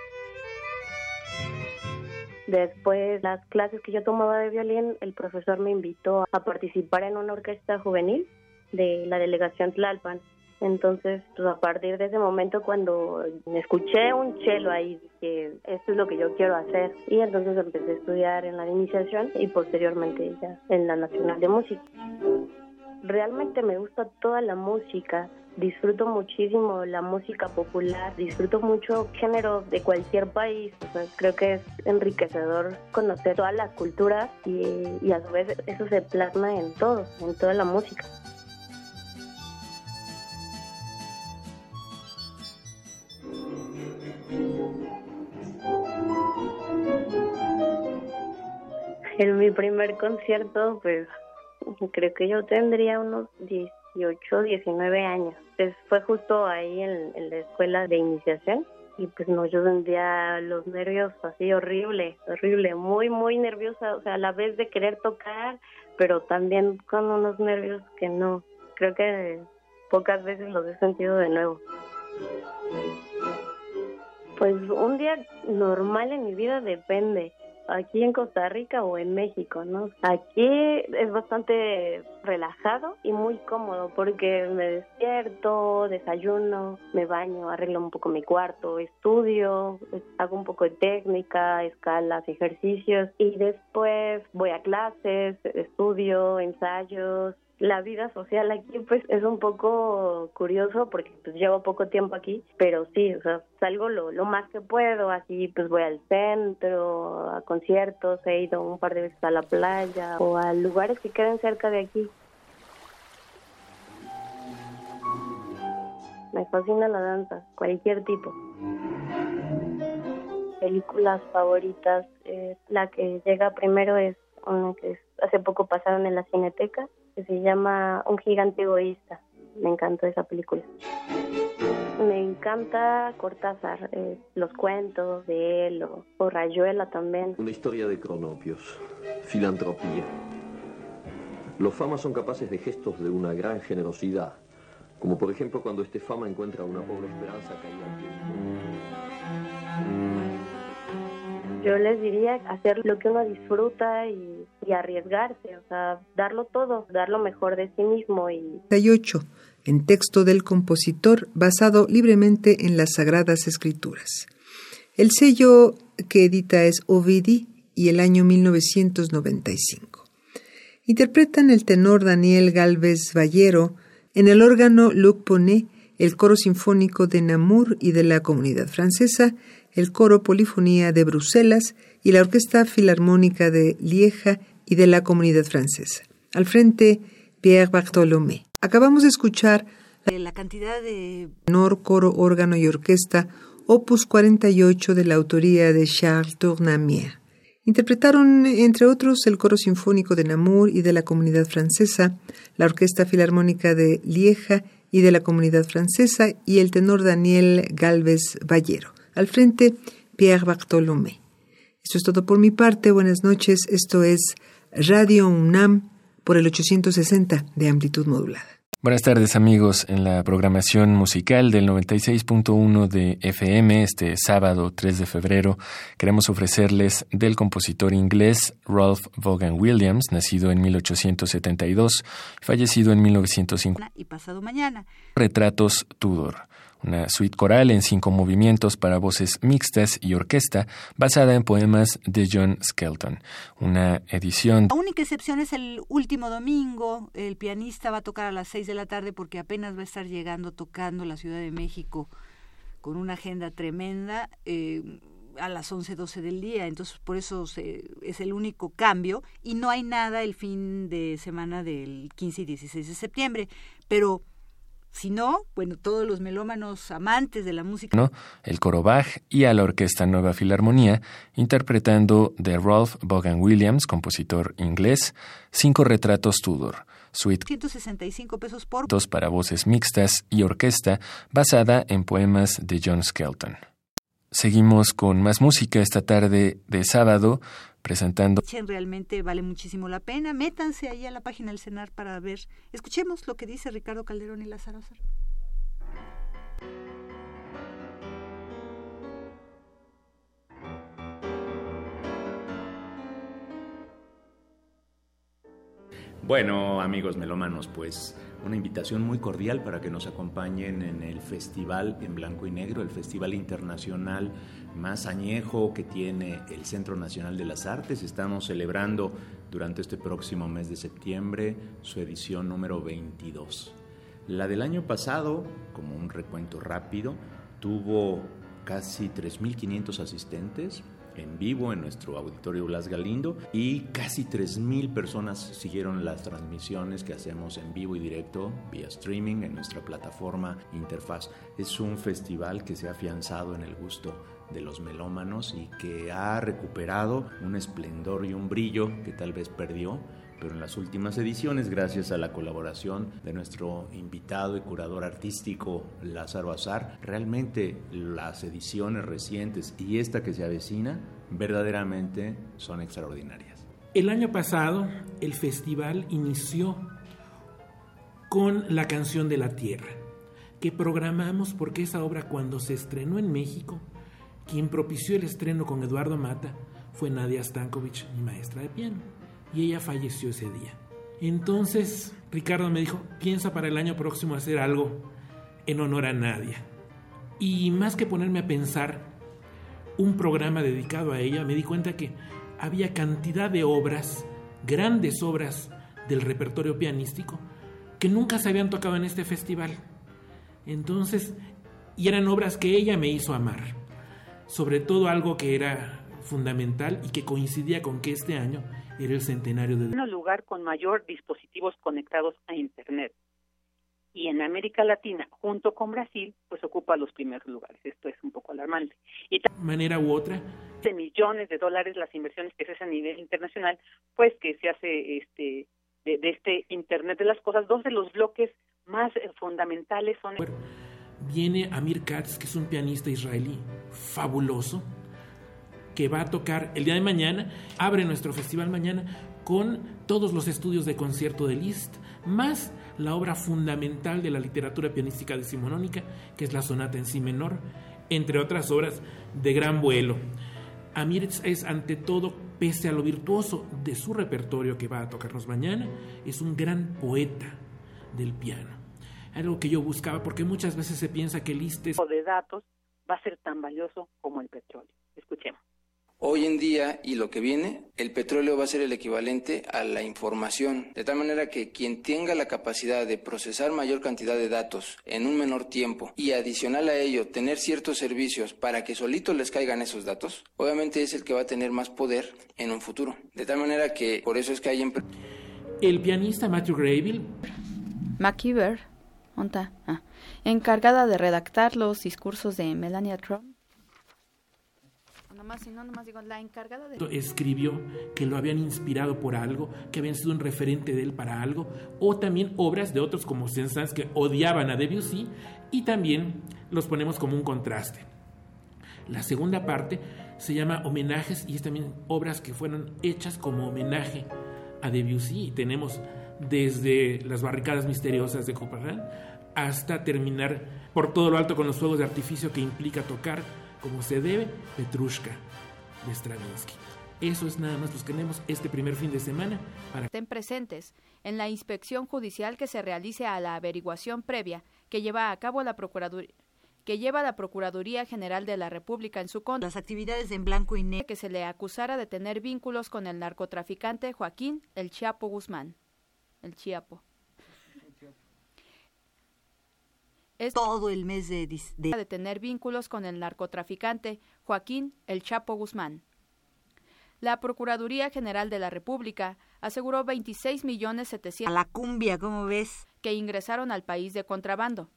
Después, las clases que yo tomaba de violín, el profesor me invitó a participar en una orquesta juvenil de la delegación Tlalpan. Entonces, pues a partir de ese momento, cuando escuché un cello ahí, dije, esto es lo que yo quiero hacer. Y entonces empecé a estudiar en la de iniciación y posteriormente ya en la Nacional de Música. Realmente me gusta toda la música. Disfruto muchísimo la música popular, disfruto mucho género de cualquier país. O sea, creo que es enriquecedor conocer todas las culturas y a su vez eso se plasma en todo, en toda la música. En mi primer concierto, pues creo que yo tendría unos 18, 19 años. Fue justo ahí en la escuela de iniciación. Y pues no, yo sentía los nervios así horrible, muy, muy nerviosa, o sea, a la vez de querer tocar, pero también con unos nervios que no, creo que pocas veces los he sentido de nuevo. Pues un día normal en mi vida depende, aquí en Costa Rica o en México, ¿no? Aquí es bastante relajado y muy cómodo porque me despierto, desayuno, me baño, arreglo un poco mi cuarto, estudio, hago un poco de técnica, escalas, ejercicios y después voy a clases, estudio, ensayos. La vida social aquí pues es un poco curioso porque pues llevo poco tiempo aquí, pero sí, o sea, salgo lo más que puedo, así pues voy al centro, a conciertos, he ido un par de veces a la playa o a lugares que queden cerca de aquí. Me fascina la danza, cualquier tipo. Películas favoritas, la que llega primero es una que hace poco pasaron en la Cineteca, que se llama Un gigante egoísta. Me encantó esa película. Me encanta Cortázar, los cuentos de él o Rayuela también. Una historia de cronopios, filantropía. Los famas son capaces de gestos de una gran generosidad, como por ejemplo cuando este fama encuentra a una pobre esperanza caída al tiempo. Yo les diría hacer lo que uno disfruta y arriesgarse, o sea, darlo todo, dar lo mejor de sí mismo. 38, en texto del compositor, basado libremente en las Sagradas Escrituras. El sello que edita es Ovidi y el año 1995. Interpretan el tenor Daniel Galvez Ballero, en el órgano Luc Ponnet, el coro sinfónico de Namur y de la Comunidad Francesa, el coro Polifonía de Bruselas y la Orquesta Filarmónica de Lieja y de la Comunidad Francesa. Al frente, Pierre Bartholomé. Acabamos de escuchar la cantidad de tenor, coro, órgano y orquesta, opus 48 de la autoría de Charles Tournamier. Interpretaron, entre otros, el coro sinfónico de Namur y de la Comunidad Francesa, la Orquesta Filarmónica de Lieja y de la Comunidad Francesa y el tenor Daniel Galvez Ballero. Al frente, Pierre Bartholomé. Esto es todo por mi parte. Buenas noches. Esto es Radio UNAM por el 860 de amplitud modulada. Buenas tardes, amigos. En la programación musical del 96.1 de FM, este sábado 3 de febrero, queremos ofrecerles del compositor inglés Ralph Vaughan Williams, nacido en 1872, fallecido en 1950. Y pasado mañana. Retratos Tudor. Una suite coral en 5 movimientos para voces mixtas y orquesta, basada en poemas de John Skelton. Una edición... La única excepción es el último domingo. El pianista va a tocar a las 6 de la tarde porque apenas va a estar llegando tocando la Ciudad de México con una agenda tremenda a las 11, 12 del día. Entonces, por eso es el único cambio. Y no hay nada el fin de semana del 15 y 16 de septiembre. Pero... si no, bueno, todos los melómanos amantes de la música... ¿no? El coro Bach y a la Orquesta Nueva Filarmonía, interpretando de Ralph Vaughan Williams, compositor inglés, 5 retratos Tudor, suite $165 por... dos para voces mixtas y orquesta, basada en poemas de John Skelton. Seguimos con más música esta tarde de sábado, presentando... Realmente vale muchísimo la pena. Métanse ahí a la página del CENAR para ver. Escuchemos lo que dice Ricardo Calderón y Lázaro Azar. Bueno, amigos melómanos, pues una invitación muy cordial para que nos acompañen en el Festival en Blanco y Negro, el Festival Internacional más añejo que tiene el Centro Nacional de las Artes. Estamos celebrando durante este próximo mes de septiembre su edición número 22. La del año pasado, como un recuento rápido, tuvo casi 3.500 asistentes, en vivo en nuestro auditorio Blas Galindo y casi 3,000 personas siguieron las transmisiones que hacemos en vivo y directo vía streaming en nuestra plataforma Interfaz. Es un festival que se ha afianzado en el gusto de los melómanos y que ha recuperado un esplendor y un brillo que tal vez perdió, pero en las últimas ediciones, gracias a la colaboración de nuestro invitado y curador artístico Lázaro Azar, realmente las ediciones recientes y esta que se avecina verdaderamente son extraordinarias. El año pasado el festival inició con La Canción de la Tierra, que programamos porque esa obra, cuando se estrenó en México, quien propició el estreno con Eduardo Mata fue Nadia Stankovic, mi maestra de piano, y ella falleció ese día. Entonces Ricardo me dijo, piensa para el año próximo hacer algo en honor a Nadia. Y más que ponerme a pensar un programa dedicado a ella, me di cuenta que había cantidad de obras, grandes obras del repertorio pianístico, que nunca se habían tocado en este festival. Entonces, y eran obras que ella me hizo amar. Sobre todo algo que era fundamental y que coincidía con que este año era el centenario de... Un lugar con mayor dispositivos conectados a Internet. Y en América Latina, junto con Brasil, pues ocupa los primeros lugares. Esto es un poco alarmante. Y de manera u otra, de millones de dólares las inversiones que se hacen a nivel internacional, pues que se hace de este Internet de las cosas. Dos de los bloques más fundamentales son... Viene Amir Katz, que es un pianista israelí fabuloso, que va a tocar el día de mañana, abre nuestro festival mañana con todos los estudios de concierto de Liszt, más la obra fundamental de la literatura pianística decimonónica, que es la sonata en si menor, entre otras obras de gran vuelo. Amir es, ante todo, pese a lo virtuoso de su repertorio que va a tocarnos mañana, es un gran poeta del piano. Algo que yo buscaba, porque muchas veces se piensa que Liszt de datos va a ser tan valioso como el petróleo. Escuchemos. Hoy en día y lo que viene, el petróleo va a ser el equivalente a la información, de tal manera que quien tenga la capacidad de procesar mayor cantidad de datos en un menor tiempo y adicional a ello tener ciertos servicios para que solito les caigan esos datos, obviamente es el que va a tener más poder en un futuro. De tal manera que por eso es que hay... El pianista Matthew Graybill, McKeever, encargada de redactar los discursos de Melania Trump. La encargada de... escribió que lo habían inspirado por algo, que habían sido un referente de él para algo, o también obras de otros como Saint-Saëns que odiaban a Debussy, y también los ponemos como un contraste. La segunda parte se llama Homenajes, y es también obras que fueron hechas como homenaje a Debussy, y tenemos desde Las barricadas misteriosas de Couperin hasta terminar por todo lo alto con los fuegos de artificio que implica tocar como se debe Petrushka de Stravinsky. Eso es nada más lo que tenemos este primer fin de semana para... Estén presentes en la inspección judicial que se realice a la averiguación previa que lleva a cabo la Procuraduría General de la República en su contra. Las actividades en blanco y negro. Que se le acusara de tener vínculos con el narcotraficante Joaquín El Chapo Guzmán. El Chiapo. Todo el mes de tener vínculos con el narcotraficante Joaquín El Chapo Guzmán. La Procuraduría General de la República aseguró 26.700.000 a la cumbia, ¿cómo ves? Que ingresaron al país de contrabando.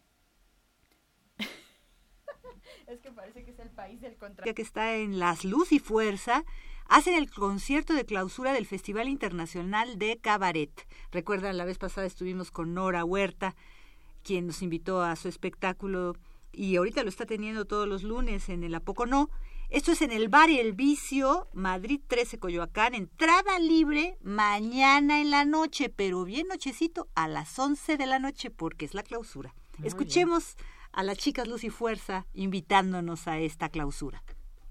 Es que parece que es el país del contrabando. Que está en Las Luz y Fuerza, hacen el concierto de clausura del Festival Internacional de Cabaret. Recuerdan, la vez pasada estuvimos con Nora Huerta, quien nos invitó a su espectáculo, y ahorita lo está teniendo todos los lunes en el ¿A Poco No? Esto es en el Bar El Vicio, Madrid 13, Coyoacán, entrada libre mañana en la noche, pero bien nochecito, a las 11 de la noche, porque es la clausura. Escuchemos a las chicas Luz y Fuerza invitándonos a esta clausura.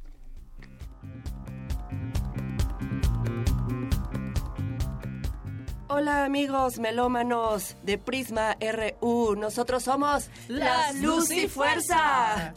Hola amigos melómanos de Prisma RU, nosotros somos las Luz y Fuerza.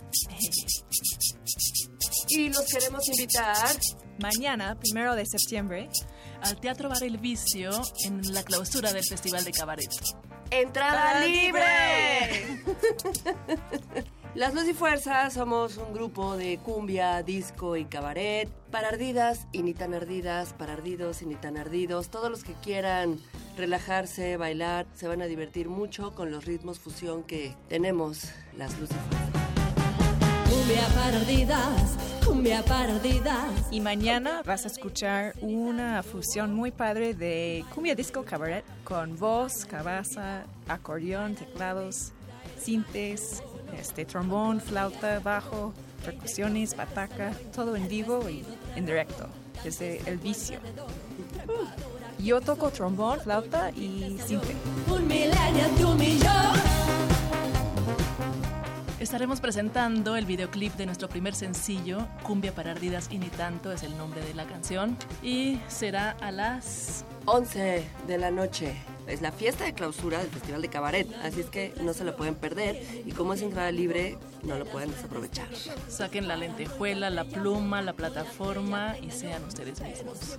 Y los queremos invitar mañana, 1 de septiembre, al Teatro Bar El Vicio en la clausura del Festival de Cabaret. ¡Entrada libre! Las Luz y Fuerza somos un grupo de cumbia, disco y cabaret, para ardidas y ni tan ardidas, para ardidos y ni tan ardidos. Todos los que quieran relajarse, bailar, se van a divertir mucho con los ritmos fusión que tenemos, Las Luz y Fuerza. Cumbia para ardidas, cumbia para ardidas. Y mañana vas a escuchar una fusión muy padre de cumbia, disco, cabaret con voz, cabaza, acordeón, teclados, sintes, trombón, flauta, bajo, percusiones, bataca, todo en vivo y en directo, desde El Vicio. Yo toco trombón, flauta y sinte. Un milenio de un millón. Estaremos presentando el videoclip de nuestro primer sencillo, Cumbia para ardidas y ni tanto es el nombre de la canción, y será a las 11 de la noche. Es la fiesta de clausura del Festival de Cabaret, así es que no se lo pueden perder y como es entrada libre, no lo pueden desaprovechar. Saquen la lentejuela, la pluma, la plataforma y sean ustedes mismos.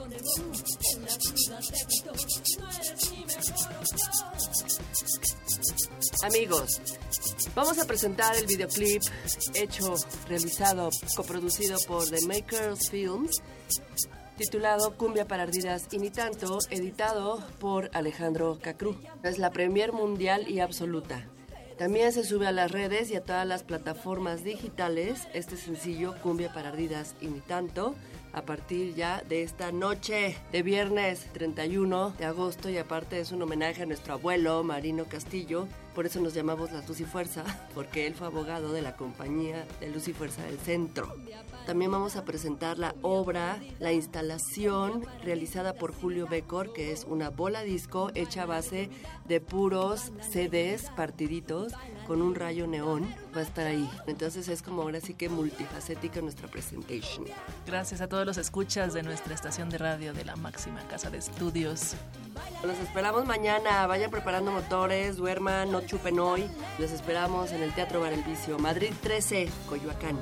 Amigos, vamos a presentar el videoclip realizado, coproducido por The Makers Films, titulado Cumbia para ardidas y ni tanto, editado por Alejandro Cacrú. Es la premier mundial y absoluta. También se sube a las redes y a todas las plataformas digitales este sencillo Cumbia para ardidas y ni tanto, a partir ya de esta noche de viernes 31 de agosto, y aparte es un homenaje a nuestro abuelo Marino Castillo. Por eso nos llamamos Las Luz y Fuerza, porque él fue abogado de la compañía de Luz y Fuerza del Centro. También vamos a presentar la obra, la instalación realizada por Julio Bécor, que es una bola disco hecha a base de puros CDs partiditos con un rayo neón. Va a estar ahí. Entonces es como ahora sí que multifacética nuestra presentation. Gracias a todos los escuchas de nuestra estación de radio de la máxima casa de estudios. Los esperamos mañana. Vayan preparando motores, duerman, no chupen hoy. Los esperamos en el Teatro Bar El Vicio, Madrid 13, Coyoacán.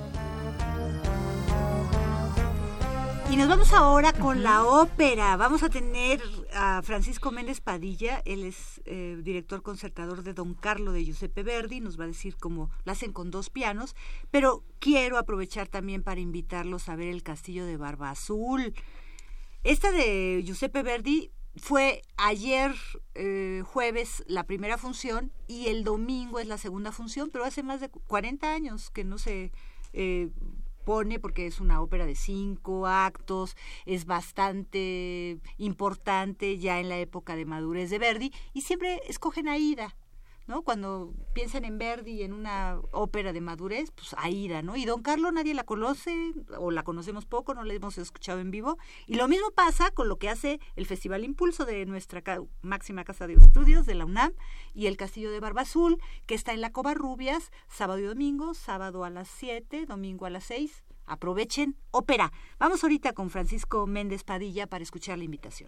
Y nos vamos ahora con la ópera. Vamos a tener a Francisco Méndez Padilla. Él es director concertador de Don Carlo de Giuseppe Verdi. Nos va a decir cómo lo hacen con 2 pianos. Pero quiero aprovechar también para invitarlos a ver El Castillo de Barba Azul. Esta de Giuseppe Verdi fue ayer jueves la primera función y el domingo es la segunda función, pero hace más de 40 años que no se pone, porque es una ópera de 5 actos, es bastante importante ya en la época de madurez de Verdi, y siempre escogen a Aida, ¿no? Cuando piensan en Verdi, en una ópera de madurez, pues Aida, ¿no? Y Don Carlo nadie la conoce, o la conocemos poco, no la hemos escuchado en vivo, y lo mismo pasa con lo que hace el Festival Impulso de nuestra máxima casa de estudios de la UNAM, y El Castillo de Barba Azul, que está en la Covarrubias, sábado y domingo, sábado a las 7, domingo a las 6, aprovechen, ópera. Vamos ahorita con Francisco Méndez Padilla para escuchar la invitación.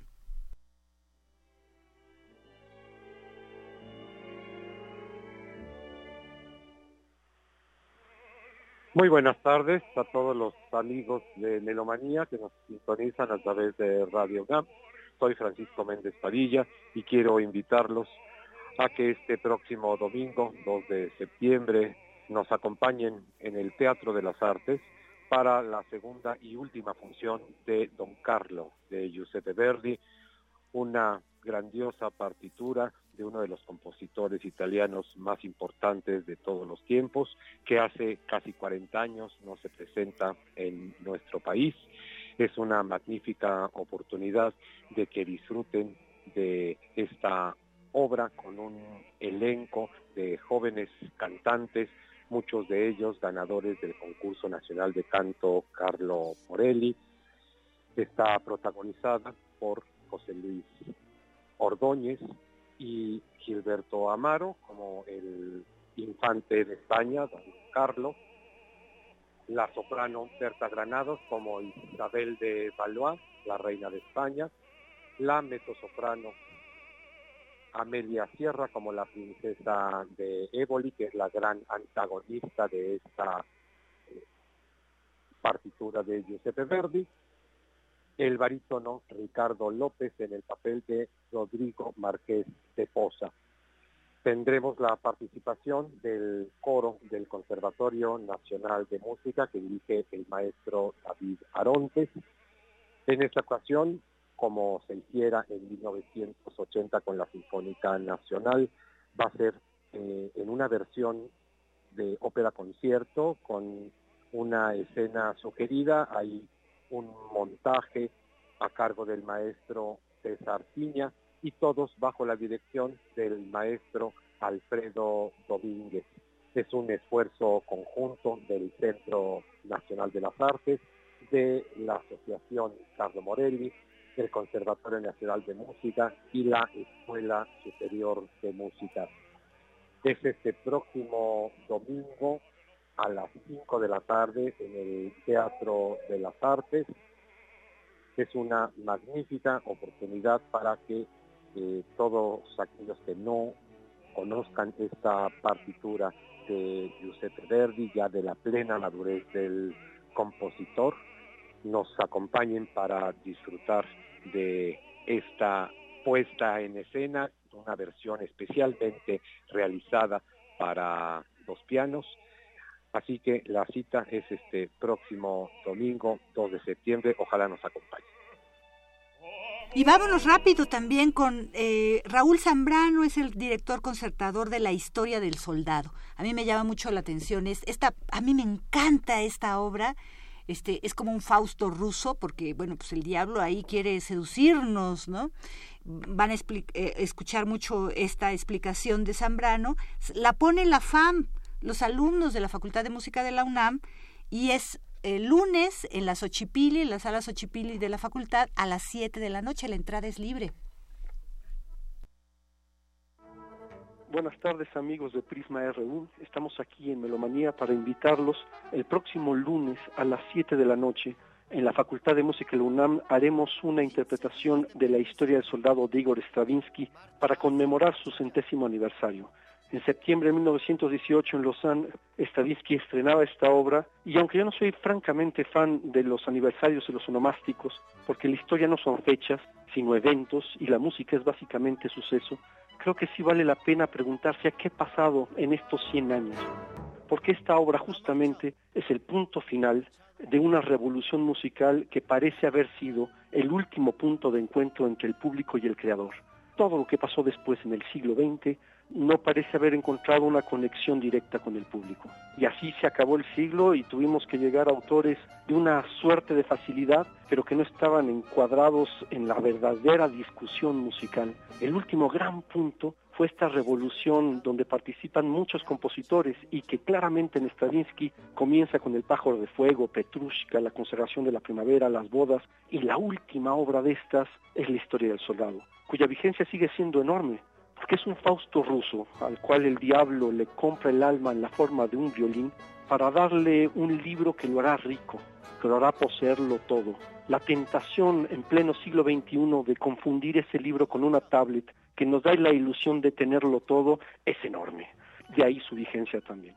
Muy buenas tardes a todos los amigos de Melomanía que nos sintonizan a través de Radio UNAM. Soy Francisco Méndez Padilla y quiero invitarlos a que este próximo domingo, 2 de septiembre, nos acompañen en el Teatro de las Artes para la segunda y última función de Don Carlo de Giuseppe Verdi, una grandiosa partitura de uno de los compositores italianos más importantes de todos los tiempos, que hace casi 40 años no se presenta en nuestro país. Es una magnífica oportunidad de que disfruten de esta obra con un elenco de jóvenes cantantes, muchos de ellos ganadores del Concurso Nacional de Canto Carlo Morelli. Está protagonizada por José Luis Ordóñez y Gilberto Amaro como el infante de España, Don Carlo, la soprano Berta Granados como Isabel de Valois, la reina de España, la mezzosoprano Amelia Sierra como la princesa de Éboli, que es la gran antagonista de esta partitura de Giuseppe Verdi, el barítono Ricardo López en el papel de Rodrigo Marqués de Posa. Tendremos la participación del coro del Conservatorio Nacional de Música que dirige el maestro David Arontes. En esta ocasión, como se hiciera en 1980 con la Sinfónica Nacional, va a ser en una versión de ópera concierto con una escena sugerida. Hay un montaje a cargo del maestro César Piña y todos bajo la dirección del maestro Alfredo Domínguez. Es un esfuerzo conjunto del Centro Nacional de las Artes, de la Asociación Carlo Morelli, del Conservatorio Nacional de Música y la Escuela Superior de Música. Es este próximo domingo a las 5 de la tarde en el Teatro de las Artes. Es una magnífica oportunidad para que todos aquellos que no conozcan esta partitura de Giuseppe Verdi, ya de la plena madurez del compositor, nos acompañen para disfrutar de esta puesta en escena, una versión especialmente realizada para dos pianos. Así que la cita es este próximo domingo, 2 de septiembre. Ojalá nos acompañe. Y vámonos rápido también con Raúl Zambrano, es el director concertador de La Historia del Soldado. A mí me llama mucho la atención, a mí me encanta esta obra. Es como un Fausto ruso, porque bueno, pues el diablo ahí quiere seducirnos, ¿no? Van a escuchar mucho esta explicación de Zambrano. La pone la FAM, los alumnos de la Facultad de Música de la UNAM, y es el lunes en la Xochipilli, en la sala Xochipilli de la facultad, a las 7 de la noche. La entrada es libre. Buenas tardes, amigos de Prisma RU. Estamos aquí en Melomanía para invitarlos el próximo lunes a las 7 de la noche. En la Facultad de Música de la UNAM haremos una interpretación de La Historia del Soldado de Igor Stravinsky para conmemorar su 100º aniversario. En septiembre de 1918 en Lausanne, Stravinsky estrenaba esta obra, y aunque yo no soy francamente fan de los aniversarios y los onomásticos, porque la historia no son fechas, sino eventos, y la música es básicamente suceso, creo que sí vale la pena preguntarse a qué ha pasado en estos 100 años, porque esta obra justamente es el punto final de una revolución musical que parece haber sido el último punto de encuentro entre el público y el creador. Todo lo que pasó después en el siglo XX no parece haber encontrado una conexión directa con el público. Y así se acabó el siglo y tuvimos que llegar a autores de una suerte de facilidad, pero que no estaban encuadrados en la verdadera discusión musical. El último gran punto fue esta revolución donde participan muchos compositores y que claramente en Stravinsky comienza con El pájaro de fuego, Petrushka, La consagración de la primavera, Las bodas, y la última obra de estas es La historia del soldado, cuya vigencia sigue siendo enorme, porque es un Fausto ruso al cual el diablo le compra el alma en la forma de un violín para darle un libro que lo hará rico, que lo hará poseerlo todo. La tentación en pleno siglo XXI de confundir ese libro con una tablet que nos da la ilusión de tenerlo todo es enorme. De ahí su vigencia también.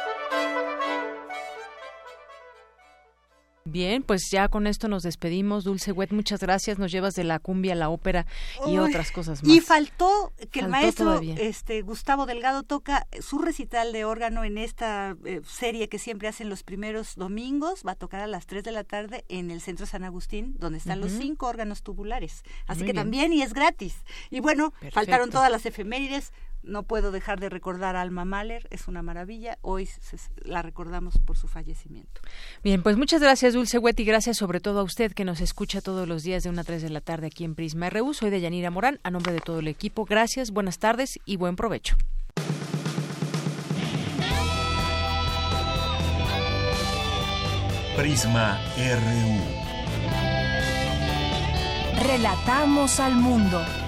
Bien, pues ya con esto nos despedimos. Dulce Wet, muchas gracias. Nos llevas de la cumbia a la ópera y otras cosas más. Y faltó que el maestro Gustavo Delgado toca su recital de órgano en esta serie que siempre hacen los primeros domingos. Va a tocar a las 3 de la tarde en el Centro San Agustín, donde están los 5 órganos tubulares. Así que también, y es gratis. Y bueno, faltaron todas las efemérides. No puedo dejar de recordar a Alma Mahler, es una maravilla. Hoy la recordamos por su fallecimiento. Bien, pues muchas gracias, Dulce Wet, y gracias sobre todo a usted que nos escucha todos los días de 1 a 3 de la tarde aquí en Prisma RU. Soy Deyanira Morán, a nombre de todo el equipo. Gracias, buenas tardes y buen provecho. Prisma RU. Relatamos al mundo.